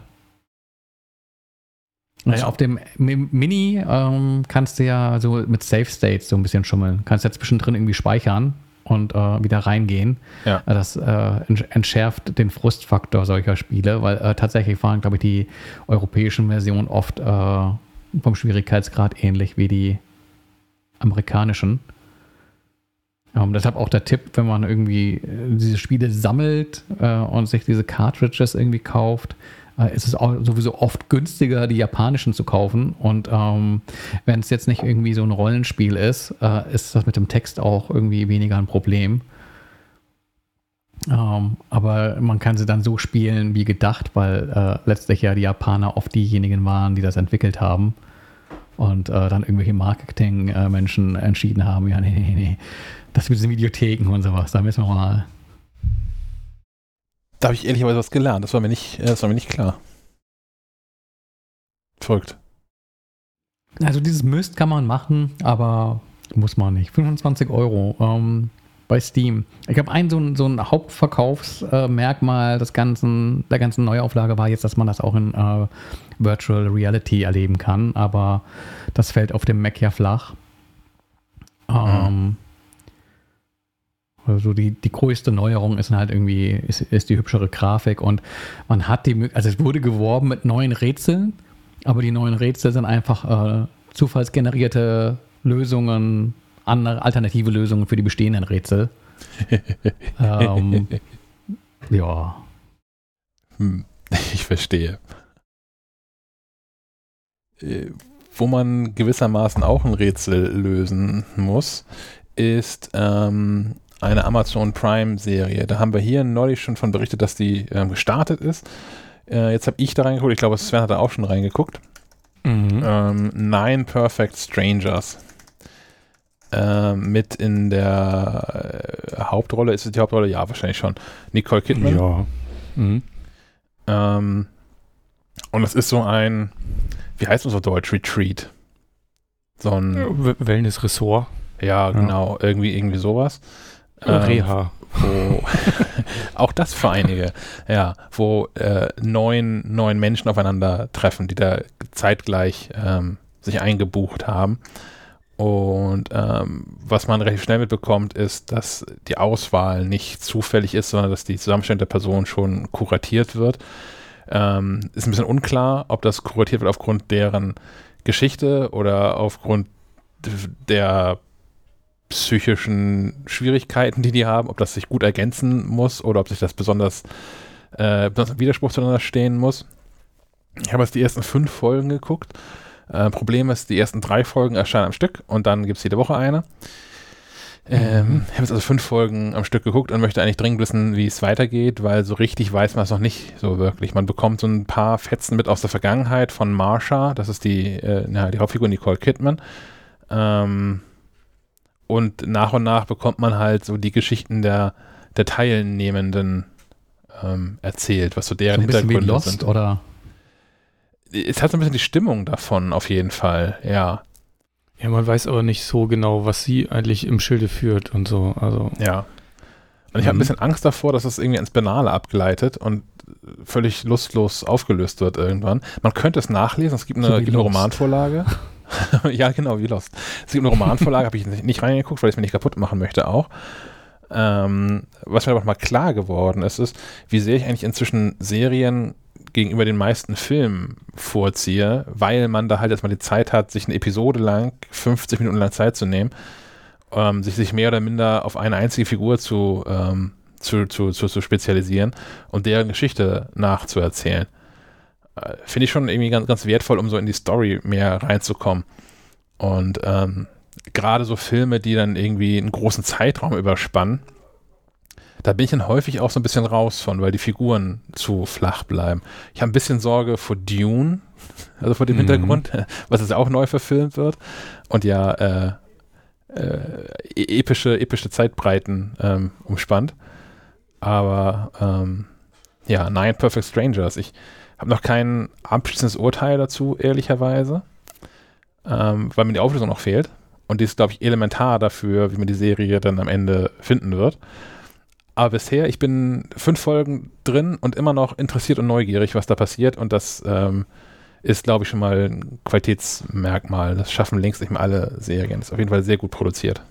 Also auf dem Mini ähm, kannst du ja so mit Save States so ein bisschen schummeln. Kannst ja zwischendrin irgendwie speichern und äh, wieder reingehen. Ja. Das äh, entschärft den Frustfaktor solcher Spiele, weil äh, tatsächlich waren, glaube ich, die europäischen Versionen oft äh, vom Schwierigkeitsgrad ähnlich wie die amerikanischen. Ähm, deshalb auch der Tipp, wenn man irgendwie äh, diese Spiele sammelt äh, und sich diese Cartridges irgendwie kauft, äh, ist es auch sowieso oft günstiger, die japanischen zu kaufen. Und ähm, wenn es jetzt nicht irgendwie so ein Rollenspiel ist, äh, ist das mit dem Text auch irgendwie weniger ein Problem. Ähm, aber man kann sie dann so spielen wie gedacht, weil äh, letztlich ja die Japaner oft diejenigen waren, die das entwickelt haben. Und äh, dann irgendwelche Marketing-Menschen äh, entschieden haben, ja, nee, nee, nee, das mit diesen Videotheken und sowas, da müssen wir mal. Da habe ich ehrlicherweise was gelernt, das war mir nicht, das war mir nicht klar. Verrückt. Also dieses Mist kann man machen, aber muss man nicht. fünfundzwanzig Euro ähm, bei Steam. Ich glaube, ein so ein, so ein Hauptverkaufsmerkmal des ganzen, der ganzen Neuauflage war jetzt, dass man das auch in äh, Virtual Reality erleben kann, aber das fällt auf dem Mac ja flach. Ähm, mhm. Also die, die größte Neuerung ist halt irgendwie, ist, ist die hübschere Grafik und man hat die Möglichkeit, also es wurde geworben mit neuen Rätseln, aber die neuen Rätsel sind einfach äh, zufallsgenerierte Lösungen, andere alternative Lösungen für die bestehenden Rätsel. ähm, ja. Hm, ich verstehe. Wo man gewissermaßen auch ein Rätsel lösen muss, ist ähm, eine Amazon Prime-Serie. Da haben wir hier neulich schon von berichtet, dass die ähm, gestartet ist. Äh, jetzt habe ich da reingeguckt. Ich glaube, Sven hat da auch schon reingeguckt. Mhm. Ähm, Nine Perfect Strangers. Äh, mit in der äh, Hauptrolle. Ist es die Hauptrolle? Ja, wahrscheinlich schon. Nicole Kidman. Ja. Mhm. Ähm, und das ist so ein, wie heißt das auf Deutsch? Retreat. So ein ja, Wellness-Ressort. Ja, genau. Ja. Irgendwie, irgendwie sowas. Ähm, Reha. Wo auch das für einige, ja, wo äh, neun, neun Menschen aufeinander treffen, die da zeitgleich ähm, sich eingebucht haben. Und ähm, was man recht schnell mitbekommt, ist, dass die Auswahl nicht zufällig ist, sondern dass die Zusammenstellung der Person schon kuratiert wird. Ähm, ist ein bisschen unklar, ob das kuratiert wird aufgrund deren Geschichte oder aufgrund der psychischen Schwierigkeiten, die die haben, ob das sich gut ergänzen muss oder ob sich das besonders, äh, besonders im Widerspruch zueinander stehen muss. Ich habe jetzt die ersten fünf Folgen geguckt. Äh, Problem ist, die ersten drei Folgen erscheinen am Stück und dann gibt es jede Woche eine. Ähm, mhm. Ich habe jetzt also fünf Folgen am Stück geguckt und möchte eigentlich dringend wissen, wie es weitergeht, weil so richtig weiß man es noch nicht so wirklich. Man bekommt so ein paar Fetzen mit aus der Vergangenheit von Marsha, das ist die, äh, na, die Hauptfigur Nicole Kidman. Ähm, und nach und nach bekommt man halt so die Geschichten der, der Teilnehmenden ähm, erzählt, was so deren so ein bisschen Hintergründe wie Lost, sind. Oder? Es hat so ein bisschen die Stimmung davon, auf jeden Fall, ja. Ja, man weiß aber nicht so genau, was sie eigentlich im Schilde führt und so. Also. Ja. Und ich mhm. habe ein bisschen Angst davor, dass es irgendwie ins Banale abgleitet und völlig lustlos aufgelöst wird irgendwann. Man könnte es nachlesen, es gibt eine, so gibt eine Romanvorlage. Ja, genau, wie Lost. Es gibt eine Romanvorlage, habe ich nicht, nicht reingeguckt, weil ich es mir nicht kaputt machen möchte auch. Ähm, was mir aber mal klar geworden ist, ist, wie sehr ich eigentlich inzwischen Serien gegenüber den meisten Filmen vorziehe, weil man da halt jetzt mal die Zeit hat, sich eine Episode lang, fünfzig Minuten lang Zeit zu nehmen, ähm, sich, sich mehr oder minder auf eine einzige Figur zu, ähm, zu, zu, zu, zu spezialisieren und deren Geschichte nachzuerzählen. Äh, Finde ich schon irgendwie ganz, ganz wertvoll, um so in die Story mehr reinzukommen. Und ähm, gerade so Filme, die dann irgendwie einen großen Zeitraum überspannen, da bin ich dann häufig auch so ein bisschen raus von, weil die Figuren zu flach bleiben. Ich habe ein bisschen Sorge vor Dune, also vor dem mhm. Hintergrund, was jetzt auch neu verfilmt wird und ja äh, äh, epische, epische Zeitbreiten ähm, umspannt. Aber ähm, ja, Nine Perfect Strangers. Ich habe noch kein abschließendes Urteil dazu, ehrlicherweise, ähm, weil mir die Auflösung noch fehlt. Und die ist, glaube ich, elementar dafür, wie man die Serie dann am Ende finden wird. Aber bisher, ich bin fünf Folgen drin und immer noch interessiert und neugierig, was da passiert. Und das ähm, ist, glaube ich, schon mal ein Qualitätsmerkmal. Das schaffen längst nicht mehr alle Serien. Das ist auf jeden Fall sehr gut produziert.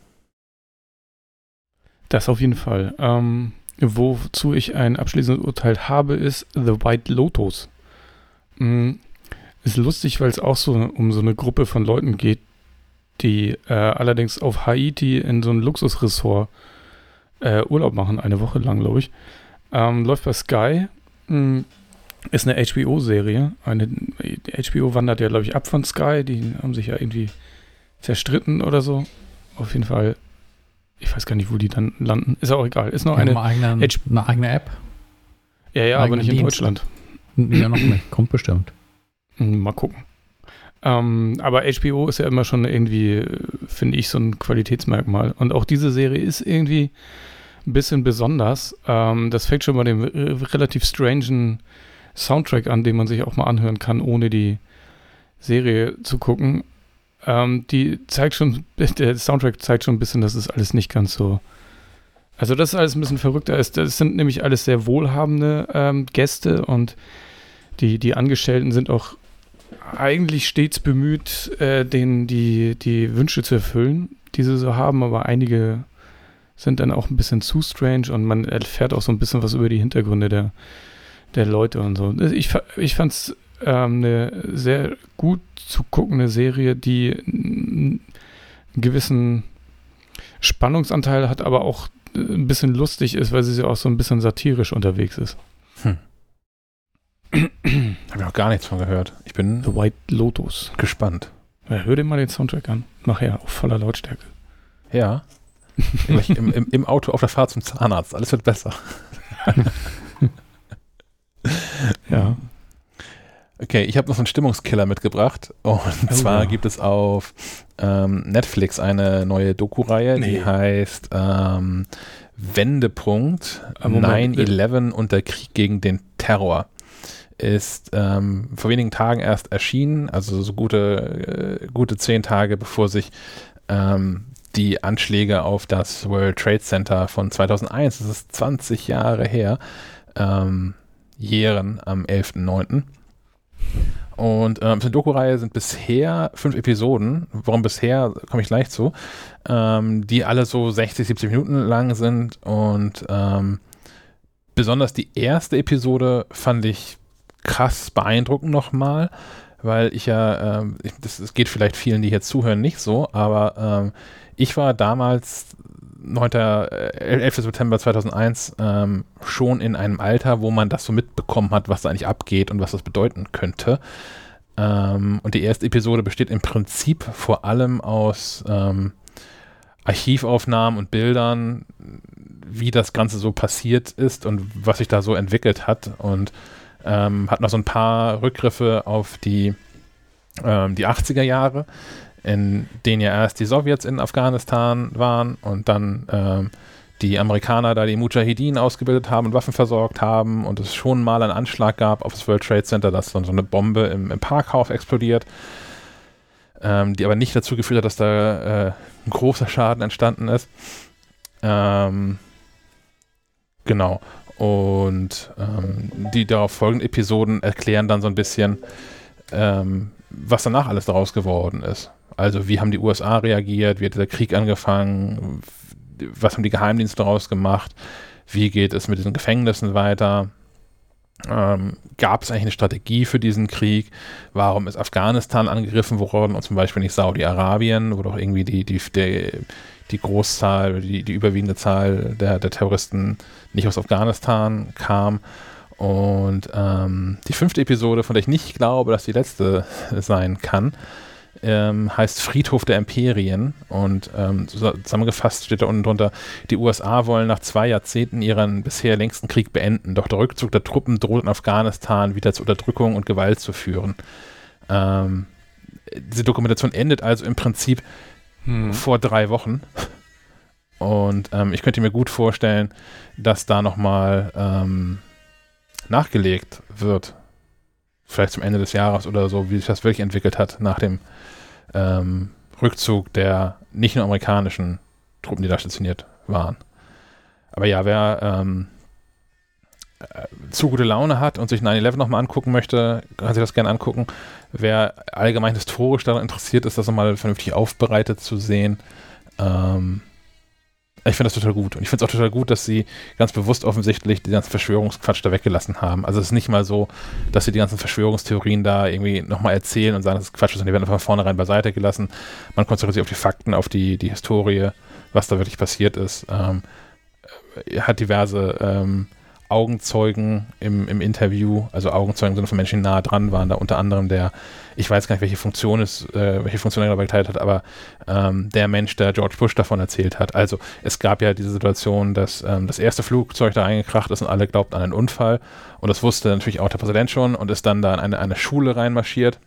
Das auf jeden Fall. Ähm, wozu ich ein abschließendes Urteil habe, ist The White Lotus. Mhm. Ist lustig, weil es auch so um so eine Gruppe von Leuten geht, die äh, allerdings auf Haiti in so einem Luxusressort Äh, Urlaub machen, eine Woche lang, glaube ich. Ähm, läuft bei Sky. Mh, ist eine H B O-Serie. Eine, H B O wandert ja, glaube ich, ab von Sky. Die haben sich ja irgendwie zerstritten oder so. Auf jeden Fall. Ich weiß gar nicht, wo die dann landen. Ist auch egal. Ist noch ja, eine, eine, eigene, eine eigene App. Ja, ja, aber nicht in Dienst. Deutschland. Ja, noch nicht. Kommt bestimmt. Mal gucken. Ähm, aber H B O ist ja immer schon irgendwie, finde ich, so ein Qualitätsmerkmal. Und auch diese Serie ist irgendwie ein bisschen besonders. Ähm, das fängt schon bei dem äh, relativ strangen Soundtrack an, den man sich auch mal anhören kann, ohne die Serie zu gucken. Ähm, die zeigt schon, der Soundtrack zeigt schon ein bisschen, dass es alles nicht ganz so, also dass es alles ein bisschen verrückter ist. Das sind nämlich alles sehr wohlhabende ähm, Gäste und die, die Angestellten sind auch eigentlich stets bemüht, äh, denen die, die Wünsche zu erfüllen, die sie so haben, aber einige sind dann auch ein bisschen zu strange und man erfährt auch so ein bisschen was über die Hintergründe der, der Leute und so. Ich, ich fand es ähm, eine sehr gut zu guckende Serie, die einen gewissen Spannungsanteil hat, aber auch ein bisschen lustig ist, weil sie auch so ein bisschen satirisch unterwegs ist. Hm. Habe ich noch gar nichts von gehört. Ich bin The White Lotus. Gespannt. Ja, hör dir mal den Soundtrack an. Nachher auf voller Lautstärke. Ja. Im, im, Im Auto auf der Fahrt zum Zahnarzt. Alles wird besser. Ja. Okay, ich habe noch so einen Stimmungskiller mitgebracht. Und oh, zwar ja. gibt es auf ähm, Netflix eine neue Doku-Reihe, nee. die heißt ähm, Wendepunkt neun elf und der Krieg gegen den Terror. Ist ähm, vor wenigen Tagen erst erschienen, also so gute, äh, gute zehn Tage, bevor sich ähm, die Anschläge auf das World Trade Center von zweitausendeins, das ist zwanzig Jahre her, ähm, jähren am elften neunten Und ähm, für die Doku-Reihe sind bisher fünf Episoden, warum bisher, komme ich gleich zu, ähm, die alle so sechzig, siebzig Minuten lang sind und ähm, besonders die erste Episode fand ich krass beeindruckend nochmal, weil ich ja, ähm, ich, das, das geht vielleicht vielen, die hier zuhören, nicht so, aber ähm, ich war damals elften September zweitausendeins ähm, schon in einem Alter, wo man das so mitbekommen hat, was da eigentlich abgeht und was das bedeuten könnte. Ähm, und die erste Episode besteht im Prinzip vor allem aus ähm, Archivaufnahmen und Bildern, wie das Ganze so passiert ist und was sich da so entwickelt hat und ähm, hat noch so ein paar Rückgriffe auf die, ähm, die achtziger Jahre, in denen ja erst die Sowjets in Afghanistan waren und dann ähm, die Amerikaner da die Mujahideen ausgebildet haben und Waffen versorgt haben und es schon mal einen Anschlag gab auf das World Trade Center, dass dann so eine Bombe im, im Parkhaus explodiert, ähm, die aber nicht dazu geführt hat, dass da äh, ein großer Schaden entstanden ist. Ähm, genau. Und ähm, die darauf folgenden Episoden erklären dann so ein bisschen, ähm, was danach alles daraus geworden ist. Also wie haben die U S A reagiert, wie hat dieser Krieg angefangen, was haben die Geheimdienste daraus gemacht, wie geht es mit diesen Gefängnissen weiter, Ähm, gab es eigentlich eine Strategie für diesen Krieg? Warum ist Afghanistan angegriffen worden und zum Beispiel nicht Saudi-Arabien, wo doch irgendwie die, die, die, die Großzahl, die, die überwiegende Zahl der, der Terroristen nicht aus Afghanistan kam? Und ähm, die fünfte Episode, von der ich nicht glaube, dass die letzte sein kann, ähm, heißt Friedhof der Imperien. Und ähm, zusammengefasst steht da unten drunter, die U S A wollen nach zwei Jahrzehnten ihren bisher längsten Krieg beenden, doch der Rückzug der Truppen droht in Afghanistan wieder zu Unterdrückung und Gewalt zu führen. Ähm, diese Dokumentation endet also im Prinzip hm. vor drei Wochen. Und ähm, ich könnte mir gut vorstellen, dass da nochmal ähm, nachgelegt wird, vielleicht zum Ende des Jahres oder so, wie sich das wirklich entwickelt hat nach dem ähm, Rückzug der nicht nur amerikanischen Truppen, die da stationiert waren. Aber ja, wer ähm, äh, zu gute Laune hat und sich nine eleven nochmal angucken möchte, kann sich das gerne angucken. Wer allgemein historisch daran interessiert ist, das nochmal vernünftig aufbereitet zu sehen, ähm, ich finde das total gut. Und ich finde es auch total gut, dass sie ganz bewusst offensichtlich die ganzen Verschwörungsquatsch da weggelassen haben. Also es ist nicht mal so, dass sie die ganzen Verschwörungstheorien da irgendwie nochmal erzählen und sagen, das ist Quatsch, sondern die werden von vornherein beiseite gelassen. Man konzentriert sich auf die Fakten, auf die, die Historie, was da wirklich passiert ist. Ähm, hat diverse ähm, Augenzeugen im, im Interview, also Augenzeugen sind von Menschen, die nahe dran waren, da unter anderem der, ich weiß gar nicht, welche Funktion ist, äh, welche Funktion er dabei geteilt hat, aber ähm, der Mensch, der George Bush davon erzählt hat. Also es gab ja diese Situation, dass ähm, das erste Flugzeug da eingekracht ist und alle glaubten an einen Unfall und das wusste natürlich auch der Präsident schon und ist dann da in eine, eine Schule reinmarschiert.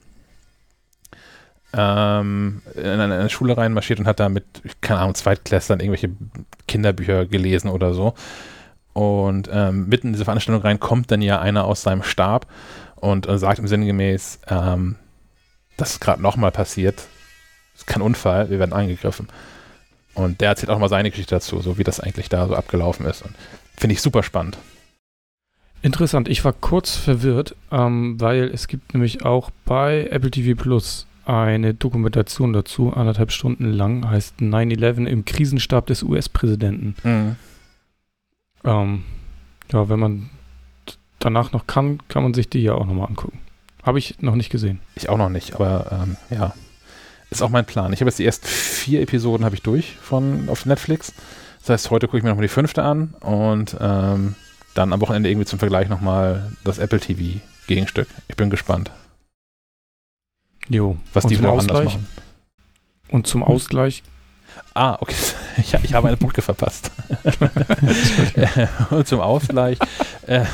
Ähm, in eine, eine Schule reinmarschiert und hat da mit, keine Ahnung, Zweitklässlern irgendwelche Kinderbücher gelesen oder so. Und ähm, mitten in diese Veranstaltung rein kommt dann ja einer aus seinem Stab und äh, sagt im sinngemäß, ähm, das ist gerade nochmal passiert. Das ist kein Unfall, wir werden angegriffen. Und der erzählt auch mal seine Geschichte dazu, so wie das eigentlich da so abgelaufen ist. Und finde ich super spannend. Interessant, ich war kurz verwirrt, ähm, weil es gibt nämlich auch bei Apple T V Plus eine Dokumentation dazu, anderthalb Stunden lang, heißt nine eleven im Krisenstab des U S-Präsidenten. Mhm. Ähm, ja, wenn man danach noch kann, kann man sich die ja auch nochmal angucken. Habe ich noch nicht gesehen. Ich auch noch nicht, aber ähm, ja, ist auch mein Plan. Ich habe jetzt die ersten vier Episoden habe ich durch von auf Netflix. Das heißt, heute gucke ich mir nochmal die fünfte an und ähm, dann am Wochenende irgendwie zum Vergleich nochmal das Apple T V-Gegenstück. Ich bin gespannt. Jo. Was und die zum wieder Ausgleich? anders machen. Und zum Ausgleich? Ah, okay. Ich, ich habe eine Punkte verpasst. Und zum Ausgleich. Äh,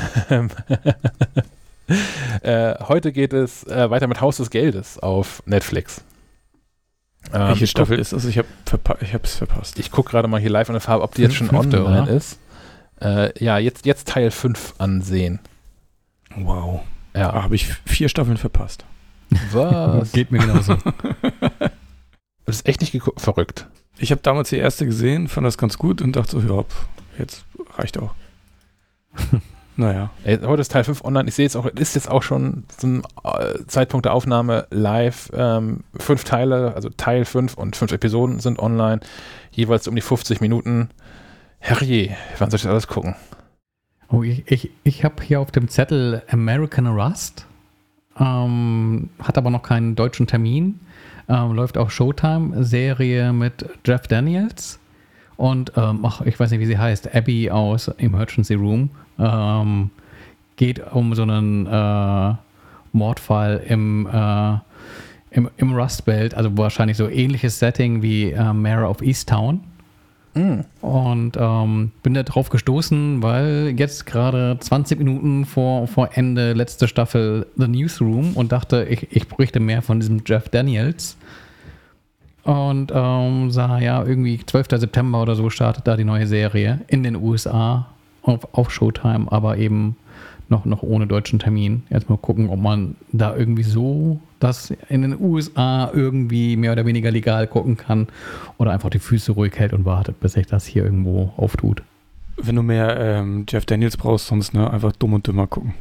äh, heute geht es äh, weiter mit Haus des Geldes auf Netflix. Ähm, Welche Staffel guck, ist das? Ich habe verpa- ich es verpasst. Ich gucke gerade mal hier live an der Farbe, ob die jetzt schon Fünfte, online oder? ist. Äh, ja, jetzt, jetzt Teil fünf ansehen. Wow. Ja. Da habe ich vier Staffeln verpasst. Was? Geht mir genauso. Das ist echt nicht geguckt. Verrückt. Ich habe damals die erste gesehen, fand das ganz gut und dachte so, ja, pff, jetzt reicht auch. Naja. Ey, heute ist Teil fünf online. Ich sehe jetzt auch, ist jetzt auch schon zum äh, Zeitpunkt der Aufnahme live. Ähm, fünf Teile, also Teil fünf und fünf Episoden sind online. Jeweils um die fünfzig Minuten. Herrje, wann soll ich das alles gucken? Oh, ich, ich, ich habe hier auf dem Zettel American Rust. Ähm, hat aber noch keinen deutschen Termin. Ähm, läuft auf Showtime, Serie mit Jeff Daniels und ähm, ach, ich weiß nicht, wie sie heißt, Abby aus Emergency Room. Ähm, geht um so einen äh, Mordfall im, äh, im, im Rust Belt, also wahrscheinlich so ähnliches Setting wie äh, Mare of Easttown. Mm. Und ähm, bin da drauf gestoßen, weil jetzt gerade zwanzig Minuten vor, vor Ende letzte Staffel The Newsroom und dachte, ich, ich bräuchte mehr von diesem Jeff Daniels. Und ähm, sah ja irgendwie zwölften September oder so startet da die neue Serie in den U S A auf, auf Showtime, aber eben noch, noch ohne deutschen Termin. Jetzt mal gucken, ob man da irgendwie so das in den U S A irgendwie mehr oder weniger legal gucken kann oder einfach die Füße ruhig hält und wartet, bis sich das hier irgendwo auftut. Wenn du mehr ähm, Jeff Daniels brauchst, sonst ne, einfach Dumm und Dümmer gucken.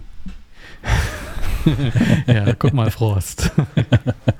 Ja, guck mal, Frost.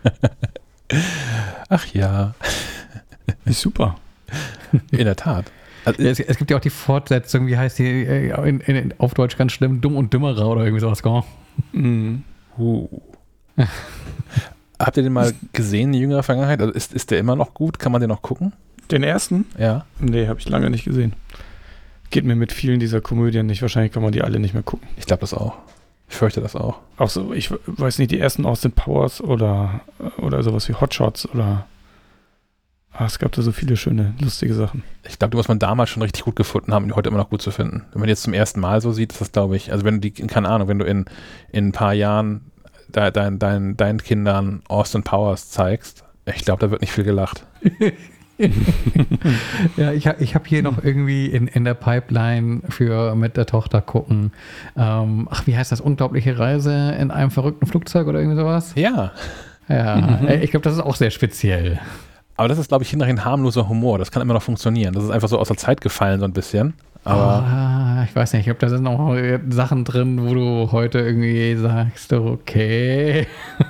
Ach ja. Ist super. In der Tat. Also, es, es gibt ja auch die Fortsetzung, wie heißt die, in, in, auf Deutsch ganz schlimm, Dumm und Dümmerer oder irgendwie sowas. Mhm. Uh. Habt ihr den mal gesehen in jüngerer Vergangenheit? Also ist, ist der immer noch gut? Kann man den noch gucken? Den ersten? Ja. Nee, habe ich lange nicht gesehen. Geht mir mit vielen dieser Komödien nicht. Wahrscheinlich kann man die alle nicht mehr gucken. Ich glaube das auch. Ich fürchte das auch. Auch so, ich weiß nicht, die ersten Austin Powers oder, oder sowas wie Hot Shots oder ah, es gab da so viele schöne, lustige Sachen. Ich glaube, die muss man damals schon richtig gut gefunden haben, die heute immer noch gut zu finden. Wenn man die jetzt zum ersten Mal so sieht, ist das, glaube ich, also wenn du die, keine Ahnung, wenn du in, in ein paar Jahren de, dein, dein, deinen Kindern Austin Powers zeigst, ich glaube, da wird nicht viel gelacht. Ja, ich habe ich hab hier noch irgendwie in, in der Pipeline für mit der Tochter gucken. Ähm, ach, wie heißt das? Unglaubliche Reise in einem verrückten Flugzeug oder irgendwie sowas? Ja. Ja, mhm. Ich glaube, das ist auch sehr speziell. Aber das ist, glaube ich, hinterher ein harmloser Humor. Das kann immer noch funktionieren. Das ist einfach so aus der Zeit gefallen, so ein bisschen. Aber ah, ich weiß nicht, ich glaube, da sind noch Sachen drin, wo du heute irgendwie sagst, okay.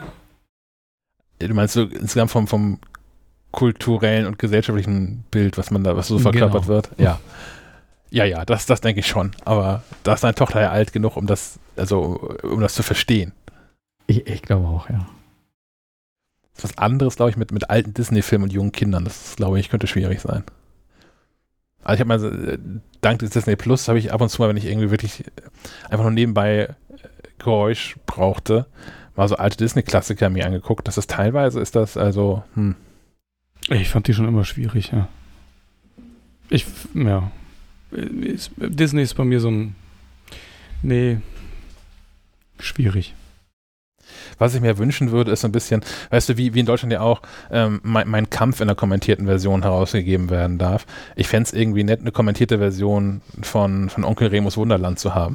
Du meinst so insgesamt vom, vom kulturellen und gesellschaftlichen Bild, was man da, was so verkörpert genau. wird. Ja. Ja, ja, das, das denke ich schon. Aber da ist deine Tochter ja alt genug, um das, also um das zu verstehen. Ich, ich glaube auch, ja. Das ist was anderes, glaube ich, mit, mit alten Disney-Filmen und jungen Kindern. Das, glaube ich, könnte schwierig sein. Also ich habe mal, dank des Disney Plus, habe ich ab und zu mal, wenn ich irgendwie wirklich einfach nur nebenbei Geräusch brauchte, mal so alte Disney-Klassiker mir angeguckt. Das ist teilweise, ist das also, hm. Ich fand die schon immer schwierig, ja. Ich, ja. Ist, Disney ist bei mir so ein, nee, schwierig. Was ich mir wünschen würde, ist so ein bisschen, weißt du, wie, wie in Deutschland ja auch ähm, mein, mein Kampf in der kommentierten Version herausgegeben werden darf. Ich fände es irgendwie nett, eine kommentierte Version von, von Onkel Remus Wunderland zu haben.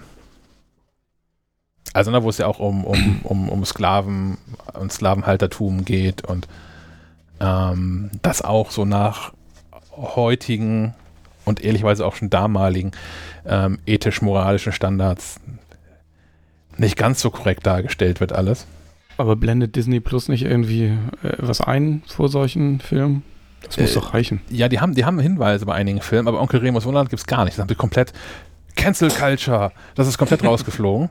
Also, ne, wo es ja auch um, um, um, um Sklaven und Sklavenhaltertum geht und ähm, das auch so nach heutigen und ehrlicherweise auch schon damaligen ähm, ethisch-moralischen Standards nicht ganz so korrekt dargestellt wird alles. Aber blendet Disney Plus nicht irgendwie äh, was ein vor solchen Filmen? Das muss äh, doch reichen. Ja, die haben, die haben Hinweise bei einigen Filmen, aber Onkel Remus Wunderland gibt es gar nicht. Das haben sie komplett Cancel Culture. Das ist komplett rausgeflogen.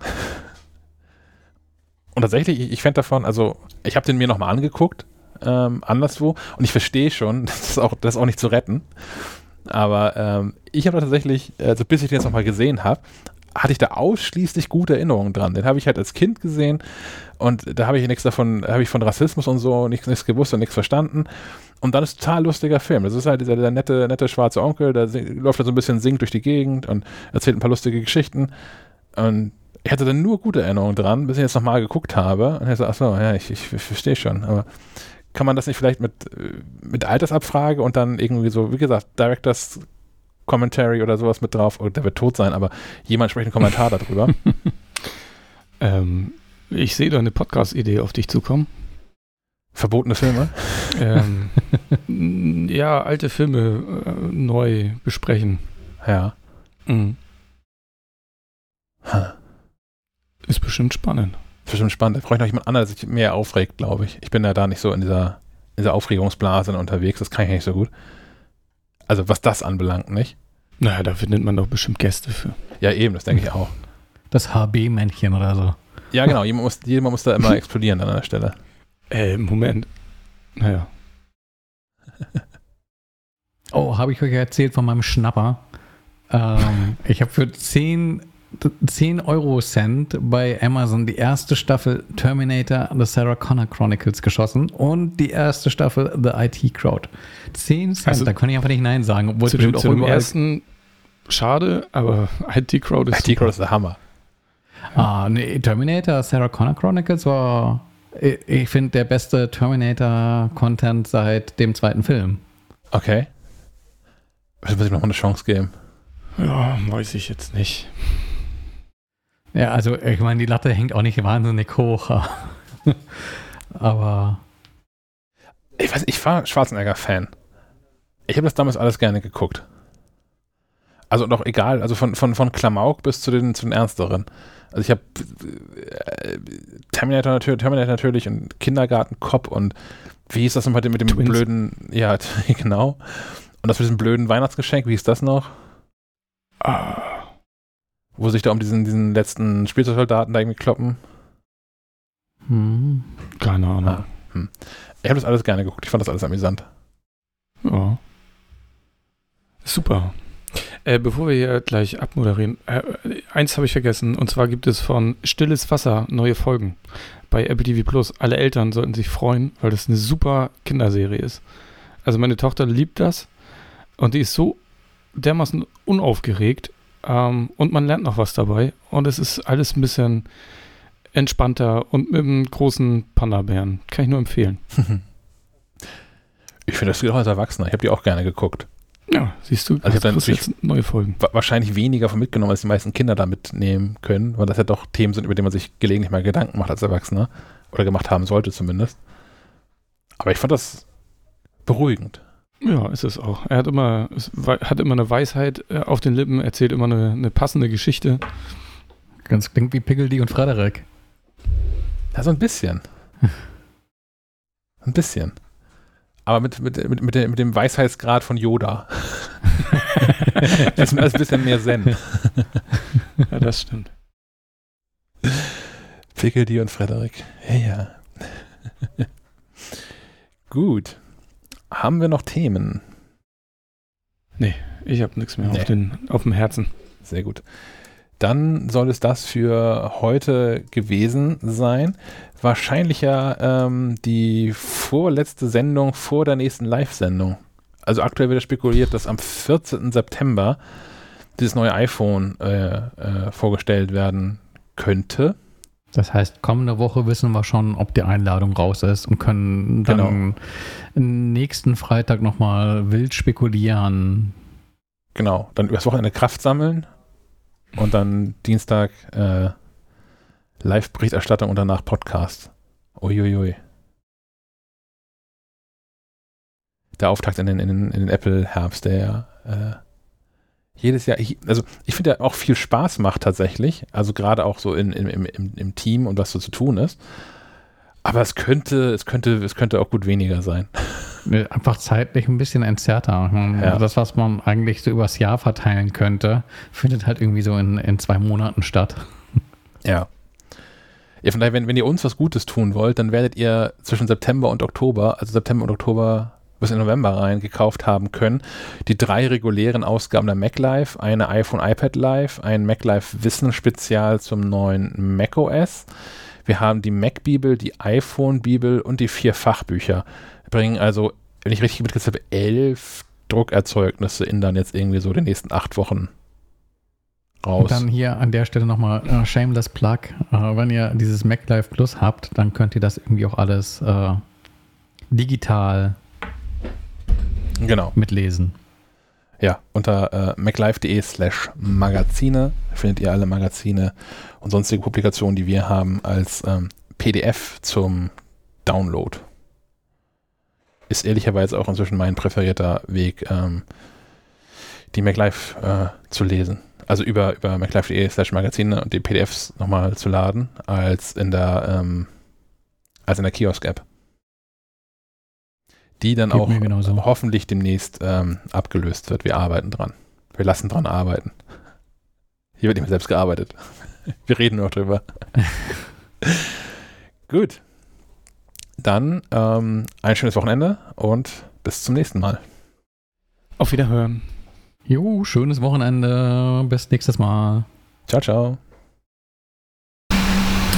Und tatsächlich, ich, ich fände davon, also ich habe den mir nochmal angeguckt, ähm, anderswo, und ich verstehe schon, das ist, auch, das ist auch nicht zu retten. Aber ähm, ich habe tatsächlich, also bis ich den jetzt nochmal gesehen habe, hatte ich da ausschließlich gute Erinnerungen dran. Den habe ich halt als Kind gesehen und da habe ich nichts davon, habe ich von Rassismus und so nichts, nichts gewusst und nichts verstanden. Und dann ist ein total lustiger Film. Das ist halt dieser der nette, nette schwarze Onkel, der sing, läuft da so ein bisschen, singt durch die Gegend und erzählt ein paar lustige Geschichten. Und ich hatte dann nur gute Erinnerungen dran, bis ich jetzt nochmal geguckt habe. Und ich so, achso, ja, ich, ich, ich verstehe schon. Aber kann man das nicht vielleicht mit, mit Altersabfrage und dann irgendwie so, wie gesagt, Directors Commentary oder sowas mit drauf, oder der wird tot sein, aber jemand spricht einen Kommentar darüber. ähm, ich sehe da eine Podcast-Idee auf dich zukommen. Verbotene Filme? ähm, ja, alte Filme äh, neu besprechen. Ja. Mhm. Huh. Ist bestimmt spannend. Bestimmt spannend. Da brauche ich noch jemand anderes, der sich mehr aufregt, glaube ich. Ich bin ja da nicht so in dieser, in dieser Aufregungsblase unterwegs, das kann ich nicht so gut. Also was das anbelangt, nicht? Naja, da findet man doch bestimmt Gäste für. Ja, eben, das denke ich auch. Das H B-Männchen oder so. Ja, genau, jemand muss, jemand muss da immer explodieren an der Stelle. Äh, Moment. Naja. Oh, habe ich euch erzählt von meinem Schnapper? Ähm, ich habe für zehn Euro Cent bei Amazon die erste Staffel Terminator The Sarah Connor Chronicles geschossen und die erste Staffel The I T Crowd. zehn Cent, also, da kann ich einfach nicht Nein sagen. Obwohl zu dem, auch zu dem ersten schade, aber I T Crowd ist I T Crowd ist der Hammer. Ah, nee, Terminator Sarah Connor Chronicles war, ich, ich finde, der beste Terminator-Content seit dem zweiten Film. Okay. Das muss ich noch mal eine Chance geben. Ja, weiß ich jetzt nicht. Ja, also ich meine, die Latte hängt auch nicht wahnsinnig hoch. Aber ich weiß, ich war Schwarzenegger-Fan. Ich habe das damals alles gerne geguckt. Also doch egal, also von, von, von Klamauk bis zu den, zu den Ernsteren. Also ich habe äh, Terminator, Terminator natürlich und Kindergarten-Cop und wie hieß das nochmal mit dem Twins. blöden, ja, genau. Und das mit diesem blöden Weihnachtsgeschenk, wie hieß das noch? Ah. Wo sich da um diesen, diesen letzten Spielzeugsoldaten da irgendwie kloppen. Hm. Keine Ahnung. Ah, hm. Ich habe das alles gerne geguckt. Ich fand das alles amüsant. Ja. Super. Äh, bevor wir hier gleich abmoderieren, äh, eins habe ich vergessen. Und zwar gibt es von Stilles Wasser neue Folgen bei Apple T V Plus. Alle Eltern sollten sich freuen, weil das eine super Kinderserie ist. Also meine Tochter liebt das. Und die ist so dermaßen unaufgeregt. Ähm, und man lernt noch was dabei. Und es ist alles ein bisschen entspannter und mit einem großen Panda-Bären. Kann ich nur empfehlen. Ich finde, das geht auch als Erwachsener. Ich habe die auch gerne geguckt. Ja, siehst du, Also ich habe dann jetzt neue Folgen. wa- wahrscheinlich weniger von mitgenommen, als die meisten Kinder da mitnehmen können, weil das ja doch Themen sind, über die man sich gelegentlich mal Gedanken macht als Erwachsener. Oder gemacht haben sollte zumindest. Aber ich fand das beruhigend. Ja, ist es auch. Er hat immer, es wei- hat immer eine Weisheit äh, auf den Lippen, erzählt immer eine, eine passende Geschichte. Ganz klingt wie Piggledy und Frederik. Ja, so ein bisschen. Ein bisschen. Aber mit, mit, mit, mit, dem, mit dem Weisheitsgrad von Yoda. Das ist alles ein bisschen mehr Zen. Ja, das stimmt. Piggledy und Frederik. Ja, ja. Gut. Haben wir noch Themen? Ich habe nichts mehr Nee. auf, den, auf dem Herzen. Sehr gut. Dann soll es das für heute gewesen sein. Wahrscheinlich ja ähm, die vorletzte Sendung vor der nächsten Live-Sendung. Also aktuell wird spekuliert, dass am vierzehnten September dieses neue iPhone äh, äh, vorgestellt werden könnte. Das heißt, kommende Woche wissen wir schon, ob die Einladung raus ist und können dann nächsten Freitag nochmal wild spekulieren. Genau, dann übers Wochenende Kraft sammeln und dann Dienstag äh, Live-Berichterstattung und danach Podcast. Uiuiui. Der Auftakt in den, in den, in den Apple-Herbst, der ja äh, jedes Jahr, ich, also ich finde, der auch viel Spaß macht tatsächlich, also gerade auch so in, in, im, im, im Team und was so zu tun ist. Aber es könnte, es könnte, es könnte auch gut weniger sein. Einfach zeitlich ein bisschen entzerrter. Ja. Das, was man eigentlich so übers Jahr verteilen könnte, findet halt irgendwie so in, in zwei Monaten statt. Ja. Ja, von daher, wenn, wenn ihr uns was Gutes tun wollt, dann werdet ihr zwischen September und Oktober, also September und Oktober bis in November rein, gekauft haben können, die drei regulären Ausgaben der MacLive, eine iPhone iPad Live, ein MacLive Wissen Spezial zum neuen macOS. Wir haben die Mac-Bibel, die iPhone-Bibel und die vier Fachbücher. Wir bringen also, wenn ich richtig mitgezählt habe, elf Druckerzeugnisse in dann jetzt irgendwie so den nächsten acht Wochen raus. Und dann hier an der Stelle nochmal äh, Shameless Plug. Äh, wenn ihr dieses MacLive Plus habt, dann könnt ihr das irgendwie auch alles äh, digital Genau. mitlesen. Ja, unter äh, maclive.de slash Magazine findet ihr alle Magazine und sonstige Publikationen, die wir haben, als ähm, P D F zum Download. Ist ehrlicherweise auch inzwischen mein präferierter Weg, ähm, die MacLive äh, zu lesen. Also über, über maclive.de slash Magazine und die P D Fs nochmal zu laden, als in der, ähm, als in der Kiosk-App. Die dann Geht auch mir genauso. hoffentlich demnächst ähm, abgelöst wird. Wir arbeiten dran. Wir lassen dran arbeiten. Hier wird nicht mehr selbst gearbeitet. Wir reden nur drüber. Gut. Dann ähm, ein schönes Wochenende und bis zum nächsten Mal. Auf Wiederhören. Jo, schönes Wochenende. Bis nächstes Mal. Ciao, ciao.